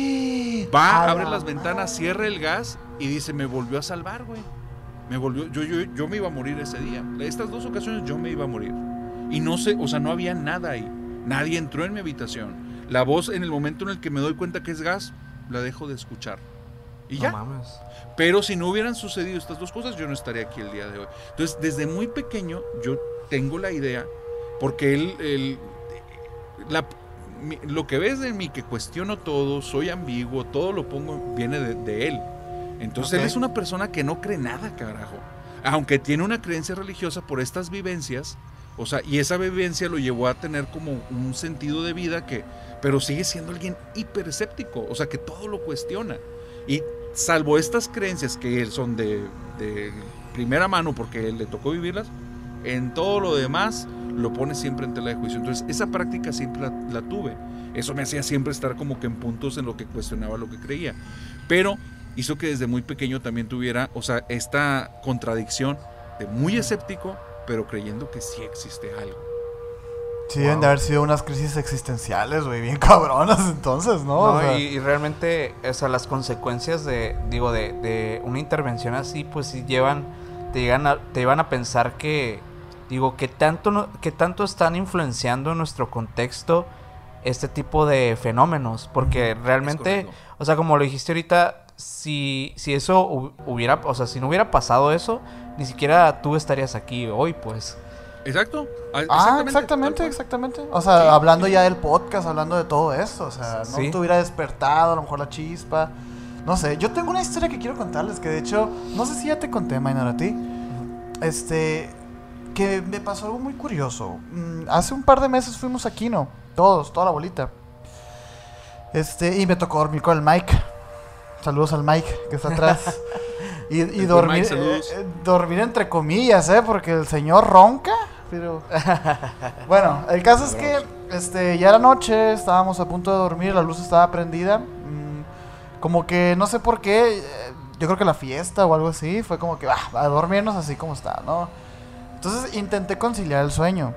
A Va, la abre las ventanas, madre. cierra el gas y dice: me volvió a salvar, güey. Me volvió, yo, yo, yo me iba a morir ese día. Estas dos ocasiones yo me iba a morir. Y no sé, o sea, no había nada ahí. Nadie entró en mi habitación. La voz, en el momento en el que me doy cuenta que es gas, la dejo de escuchar. Y No ya. mames. Pero si no hubieran sucedido estas dos cosas, yo no estaría aquí el día de hoy. Entonces, desde muy pequeño, yo tengo la idea, porque él, él la, mi, lo que ves de mí, que cuestiono todo, soy ambiguo, todo lo pongo, viene de, de él. Entonces, Ok. él es una persona que no cree nada, carajo. Aunque tiene una creencia religiosa por estas vivencias, o sea, y esa vivencia lo llevó a tener como un sentido de vida que, pero sigue siendo alguien hiper escéptico, o sea, que todo lo cuestiona. Y salvo estas creencias que son de, de primera mano porque le tocó vivirlas, en todo lo demás lo pone siempre en tela de juicio. Entonces esa práctica siempre la, la tuve. Eso me hacía siempre estar como que en puntos en lo que cuestionaba lo que creía. Pero hizo que desde muy pequeño también tuviera, o sea, esta contradicción de muy escéptico, pero creyendo que sí existe algo. Sí, deben de haber sido unas crisis existenciales, güey, bien cabronas entonces, ¿no? No, O sea, y, y realmente, o sea, las consecuencias de, digo, de, de una intervención así, pues sí llevan, te llegan a, te llevan a pensar que, digo, que tanto, no- que tanto están influenciando en nuestro contexto este tipo de fenómenos, porque realmente, correcto. o sea, como lo dijiste ahorita, si, si eso hu- hubiera, o sea, si no hubiera pasado eso, ni siquiera tú estarías aquí hoy, pues. Exacto. Ah, exactamente, tal cual. exactamente. O sea, Sí. hablando ya del podcast, hablando de todo eso, o sea, no Sí. te hubiera despertado a lo mejor la chispa. No sé, yo tengo una historia que quiero contarles, que de hecho, no sé si ya te conté, Minor, a ti. Este, que me pasó algo muy curioso. Mm, hace un par de meses fuimos a Kino, todos, toda la bolita. Este, y me tocó dormir con el Mike. Saludos al Mike, que está atrás. Y, y El buen dormir, Mike, saludos. eh, eh, dormir entre comillas, ¿eh? Porque el señor ronca, pero... Bueno, el caso es que este, ya era noche, estábamos a punto de dormir, la luz estaba prendida. mm, Como que no sé por qué, eh, yo creo que la fiesta o algo así, fue como que, ah, a dormirnos así como está, ¿no? Entonces intenté conciliar el sueño.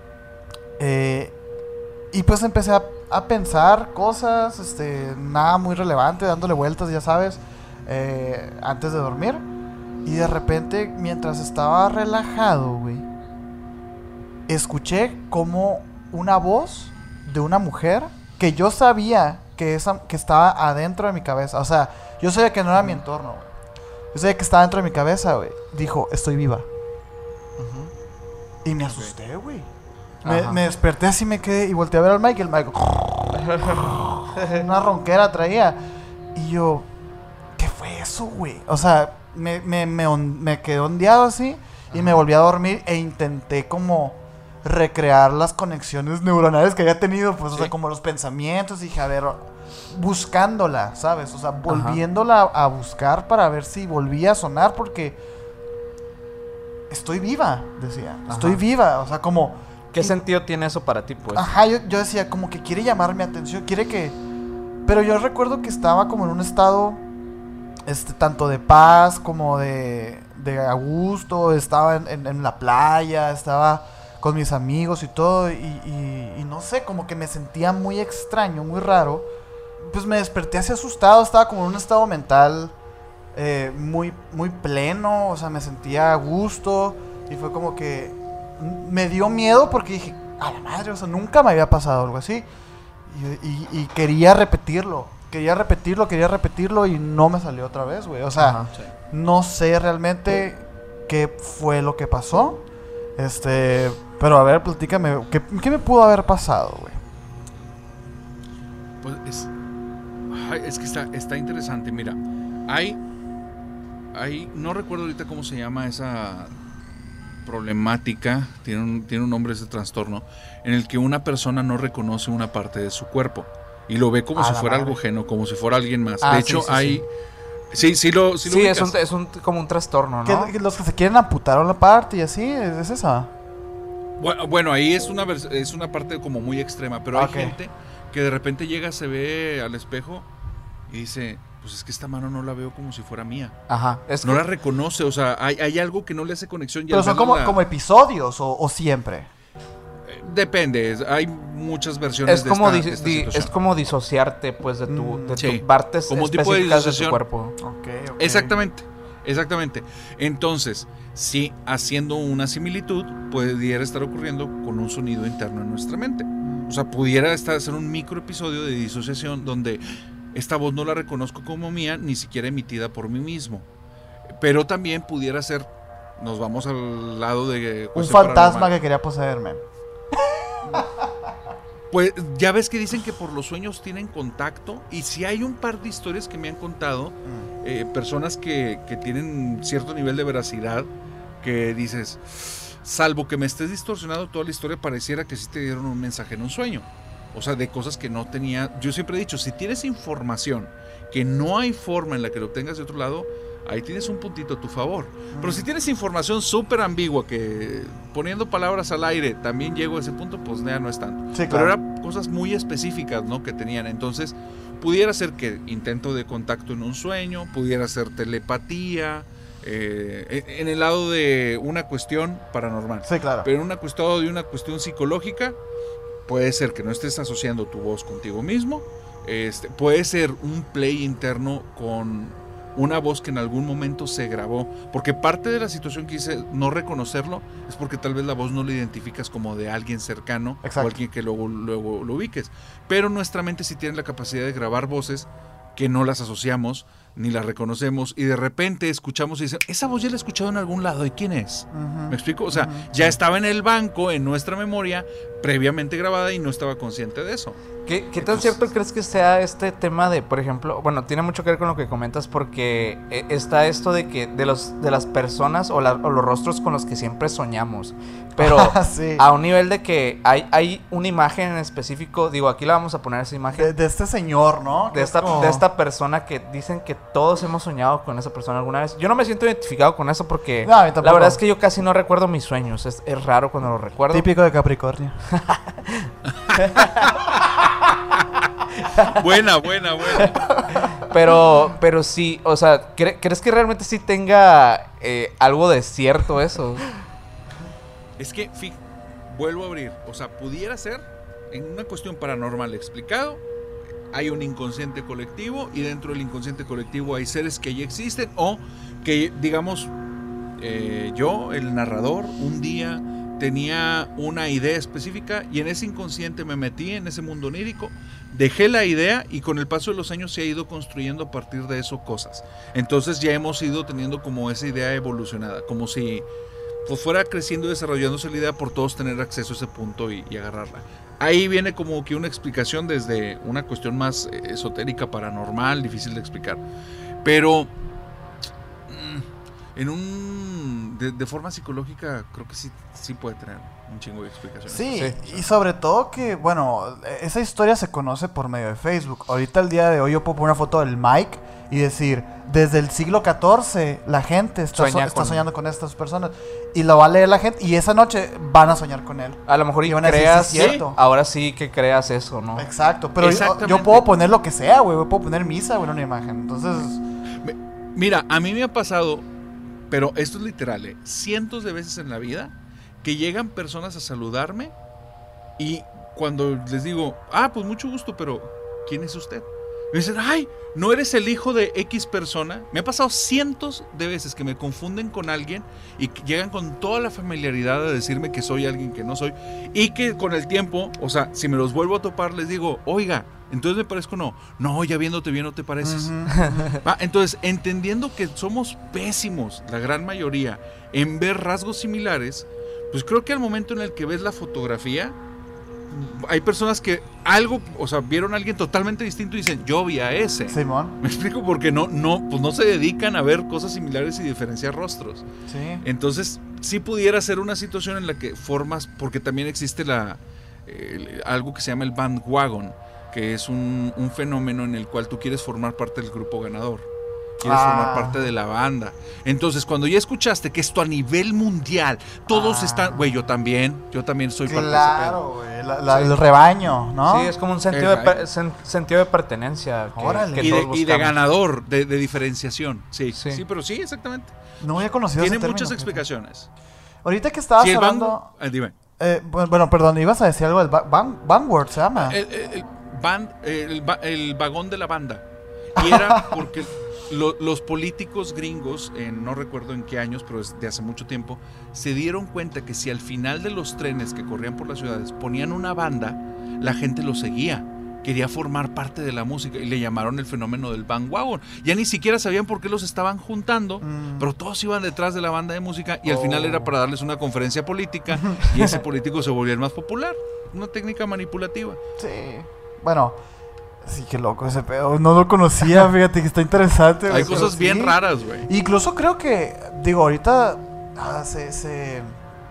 Eh, y pues empecé a, a pensar cosas, este, nada muy relevante, dándole vueltas, ya sabes, eh, antes de dormir. Y de repente, mientras estaba relajado, güey, escuché como una voz de una mujer que yo sabía que, esa, que estaba adentro de mi cabeza. O sea, yo sabía que no era mi entorno, güey. Yo sabía que estaba dentro de mi cabeza, güey. Dijo, estoy viva. Uh-huh. Y me asusté, güey. Me, me desperté así, me quedé y volteé a ver al Mike. Y el Mike, una ronquera traía. Y yo, ¿qué fue eso, güey? O sea, me, me, me, on, me quedé ondeado así. Y Ajá. me volví a dormir e intenté como recrear las conexiones neuronales que había tenido. Pues, ¿sí? O sea, como los pensamientos. Y dije, a ver, buscándola, ¿sabes? O sea, volviéndola a buscar para ver si volvía a sonar. Porque estoy viva, decía. Ajá. Estoy viva, o sea, como... ¿Qué y, sentido tiene eso para ti, pues? Ajá, yo, yo decía, como que quiere llamar mi atención, quiere que... Pero yo recuerdo que estaba como en un estado, este, tanto de paz como de, de a gusto, estaba en, en, en la playa, estaba con mis amigos y todo, y, y, y no sé, como que me sentía muy extraño, muy raro. Pues me desperté así asustado, estaba como en un estado mental eh, muy, muy pleno, o sea, me sentía a gusto, y fue como que... Me dio miedo porque dije, a la madre, o sea, nunca me había pasado algo así. Y, y, y quería repetirlo, quería repetirlo, quería repetirlo y no me salió otra vez, güey. O sea, Ajá, sí. no sé realmente qué fue lo que pasó. Este, pero a ver, platícame, ¿qué, qué me pudo haber pasado, güey? Pues es, es que está, está interesante, mira. Hay, hay, no recuerdo ahorita cómo se llama esa... problemática, tiene un, tiene un nombre ese trastorno, en el que una persona no reconoce una parte de su cuerpo y lo ve como a si fuera madre. algo ajeno, como si fuera alguien más. Ah, de hecho, sí, sí, hay... Sí, sí, sí lo Sí, sí lo es, un, es un, como un trastorno, ¿no? Que, los que se quieren amputar una parte y así, ¿es, es esa? Bueno, bueno, ahí es una, es una parte como muy extrema, pero okay. hay gente que de repente llega, se ve al espejo y dice... Pues es que esta mano no la veo como si fuera mía. Ajá. Es no que... la reconoce, o sea, hay, hay algo que no le hace conexión. Pero son como, la... como episodios o, o siempre. Eh, depende, hay muchas versiones es como de esta, di- de esta di- situación. Es como disociarte, pues, de tu, de sí. tu partes como específicas tipo de, disociación. de tu cuerpo. Okay, okay. Exactamente, exactamente. Entonces, sí, haciendo una similitud, pudiera estar ocurriendo con un sonido interno en nuestra mente. O sea, pudiera estar ser un micro episodio de disociación donde... Esta voz no la reconozco como mía, ni siquiera emitida por mí mismo. Pero también pudiera ser, nos vamos al lado de... Un fantasma que quería poseerme. Pues ya ves que dicen que por los sueños tienen contacto. Y si hay un par de historias que me han contado, mm. eh, personas que, que tienen cierto nivel de veracidad, que dices, salvo que me estés distorsionando toda la historia, pareciera que sí te dieron un mensaje en un sueño. O sea, de cosas que no tenía. Yo siempre he dicho, si tienes información que no hay forma en la que lo obtengas de otro lado, ahí tienes un puntito a tu favor. Mm. Pero si tienes información súper ambigua, que poniendo palabras al aire también llego a ese punto, pues ya no es tanto. Sí, claro. Pero eran cosas muy específicas, ¿no?, que tenían. Entonces, pudiera ser que intento de contacto en un sueño, pudiera ser telepatía, eh, en el lado de una cuestión paranormal. Sí, claro. Pero en una cuestión de una cuestión psicológica, puede ser que no estés asociando tu voz contigo mismo, este, puede ser un play interno con una voz que en algún momento se grabó, porque parte de la situación que hice no reconocerlo es porque tal vez la voz no la identificas como de alguien cercano. Exacto. O alguien que luego, luego lo ubiques, pero nuestra mente sí tiene la capacidad de grabar voces que no las asociamos ni las reconocemos y de repente escuchamos y dicen, esa voz ya la he escuchado en algún lado, ¿y quién es? Uh-huh, ¿Me explico? O sea, uh-huh, ya sí. estaba en el banco, en nuestra memoria, previamente grabada y no estaba consciente de eso. ¿Qué, qué tan cierto crees que sea este tema de, por ejemplo, bueno, tiene mucho que ver con lo que comentas porque está esto de que de los de las personas o, la, o los rostros con los que siempre soñamos, pero sí. a un nivel de que hay, hay una imagen en específico, digo, aquí la vamos a poner esa imagen. De, de este señor, ¿no? De esta, como... de esta persona que dicen que todos hemos soñado con esa persona alguna vez. Yo no me siento identificado con eso porque no, la verdad es que yo casi no recuerdo mis sueños, es, es raro cuando los recuerdo. Típico de Capricornio. Buena, buena, buena. Pero, pero sí, o sea, ¿cre- ¿crees que realmente sí tenga eh, algo de cierto eso? Es que, fí, vuelvo a abrir, o sea, pudiera ser en una cuestión paranormal explicado, hay un inconsciente colectivo y dentro del inconsciente colectivo hay seres que ya existen o que, digamos, eh, yo, el narrador, un día tenía una idea específica y en ese inconsciente me metí en ese mundo onírico, dejé la idea y con el paso de los años se ha ido construyendo a partir de eso cosas. Entonces ya hemos ido teniendo como esa idea evolucionada, como si pues fuera creciendo y desarrollándose la idea por todos tener acceso a ese punto y, y agarrarla. Ahí viene como que una explicación desde una cuestión más esotérica, paranormal, difícil de explicar. Pero en un de, de forma psicológica creo que sí, sí puede tener un chingo de explicaciones. Sí, Sí. y sobre todo que, bueno, esa historia se conoce por medio de Facebook. Ahorita el día de hoy yo puedo poner una foto del Mike y decir, desde el siglo catorce la gente está, Sueña so- está con- soñando con estas personas. Y lo va a leer la gente y esa noche van a soñar con él. A lo mejor y Y van a decir, creas, "Sí, es cierto". ahora sí que creas eso, ¿no? Exacto, pero yo, Exactamente. yo puedo poner lo que sea, güey. Yo puedo poner misa, güey, en una imagen. Entonces, Mira, a mí me ha pasado, pero esto es literal, ¿eh? cientos de veces en la vida que llegan personas a saludarme y cuando les digo, ah, pues mucho gusto, pero ¿quién es usted? Me dicen, ay, ¿no eres el hijo de X persona? Me ha pasado cientos de veces que me confunden con alguien y que llegan con toda la familiaridad a decirme que soy alguien que no soy y que con el tiempo, o sea, si me los vuelvo a topar les digo, oiga, entonces me parezco no, no, ya viéndote bien no te pareces. ujú. Va, entonces, entendiendo que somos pésimos, la gran mayoría, en ver rasgos similares, pues creo que al momento en el que ves la fotografía, hay personas que algo, o sea, vieron a alguien totalmente distinto y dicen, yo vi a ese. Simón, Me explico porque no, no, pues no se dedican a ver cosas similares y diferenciar rostros. sí. Entonces, sí pudiera ser una situación en la que formas, porque también existe la eh, algo que se llama el bandwagon, que es un, un fenómeno en el cual tú quieres formar parte del grupo ganador. Quieres Ah. formar parte de la banda. Entonces, cuando ya escuchaste que esto a nivel mundial, todos Ah. están, güey, yo también, yo también soy parte de ese pedo. Claro, güey. la- la- Sí. El rebaño, ¿no? Sí, es como un sentido de, Exacto. per- sen- sentido de pertenencia. Que, Órale. que Y de, todos y de buscamos. ganador, de, de diferenciación. Sí, sí, Sí. pero sí, exactamente. No había conocido Tiene ese término, muchas fíjate. explicaciones. Ahorita que estabas Si el hablando... banco, eh, dime. eh, bu- bueno, perdón, ibas a decir algo del ba- van- Vanguard, se llama. El, el- el band- el va- el vagón de la banda. Y era porque lo- los políticos gringos, en, no recuerdo en qué años, pero es de hace mucho tiempo, se dieron cuenta que si al final de los trenes que corrían por las ciudades ponían una banda, la gente lo seguía. Quería formar parte de la música y le llamaron el fenómeno del bandwagon. Ya ni siquiera sabían por qué los estaban juntando, Mm. pero todos iban detrás de la banda de música y al Oh. final era para darles una conferencia política y ese político se volvía el más popular. Una técnica manipulativa. Sí. Bueno, sí, qué loco ese pedo. No lo conocía, fíjate que está interesante. Hay güey, pero cosas bien sí. raras, güey. Incluso creo que, digo, ahorita ah, se, se,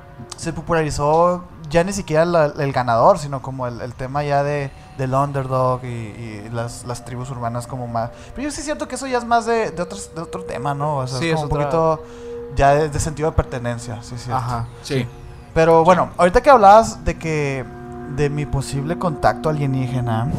se popularizó ya ni siquiera la- el ganador, sino como el, el tema ya de del underdog y, y las, las tribus urbanas como más... Pero yo sí siento que eso ya es más de, de, otros, de otro tema, ¿no? O sea, Sí, es como es un otra- poquito ya de, de sentido de pertenencia, sí, sí. Ajá. Sí. Pero bueno, ahorita que hablabas de que de mi posible contacto alienígena,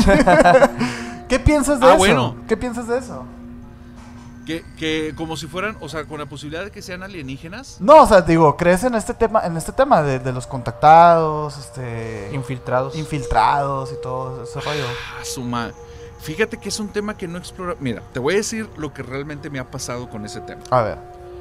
¿qué piensas de Ah, eso? bueno. ¿Qué piensas de eso? Que, que como si fueran, o sea, con la posibilidad de que sean alienígenas. No, o sea, digo, ¿crees en este tema, en este tema de, de los contactados, este, Infiltrados. infiltrados y todo ese rollo? Ah, su madre. Fíjate que es un tema que no explora. Mira, te voy a decir lo que realmente me ha pasado con ese tema. A ver.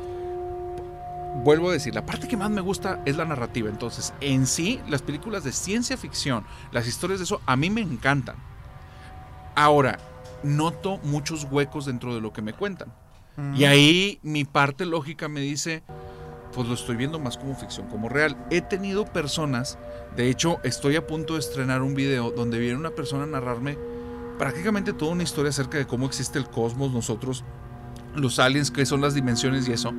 Vuelvo a decir, la parte que más me gusta es la narrativa. Entonces, en sí, las películas de ciencia ficción, las historias de eso, a mí me encantan. Ahora, noto muchos huecos dentro de lo que me cuentan. Y ahí mi parte lógica me dice, pues lo estoy viendo más como ficción, como real. He tenido personas, de hecho estoy a punto de estrenar un video donde viene una persona a narrarme prácticamente toda una historia acerca de cómo existe el cosmos, nosotros, los aliens, qué son las dimensiones y eso.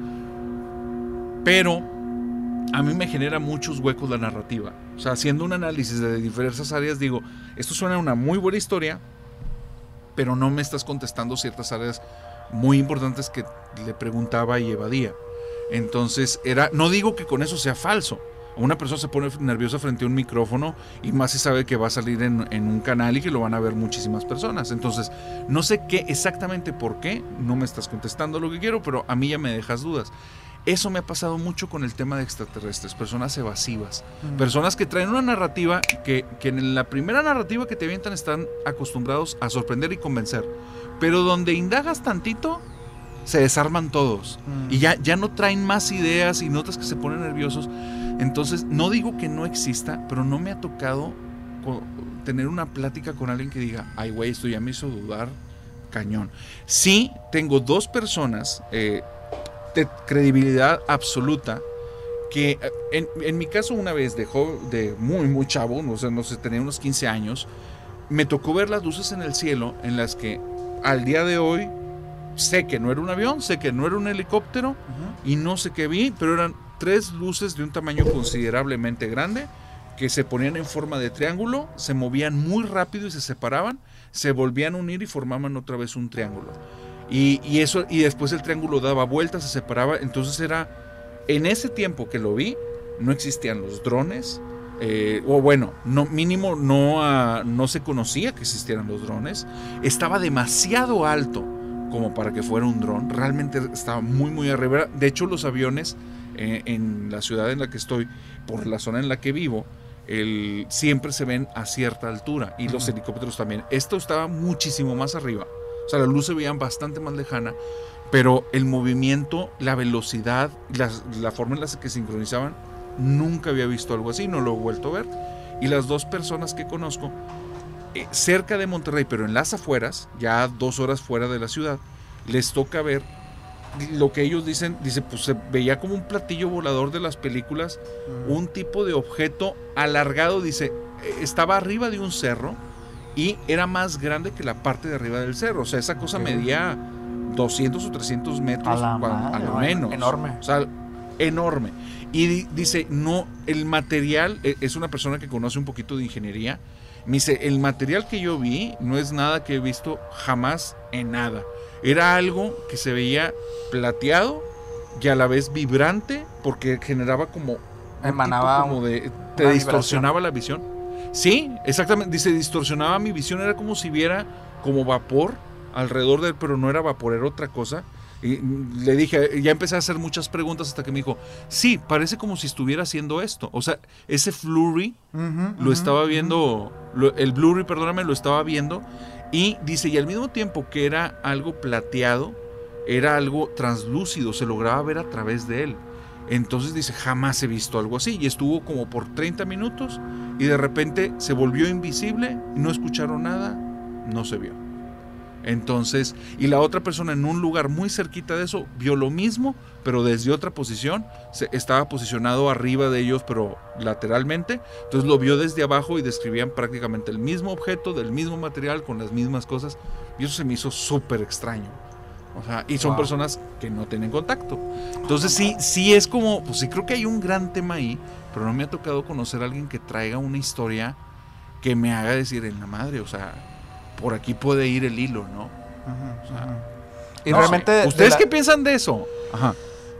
Pero a mí me genera muchos huecos la narrativa. O sea, haciendo un análisis de diversas áreas, digo, esto suena a una muy buena historia, pero no me estás contestando ciertas áreas muy importantes que le preguntaba y evadía. Entonces, era, no digo que con eso sea falso. Una persona se pone nerviosa frente a un micrófono y más se sabe que va a salir en, en un canal y que lo van a ver muchísimas personas. Entonces, no sé qué exactamente por qué no me estás contestando lo que quiero, pero a mí ya me dejas dudas. Eso me ha pasado mucho con el tema de extraterrestres, personas evasivas, Mm. personas que traen una narrativa que, que en la primera narrativa que te avientan están acostumbrados a sorprender y convencer, pero donde indagas tantito, se desarman todos Mm. y ya, ya no traen más ideas y notas que se ponen nerviosos. Entonces, no digo que no exista, pero no me ha tocado co- tener una plática con alguien que diga, ay, güey, esto ya me hizo dudar cañón. Sí, tengo dos personas eh, de credibilidad absoluta que en, en mi caso una vez de, jo- de muy, muy chavo, no sé, no sé, tenía unos quince años, me tocó ver las luces en el cielo en las que al día de hoy sé que no era un avión, sé que no era un helicóptero uh-huh. y no sé qué vi, pero eran tres luces de un tamaño considerablemente grande que se ponían en forma de triángulo, se movían muy rápido y se separaban, se volvían a unir y formaban otra vez un triángulo. Y, y, eso, y después el triángulo daba vueltas, se separaba, entonces era, en ese tiempo que lo vi, no existían los drones, eh, o bueno, no, mínimo no, uh, no se conocía que existieran los drones, estaba demasiado alto como para que fuera un dron, realmente estaba muy muy arriba. De hecho, los aviones eh, en la ciudad en la que estoy, por la zona en la que vivo, el, siempre se ven a cierta altura, y los helicópteros también. Esto estaba muchísimo más arriba, o sea, la luz se veía bastante más lejana, pero el movimiento, la velocidad, la, la forma en la que sincronizaban, nunca había visto algo así, no lo he vuelto a ver. Y las dos personas que conozco, eh, cerca de Monterrey, pero en las afueras, ya dos horas fuera de la ciudad, les toca ver lo que ellos dicen, dice, pues se veía como un platillo volador de las películas, uh-huh. un tipo de objeto alargado, dice, estaba arriba de un cerro y era más grande que la parte de arriba del cerro, o sea, esa cosa okay. medía doscientos o trescientos metros a, cuando, a lo menos. Enorme. O sea, enorme. Y di, dice, no, el material, es una persona que conoce un poquito de ingeniería, me dice, el material que yo vi no es nada que he visto jamás en nada. Era algo que se veía plateado y a la vez vibrante, porque generaba como emanaba como de te distorsionaba la visión. Sí, exactamente, dice, distorsionaba mi visión, era como si viera como vapor alrededor de él, pero no era vapor, era otra cosa. Y le dije, ya empecé a hacer muchas preguntas hasta que me dijo, sí, parece como si estuviera haciendo esto. O sea, ese flurry uh-huh, lo uh-huh, estaba viendo, uh-huh. lo, el blurry, perdóname, lo estaba viendo. Y dice, y al mismo tiempo que era algo plateado, era algo translúcido, se lograba ver a través de él. Entonces dice, jamás he visto algo así. Y estuvo como por treinta minutos y de repente se volvió invisible, no escucharon nada, no se vio. Entonces, y la otra persona en un lugar muy cerquita de eso vio lo mismo, pero desde otra posición, se, estaba posicionado arriba de ellos, pero lateralmente. Entonces lo vio desde abajo y describían prácticamente el mismo objeto, del mismo material, con las mismas cosas. Y eso se me hizo súper extraño. O sea, y son wow. personas que no tienen contacto. Entonces sí, sí es como, pues sí creo que hay un gran tema ahí, pero no me ha tocado conocer a alguien que traiga una historia que me haga decir, en la madre, o sea, por aquí puede ir el hilo, ¿no? Uh-huh, o sea, uh-huh. Y no realmente... Sé. ¿Ustedes la... qué piensan de eso? Ajá.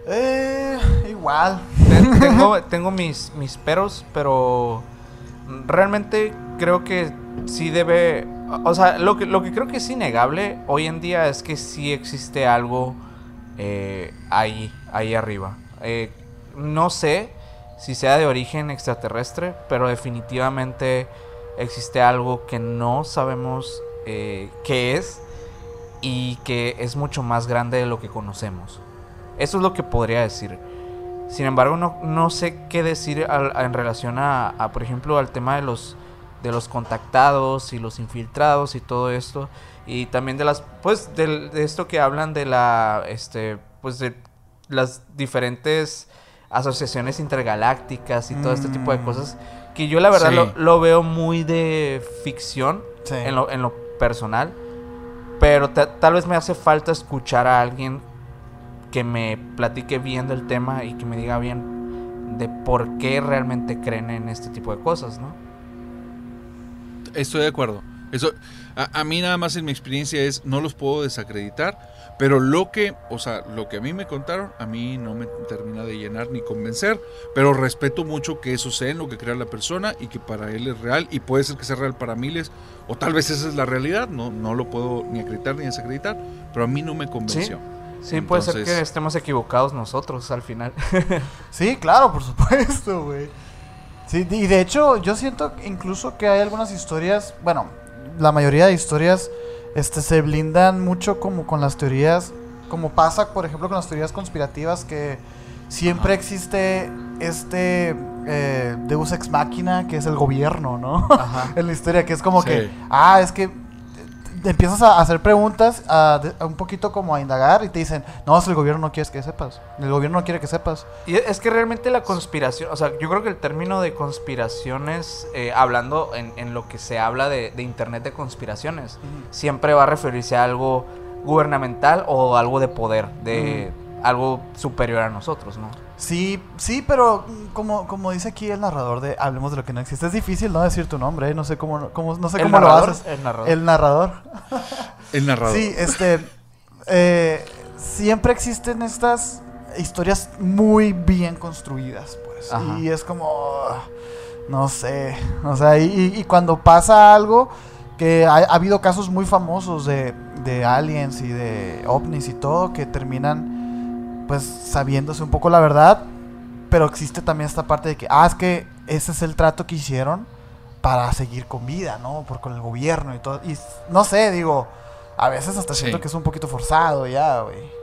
Eh, igual. Tengo, tengo mis, mis peros, pero realmente creo que sí debe... O sea, lo que, lo que creo que es innegable hoy en día es que sí existe algo eh, ahí, ahí arriba. Eh, no sé si sea de origen extraterrestre, pero definitivamente existe algo que no sabemos eh, qué es y que es mucho más grande de lo que conocemos. Eso es lo que podría decir. Sin embargo, no, no sé qué decir al, a, en relación a, a, por ejemplo, al tema de los... de los contactados y los infiltrados y todo esto, y también de las pues de, de esto que hablan de la este pues de las diferentes asociaciones intergalácticas y todo mm. este tipo de cosas que yo la verdad sí. lo, lo veo muy de ficción sí. en lo en lo personal, pero t- tal vez me hace falta escuchar a alguien que me platique bien del tema y que me diga bien de por qué realmente creen en este tipo de cosas, ¿no? Estoy de acuerdo. Eso, a, a mí nada más en mi experiencia es, no los puedo desacreditar, pero lo que, o sea, lo que a mí me contaron, a mí no me termina de llenar ni convencer, pero respeto mucho que eso sea en lo que crea la persona y que para él es real, y puede ser que sea real para miles, o tal vez esa es la realidad, no, no lo puedo ni acreditar ni desacreditar, pero a mí no me convenció. Sí, sí. Entonces, puede ser que estemos equivocados nosotros al final. Sí, claro, por supuesto, güey. Sí, y de hecho yo siento incluso que hay algunas historias, bueno, la mayoría de historias este, se blindan mucho como con las teorías, como pasa por ejemplo con las teorías conspirativas, que siempre Ajá. existe este eh, Deus Ex Machina, que es el gobierno, ¿no? Ajá. En la historia, que es como Sí. que, ah, es que te empiezas a hacer preguntas, a, de- a un poquito como a indagar y te dicen, no, si el gobierno no quiere que sepas, el gobierno no quiere que sepas. Y es que realmente la conspiración, o sea, yo creo que el término de conspiraciones, eh, hablando en, en lo que se habla de, de internet de conspiraciones, siempre va a referirse a algo gubernamental o algo de poder, de algo superior a nosotros, ¿no? Sí, sí, pero mm, como, como dice aquí el narrador de Hablemos de lo que no existe, es difícil no decir tu nombre, ¿eh? No sé cómo, cómo, no sé El cómo lo narrador, haces. el narrador. El narrador. El narrador. Sí, este, eh, siempre existen estas historias muy bien construidas, pues. Ajá. Y es como, ah, no sé, o sea, y, y cuando pasa algo, que ha, ha habido casos muy famosos de, de aliens y de ovnis y todo, que terminan, pues, sabiéndose un poco la verdad, pero existe también esta parte de que, ah, es que ese es el trato que hicieron para seguir con vida, ¿no? Por con el gobierno y todo. Y no sé, digo, a veces hasta Sí. siento que es un poquito forzado ya, güey.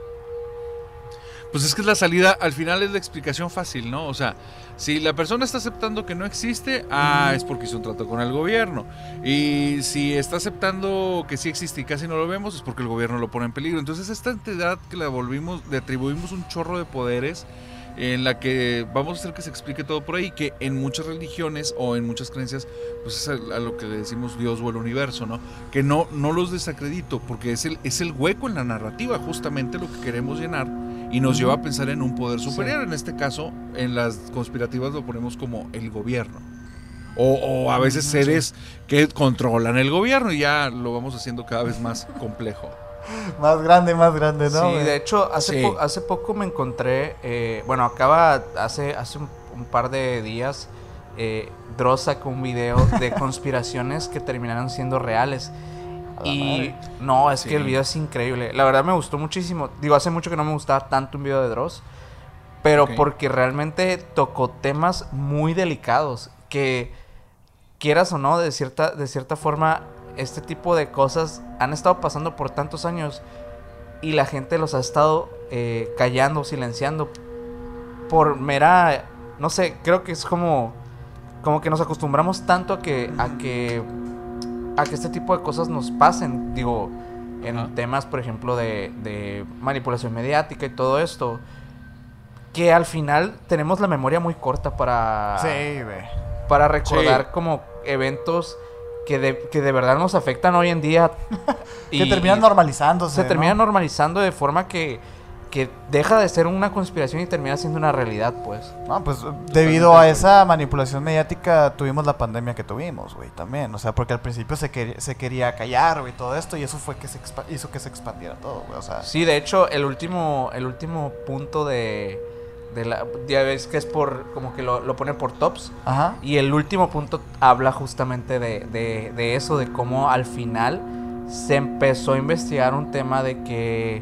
Pues es que es la salida, al final es la explicación fácil, ¿no? O sea, si la persona está aceptando que no existe, ah, es porque hizo un trato con el gobierno. Y si está aceptando que sí existe y casi no lo vemos, es porque el gobierno lo pone en peligro. Entonces esta entidad que la volvimos, le atribuimos un chorro de poderes en la que vamos a hacer que se explique todo por ahí, que en muchas religiones o en muchas creencias, pues es a, a lo que le decimos Dios o el universo, ¿no? Que no, no los desacredito, porque es el, es el hueco en la narrativa, justamente lo que queremos llenar, y nos lleva a pensar en un poder superior. En este caso, en las conspirativas lo ponemos como el gobierno. O, o a veces seres que controlan el gobierno, y ya lo vamos haciendo cada vez más complejo. Más grande, más grande, ¿no? Sí, güey? de hecho, hace, Sí. po- hace poco me encontré, eh, bueno, acaba, hace, hace un, un par de días, eh, Dross sacó un video de conspiraciones que terminaron siendo reales. A la Y madre. no, es Sí. que el video es increíble. La verdad me gustó muchísimo. Digo, hace mucho que no me gustaba tanto un video de Dross, pero Ok. porque realmente tocó temas muy delicados que, quieras o no, de cierta, de cierta forma, este tipo de cosas han estado pasando por tantos años y la gente los ha estado eh, callando, silenciando por mera, no sé, creo que es como, como que nos acostumbramos tanto a que, a que, a que este tipo de cosas nos pasen. Digo, en Ajá. temas, por ejemplo, de, de manipulación mediática y todo esto, que al final tenemos la memoria muy corta para, Sí, güey. para recordar Sí. como eventos que de, que de verdad nos afectan hoy en día. Que terminan normalizándose. Se ¿no? termina normalizando de forma que, que deja de ser una conspiración y termina siendo una realidad, pues. No, pues debido a esa manipulación mediática tuvimos la pandemia que tuvimos, güey, también. O sea, porque al principio se, quer- se quería callar, güey, todo esto, y eso fue que se expa- hizo que se expandiera todo, güey. O sea, Sí, de hecho, el último, el último punto de, de la... Ya ves que es por... Como que lo, lo pone por tops. ajá. Y el último punto habla justamente de, de, de eso, de cómo al final se empezó a investigar un tema de que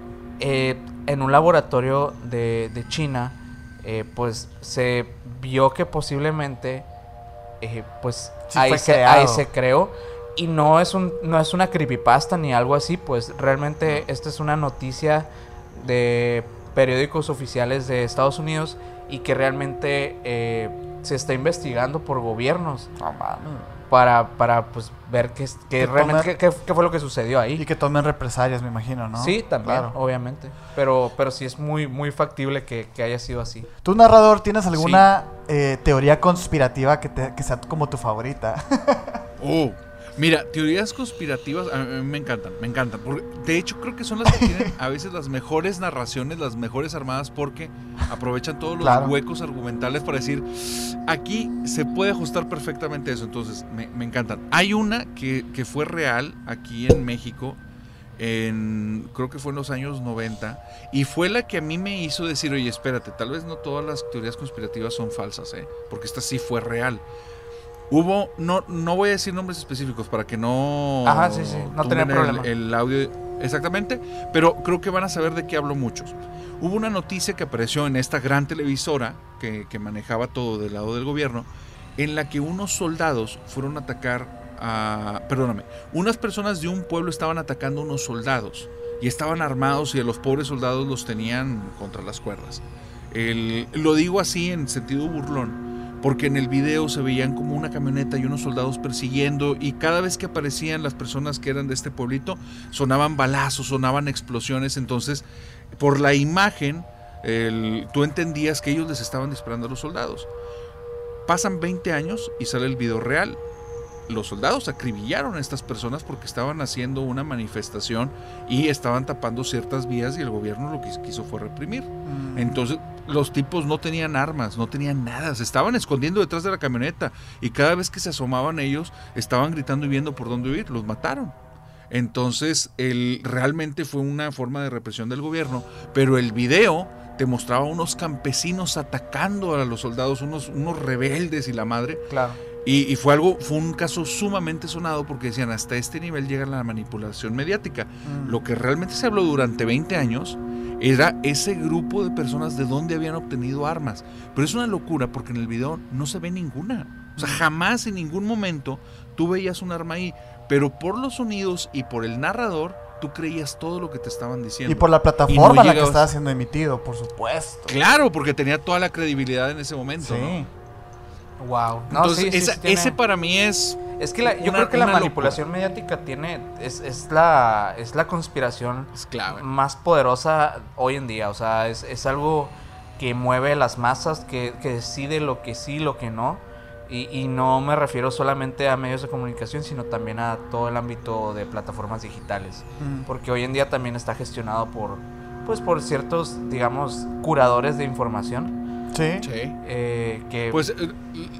eh, en un laboratorio de, de China, eh, pues se vio que posiblemente, eh, pues Sí ahí, fue se, creado. ahí se creó. Y no es, un, no es una creepypasta ni algo así, pues realmente esta es una noticia de periódicos oficiales de Estados Unidos y que realmente eh, se está investigando por gobiernos No mames. para, para pues ver qué, es- qué Que realmente tomen- qué, qué- qué fue lo que sucedió ahí. Y que tomen represalias, me imagino, ¿no? Sí, también, Claro. obviamente. Pero, pero sí es muy, muy factible que, que haya sido así. ¿Tú, narrador, tienes alguna eh, teoría conspirativa que, te- que sea como tu favorita? Oh, mira, teorías conspirativas a mí me encantan, me encantan. Porque, de hecho, creo que son las que tienen a veces las mejores narraciones, las mejores armadas, porque aprovechan todos los Claro. huecos argumentales para decir, aquí se puede ajustar perfectamente eso. Entonces, me, me encantan. Hay una que, que fue real aquí en México, en, creo que fue en los años noventa, y fue la que a mí me hizo decir, oye, espérate, tal vez no todas las teorías conspirativas son falsas, ¿eh? Porque esta sí fue real. Hubo, no, no voy a decir nombres específicos para que no, Ajá, sí, sí, no tumben tener problema. el, el audio exactamente, pero creo que van a saber de qué hablo muchos. Hubo una noticia que apareció en esta gran televisora que, que manejaba todo del lado del gobierno, en la que unos soldados fueron a atacar a, perdóname, unas personas de un pueblo estaban atacando a unos soldados y estaban armados y a los pobres soldados los tenían contra las cuerdas. El, lo digo así en sentido burlón, porque en el video se veían como una camioneta y unos soldados persiguiendo, y cada vez que aparecían las personas que eran de este pueblito, sonaban balazos, sonaban explosiones. Entonces, por la imagen, el, tú entendías que ellos les estaban disparando a los soldados. Pasan veinte años y sale el video real. Los soldados acribillaron a estas personas porque estaban haciendo una manifestación y estaban tapando ciertas vías, y el gobierno lo que quiso fue reprimir. Mm. Entonces los tipos no tenían armas, no tenían nada, se estaban escondiendo detrás de la camioneta, y cada vez que se asomaban ellos estaban gritando y viendo por dónde huir. Los mataron. Entonces el, realmente fue una forma de represión del gobierno, pero el video te mostraba unos campesinos atacando a los soldados, unos, unos rebeldes y la madre. Claro. Y, y fue algo, fue un caso sumamente sonado, porque decían, hasta este nivel llega la manipulación mediática. Mm. Lo que realmente se habló durante veinte años era ese grupo de personas de donde habían obtenido armas. Pero es una locura, porque en el video no se ve ninguna. O sea, jamás en ningún momento tú veías un arma ahí, pero por los sonidos y por el narrador, tú creías todo lo que te estaban diciendo. Y por la plataforma no en la que estaba siendo emitido, por supuesto. Claro, porque tenía toda la credibilidad en ese momento. Sí. ¿No? Wow. No, Entonces, sí, esa, sí, sí tiene... ese para mí es. Es que la, yo una, creo que la manipulación locura. mediática tiene. Es, es, la, es la conspiración es clave. Más poderosa hoy en día. O sea, es, es algo que mueve las masas, que, que decide lo que sí, lo que no. Y, y no me refiero solamente a medios de comunicación, sino también a todo el ámbito de plataformas digitales. Mm. Porque hoy en día también está gestionado por, pues, por ciertos, digamos, curadores de información. Sí. sí. Eh, que, pues, eh,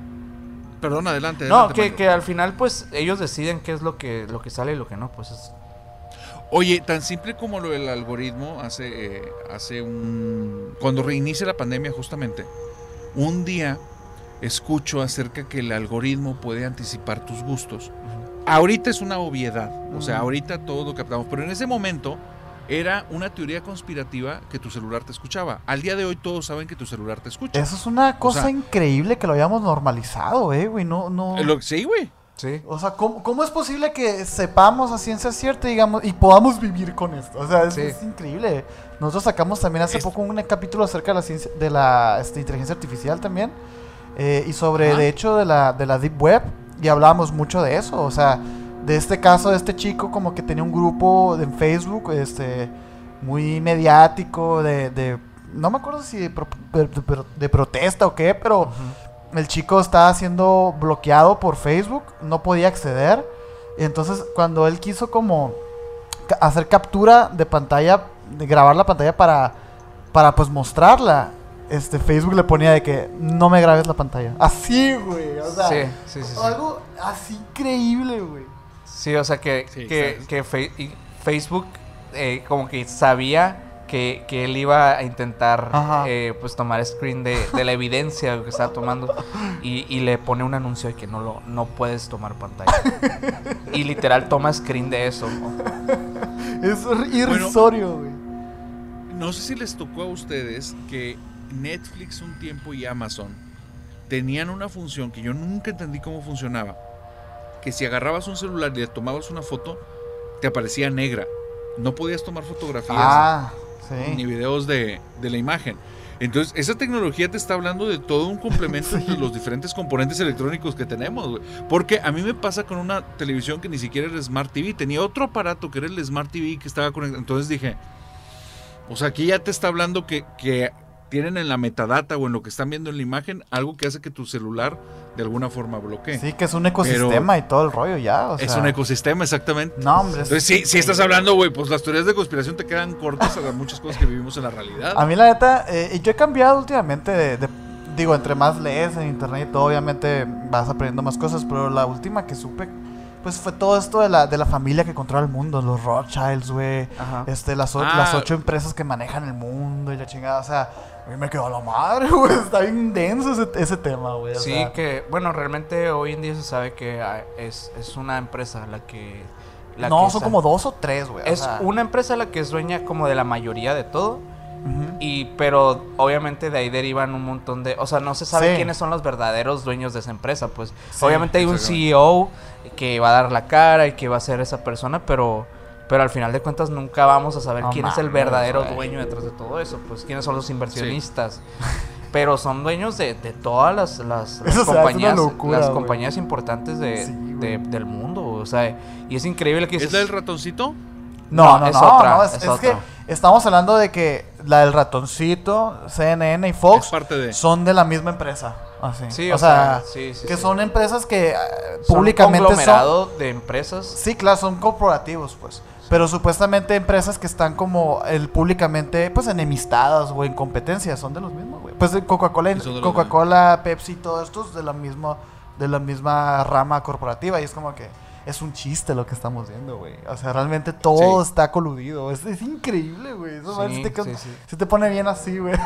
perdón, adelante. No, adelante, que, que al final, pues, ellos deciden qué es lo que, lo que sale y lo que no, pues es... Oye, tan simple como lo del algoritmo, hace, eh, hace un... Cuando reinicia la pandemia, justamente, un día escucho acerca que el algoritmo puede anticipar tus gustos. Uh-huh. Ahorita es una obviedad, uh-huh. o sea, ahorita todo lo captamos, pero en ese momento... Era una teoría conspirativa que tu celular te escuchaba. Al día de hoy todos saben que tu celular te escucha. Eso es una cosa o sea, increíble que lo hayamos normalizado, eh, güey. No, no... Lo, sí, güey. Sí. O sea, ¿cómo, ¿cómo es posible que sepamos a ciencia cierta, digamos, y podamos vivir con esto? O sea, es, sí. es increíble. Nosotros sacamos también hace es... poco un capítulo acerca de la ciencia, de la este, inteligencia artificial también. Eh, y sobre, ¿Ah? de hecho, de la, de la Deep Web. Y hablábamos mucho de eso, o sea... De este caso, de este chico como que tenía un grupo en Facebook, este, muy mediático, de, de no me acuerdo si de, de, de, de protesta o qué, pero uh-huh. el chico estaba siendo bloqueado por Facebook, no podía acceder, y entonces cuando él quiso como hacer captura de pantalla, de grabar la pantalla para, para pues mostrarla, este, Facebook le ponía de que no me grabes la pantalla, así, güey, o sea, sí, sí, sí, sí. algo así increíble, güey. Sí, o sea que, sí, que, sí. que fe- Facebook eh, como que sabía que, que él iba a intentar eh, pues tomar screen de, de la evidencia que estaba tomando y, y le pone un anuncio de que no lo no puedes tomar pantalla. Y literal toma screen de eso, ¿no? Es irrisorio, güey. Bueno, no sé si les tocó a ustedes que Netflix un tiempo y Amazon tenían una función que yo nunca entendí cómo funcionaba. Que si agarrabas un celular y le tomabas una foto, te aparecía negra. No podías tomar fotografías ah, sí. ni videos de, de la imagen. Entonces, esa tecnología te está hablando de todo un complemento sí. de los diferentes componentes electrónicos que tenemos, güey. Porque a mí me pasa con una televisión que ni siquiera era Smart T V. Tenía otro aparato que era el Smart T V que estaba conectado. Entonces dije, o sea, aquí ya te está hablando que... que tienen en la metadata o en lo que están viendo en la imagen algo que hace que tu celular de alguna forma bloquee. Sí, que es un ecosistema Pero y todo el rollo ya. O sea... Es un ecosistema, exactamente. No, hombre. Entonces, sí, si estás hablando, güey, pues las teorías de conspiración te quedan cortas a muchas cosas que vivimos en la realidad. A mí, la neta, eh, yo he cambiado últimamente de, de. Digo, entre más lees en internet y todo, obviamente vas aprendiendo más cosas. Pero la última que supe, pues fue todo esto de la, de la familia que controla el mundo. Los Rothschilds, güey. Este, las, o- Ah. las ocho empresas que manejan el mundo y la chingada. O sea, a mí me quedó a la madre, güey. Está bien denso ese, ese tema, güey. Sí, sea. que, bueno, realmente hoy en día se sabe que ah, es, es una empresa la que... La no, que son sa- como dos o tres, güey. Es o sea. una empresa la que es dueña como de la mayoría de todo. Uh-huh. Y, pero obviamente de ahí derivan un montón de... O sea, no se sabe Sí. quiénes son los verdaderos dueños de esa empresa, pues. Sí, obviamente hay un C E O que va a dar la cara y que va a ser esa persona, pero... pero al final de cuentas nunca vamos a saber No quién es el mames, verdadero güey. dueño detrás de todo eso, pues quiénes son los inversionistas. Sí. Pero son dueños de, de todas las, las, las compañías, locura, las compañías importantes de, sí, de, del mundo, o sea, y es increíble que... ¿Es dices, la del ratoncito? No, no, no, es no, otra, no, es, es es otra. que estamos hablando de que la del ratoncito, C N N y Fox Es parte de... son de la misma empresa. Así. Sí, o, o sea, sea, sí, sí, que sí. son empresas que uh, son públicamente un conglomerado son... de empresas. Sí, claro, son corporativos, pues. Sí. Pero supuestamente empresas que están como el públicamente, pues, enemistadas o en competencia, son de los mismos, güey. Pues Coca-Cola, Coca-Cola, Pepsi, todo esto es de la misma, de la misma rama corporativa y es como que es un chiste lo que estamos viendo, güey. O sea, realmente todo sí. está coludido. Es, es increíble, güey. Eso sí, se, te, sí, sí. se te pone bien así, güey.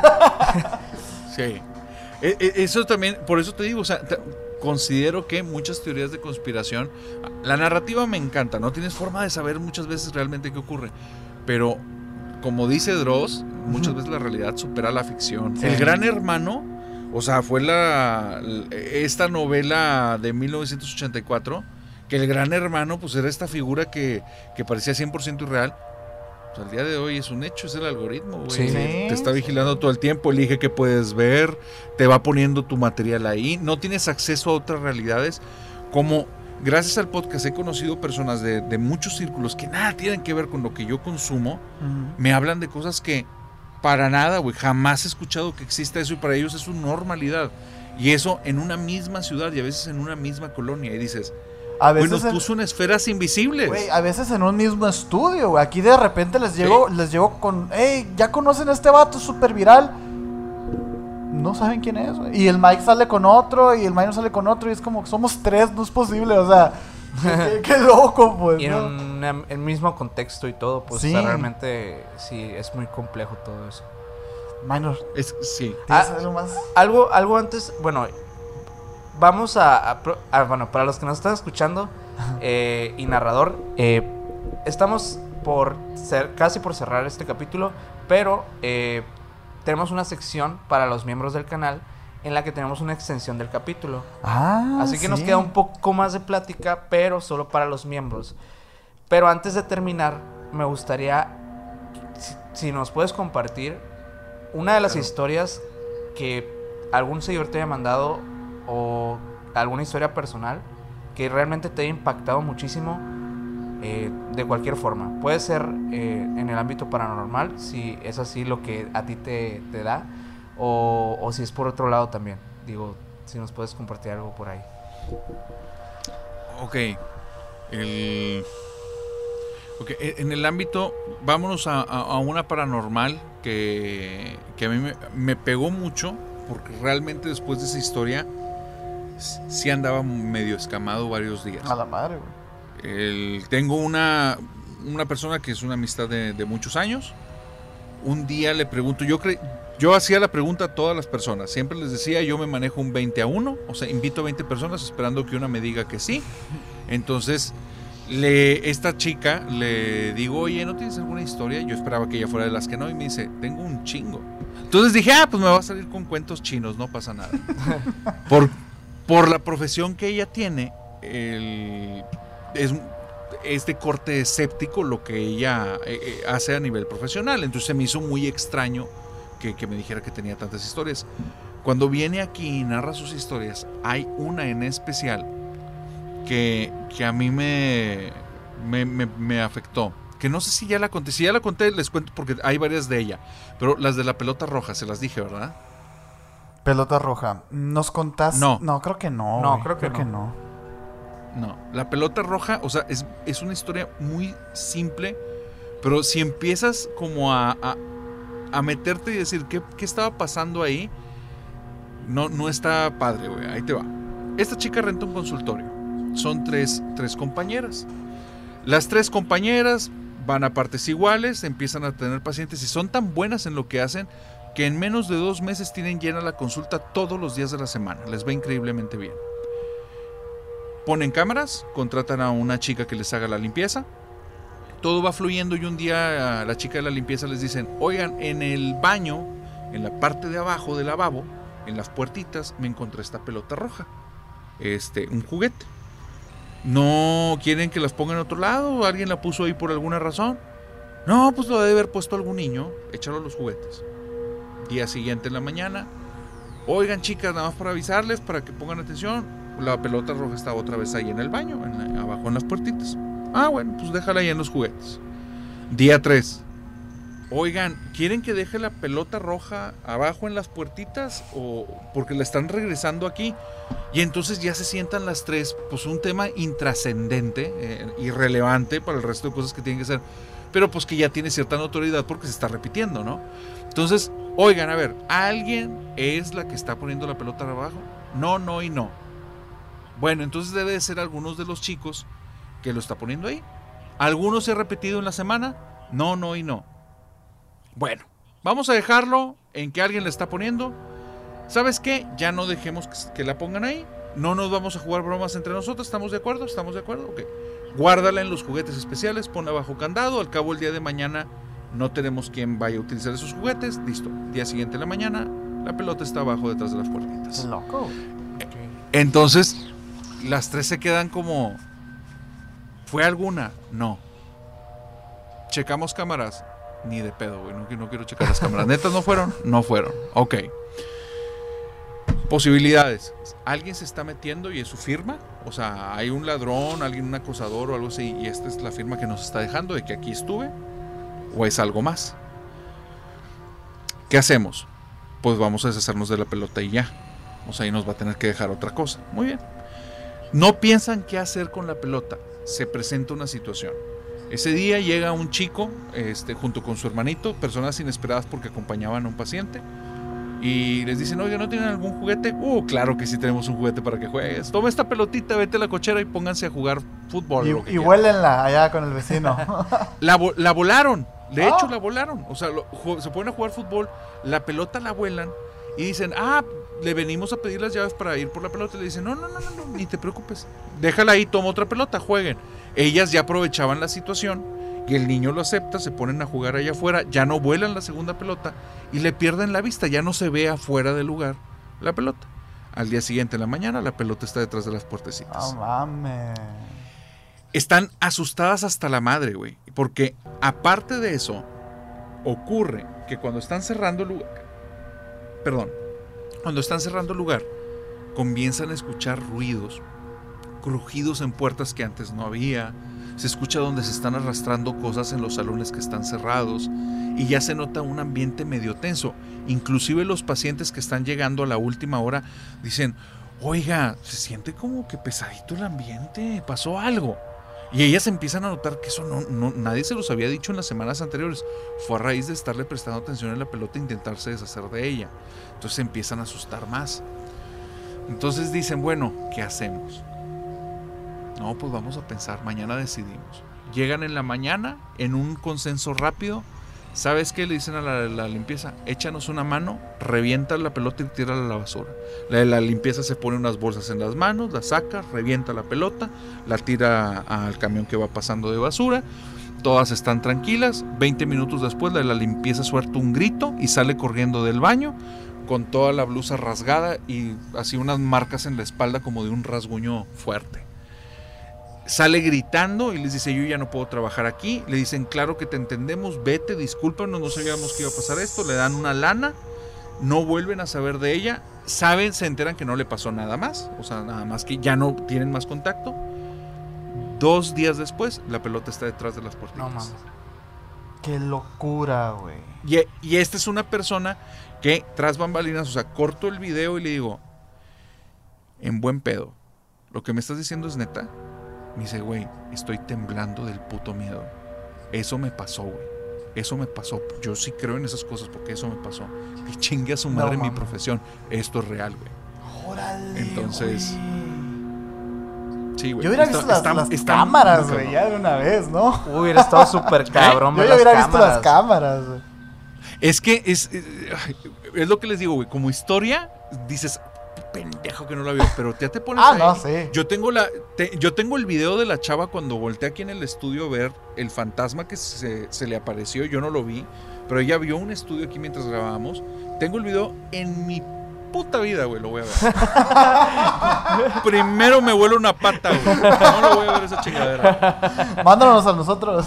Sí. E, e, eso también, por eso te digo, o sea, te, considero que muchas teorías de conspiración, la narrativa me encanta, no tienes forma de saber muchas veces realmente qué ocurre, pero como dice Dross, muchas veces la realidad supera la ficción. Sí. El Gran Hermano, o sea, fue la esta novela de mil novecientos ochenta y cuatro, que el Gran Hermano pues era esta figura que, que parecía cien por ciento irreal. Pues al día de hoy es un hecho, es el algoritmo, güey. Sí. Te está vigilando todo el tiempo, elige qué puedes ver, te va poniendo tu material ahí. No tienes acceso a otras realidades. Como gracias al podcast he conocido personas de, de muchos círculos que nada tienen que ver con lo que yo consumo. Uh-huh. Me hablan de cosas que para nada, güey, jamás he escuchado que exista eso y para ellos es una normalidad. Y eso en una misma ciudad y a veces en una misma colonia. Y dices... A veces bueno, puso en esferas invisibles. Güey, a veces en un mismo estudio, güey. Aquí de repente les llego, ¿sí? les llego con, hey, ¿ya conocen a este vato súper viral? No saben quién es, güey. Y el Mike sale con otro, y el Mike sale con otro, y es como, somos tres, no es posible, o sea, qué, qué loco, pues. Y ¿no? en el mismo contexto y todo, pues, sí. O sea, realmente, sí, es muy complejo todo eso. Minor. Es, sí. Ah, algo más? Algo, algo antes, bueno... Vamos a, a, a, bueno, para los que nos están escuchando eh, y narrador, eh, estamos por ser, casi por cerrar este capítulo, pero eh, tenemos una sección para los miembros del canal en la que tenemos una extensión del capítulo. Ah, Así que sí. nos queda un poco más de plática, pero solo para los miembros. Pero antes de terminar, me gustaría, si, si nos puedes compartir una de las claro. historias que algún seguidor te haya mandado o alguna historia personal que realmente te haya impactado muchísimo eh, de cualquier forma. Puede ser eh, en el ámbito paranormal, si es así lo que a ti te, te da, o, o si es por otro lado también. Digo, si nos puedes compartir algo por ahí. Ok. El... okay. En el ámbito, vámonos a, a, a una paranormal que, que a mí me, me pegó mucho, porque realmente después de esa historia sí andaba medio escamado varios días. A la madre, güey. El, tengo una, una persona que es una amistad de, de muchos años. Un día le pregunto, yo cre, yo hacía la pregunta a todas las personas. Siempre les decía, yo me manejo un veinte a uno. O sea, invito a veinte personas esperando que una me diga que sí. Entonces, le, esta chica le digo, oye, ¿no tienes alguna historia? Yo esperaba que ella fuera de las que no. Y me dice, tengo un chingo. Entonces dije, ah, pues me va a salir con cuentos chinos, no pasa nada. Por... Por la profesión que ella tiene, el, es, es de corte escéptico lo que ella eh, hace a nivel profesional. Entonces se me hizo muy extraño que, que me dijera que tenía tantas historias. Cuando viene aquí y narra sus historias, hay una en especial que, que a mí me, me, me, me afectó. Que no sé si ya la conté. Si ya la conté, les cuento porque hay varias de ella. Pero las de la pelota roja, se las dije, ¿verdad? Pelota roja. ¿Nos contás? No. No, creo que no. No, güey. creo que, creo no. que no. No. La pelota roja, o sea, es, es una historia muy simple, pero si empiezas como a, a, a meterte y decir qué, qué estaba pasando ahí, no, no está padre, güey. Ahí te va. Esta chica renta un consultorio. Son tres, tres compañeras. Las tres compañeras van a partes iguales, empiezan a tener pacientes y son tan buenas en lo que hacen que en menos de dos meses tienen llena la consulta todos los días de la semana. Les va increíblemente bien. Ponen cámaras, contratan a una chica que les haga la limpieza. Todo va fluyendo y un día a la chica de la limpieza les dicen, oigan, en el baño, en la parte de abajo del lavabo, en las puertitas, me encontré esta pelota roja. Este, un juguete. ¿No quieren que las pongan en otro lado? ¿Alguien la puso ahí por alguna razón? No, pues lo debe haber puesto algún niño. Échalo a los juguetes. Día siguiente en la mañana. Oigan, chicas, nada más para avisarles, para que pongan atención. La pelota roja está otra vez ahí en el baño, en la, abajo en las puertitas. Ah, bueno, pues déjala ahí en los juguetes. Día tres. Oigan, ¿quieren que deje la pelota roja abajo en las puertitas? O porque la están regresando aquí. Y entonces ya se sientan las tres, pues un tema intrascendente, eh, irrelevante para el resto de cosas que tienen que hacer, pero pues que ya tiene cierta notoriedad porque se está repitiendo, ¿no? Entonces, oigan, a ver, ¿alguien es la que está poniendo la pelota abajo? No, no y no. Bueno, entonces debe de ser algunos de los chicos que lo está poniendo ahí. ¿Algunos se ha repetido en la semana? No, no y no. Bueno, vamos a dejarlo en que alguien la está poniendo. ¿Sabes qué? Ya no dejemos que, que la pongan ahí. No nos vamos a jugar bromas entre nosotros. ¿Estamos de acuerdo? ¿Estamos de acuerdo? Ok. Guárdala en los juguetes especiales, ponla bajo candado. Al cabo el día de mañana no tenemos quien vaya a utilizar esos juguetes. Listo. Día siguiente en la mañana, la pelota está abajo detrás de las puertitas. Loco. Entonces, las tres se quedan como... ¿Fue alguna? No. ¿Checamos cámaras? Ni de pedo, güey. No, no quiero checar las cámaras. ¿Netas no fueron? No fueron. Ok. Posibilidades. Alguien se está metiendo y es su firma. O sea, hay un ladrón, alguien, un acosador o algo así. Y esta es la firma que nos está dejando de que aquí estuve. ¿O es algo más? ¿Qué hacemos? Pues vamos a deshacernos de la pelota y ya. O sea, ahí nos va a tener que dejar otra cosa. Muy bien. No piensan qué hacer con la pelota. Se presenta una situación. Ese día llega un chico este, junto con su hermanito, personas inesperadas porque acompañaban a un paciente, y les dicen, oye, ¿no tienen algún juguete? Uh, claro que sí tenemos un juguete para que juegues. Toma esta pelotita, vete a la cochera y pónganse a jugar fútbol. Y, lo que y huélenla allá con el vecino. la, la volaron, de Oh. hecho la volaron. O sea, lo, ju- se ponen a jugar fútbol, la pelota la vuelan y dicen, ah, le venimos a pedir las llaves para ir por la pelota. Y le dicen, no, no, no, no, no, ni te preocupes. Déjala ahí, toma otra pelota, jueguen. Ellas ya aprovechaban la situación y el niño lo acepta, se ponen a jugar allá afuera, ya no vuelan la segunda pelota y le pierden la vista, ya no se ve afuera del lugar la pelota. Al día siguiente en la mañana la pelota está detrás de las puertecitas. No mames. Están asustadas hasta la madre, güey, porque aparte de eso ocurre que cuando están cerrando el lugar, perdón, cuando están cerrando el lugar, comienzan a escuchar ruidos, crujidos en puertas que antes no había. Se escucha donde se están arrastrando cosas en los salones que están cerrados y ya se nota un ambiente medio tenso. Inclusive los pacientes que están llegando a la última hora dicen, oiga, se siente como que pesadito el ambiente, pasó algo. Y ellas empiezan a notar que eso no, no, nadie se los había dicho en las semanas anteriores. Fue a raíz de estarle prestando atención a la pelota e intentarse deshacer de ella. Entonces se empiezan a asustar más. Entonces dicen, bueno, ¿qué hacemos? No, pues vamos a pensar, mañana decidimos. Llegan en la mañana, en un consenso rápido. ¿Sabes qué? Le dicen a la, la limpieza, échanos una mano, revienta la pelota y tírala a la basura. La de la limpieza se pone unas bolsas en las manos, la saca, revienta la pelota, la tira al camión que va pasando de basura. Todas están tranquilas. veinte minutos después, la de la limpieza suelta un grito y sale corriendo del baño con toda la blusa rasgada y así unas marcas en la espalda como de un rasguño fuerte. Sale gritando y les dice, yo ya no puedo trabajar aquí. Le dicen, claro que te entendemos, vete, discúlpanos, no sabíamos que iba a pasar esto. Le dan una lana, no vuelven a saber de ella. Saben, se enteran que no le pasó nada más, o sea, nada más que ya no tienen más contacto. Dos días después, la pelota está detrás de las puertas. No mames. Qué locura, güey. Y, y esta es una persona que, tras bambalinas, o sea, corto el video y le digo, en buen pedo, ¿lo que me estás diciendo es neta? Me dice, güey, estoy temblando del puto miedo. Eso me pasó, güey. Eso me pasó. Yo sí creo en esas cosas porque eso me pasó. Y chingue a su madre No, mi mames. profesión. Esto es real, güey. Órale, Entonces, güey. Sí, güey. Yo hubiera Está- visto las, está- las está cámaras, muy güey, cabrón. ya de una vez, ¿no? Hubiera estado súper cabrón Yo ver ya las hubiera visto las cámaras. cámaras, güey. Es que es, es, es lo que les digo, güey. Como historia, dices, pendejo que no la vio, pero ya te pones Ah, ahí. no, sí. Yo tengo la, te- yo tengo el video de la chava cuando volteé aquí en el estudio a ver el fantasma que se, se le apareció. Yo no lo vi, pero ella vio un estudio aquí mientras grabábamos. Tengo el video en mi puta vida, güey, lo voy a ver. Primero me huele una pata, güey. No lo voy a ver esa chingadera. Mándanos a nosotros.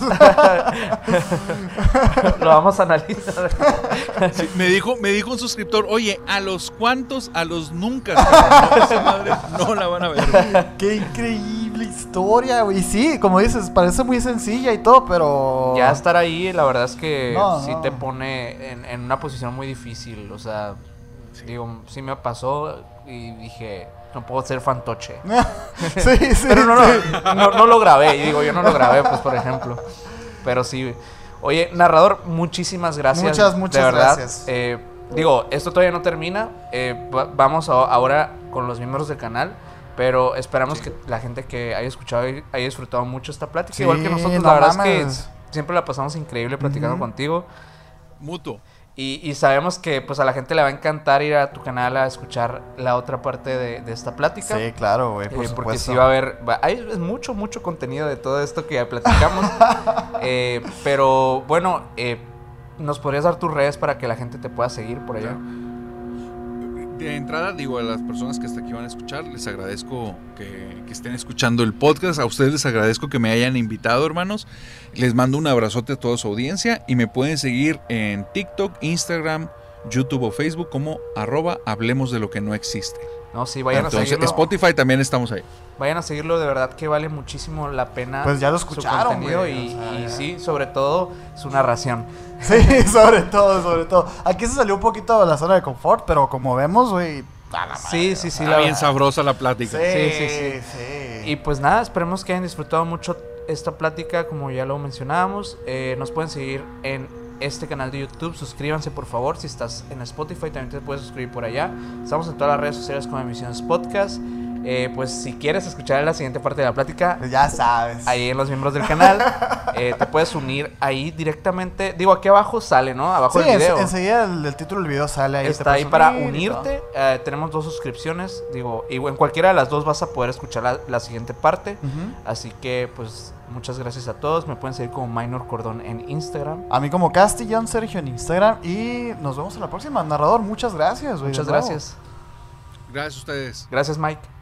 Lo vamos a analizar. Sí, me dijo, me dijo un suscriptor, oye, ¿a los cuantos? A los nunca. No, esa madre no la van a ver, güey. Qué increíble historia, güey. Sí, como dices, parece muy sencilla y todo, pero... Ya estar ahí, la verdad es que No, sí no. te pone en, en una posición muy difícil. O sea, digo, sí me pasó y dije, no puedo ser fantoche. Sí, sí. Pero no, sí. no, no, no lo grabé. Y digo, yo no lo grabé, pues, por ejemplo. Pero sí. Oye, narrador, muchísimas gracias. Muchas, muchas de verdad. gracias. Eh, digo, esto todavía no termina. Eh, va- vamos a- ahora con los miembros del canal. Pero esperamos Sí. que la gente que haya escuchado y haya disfrutado mucho esta plática. Sí, Igual que nosotros, no la verdad mames. es que siempre la pasamos increíble platicando Ujú. contigo. Mutuo. Y, y sabemos que pues a la gente le va a encantar ir a tu canal a escuchar la otra parte de, de esta plática. Sí, claro, güey, por Eh, porque supuesto. sí va a haber, va- hay es mucho, mucho contenido de todo esto que ya platicamos. Eh, pero bueno, eh, ¿nos podrías dar tus redes para que la gente te pueda seguir por allá? De entrada, digo, a las personas que hasta aquí van a escuchar, les agradezco que, que estén escuchando el podcast. A ustedes les agradezco que me hayan invitado, hermanos. Les mando un abrazote a toda su audiencia y me pueden seguir en TikTok, Instagram, YouTube o Facebook como arroba hablemos de lo que no existe. No, sí, vayan Entonces, a seguirlo. Spotify también estamos ahí. Vayan a seguirlo, de verdad que vale muchísimo la pena. Pues ya lo su escucharon, contenido güey, y, o sea, y ya. sí, sobre todo su narración. Sí, sobre todo, sobre todo. Aquí se salió un poquito de la zona de confort, pero como vemos, güey... a la Sí, madre, sí, o sí, sea, la bien verdad. sabrosa la plática. Sí, Sí, sí, sí, sí. Y pues nada, esperemos que hayan disfrutado mucho esta plática, como ya lo mencionábamos. Eh, nos pueden seguir en este canal de YouTube. Suscríbanse, por favor. Si estás en Spotify, también te puedes suscribir por allá. Estamos en todas las redes sociales como Emisiones Podcast. Eh, pues si quieres escuchar la siguiente parte de la plática, Ya sabes. ahí en los miembros del canal, eh, te puedes unir ahí directamente. Digo, aquí abajo sale, ¿no? Abajo Sí, del en- video. enseguida el, el título del video sale ahí. te Está ahí puedes para unir y todo. unirte. Eh, tenemos dos suscripciones. Digo, y en cualquiera de las dos vas a poder escuchar la, la siguiente parte. Ujú. Así que, pues, muchas gracias a todos. Me pueden seguir como Minor Cordón en Instagram. A mí como Castillón Sergio en Instagram. Y nos vemos en la próxima. Narrador, muchas gracias, güey. Muchas de nuevo. gracias. Gracias a ustedes. Gracias, Mike.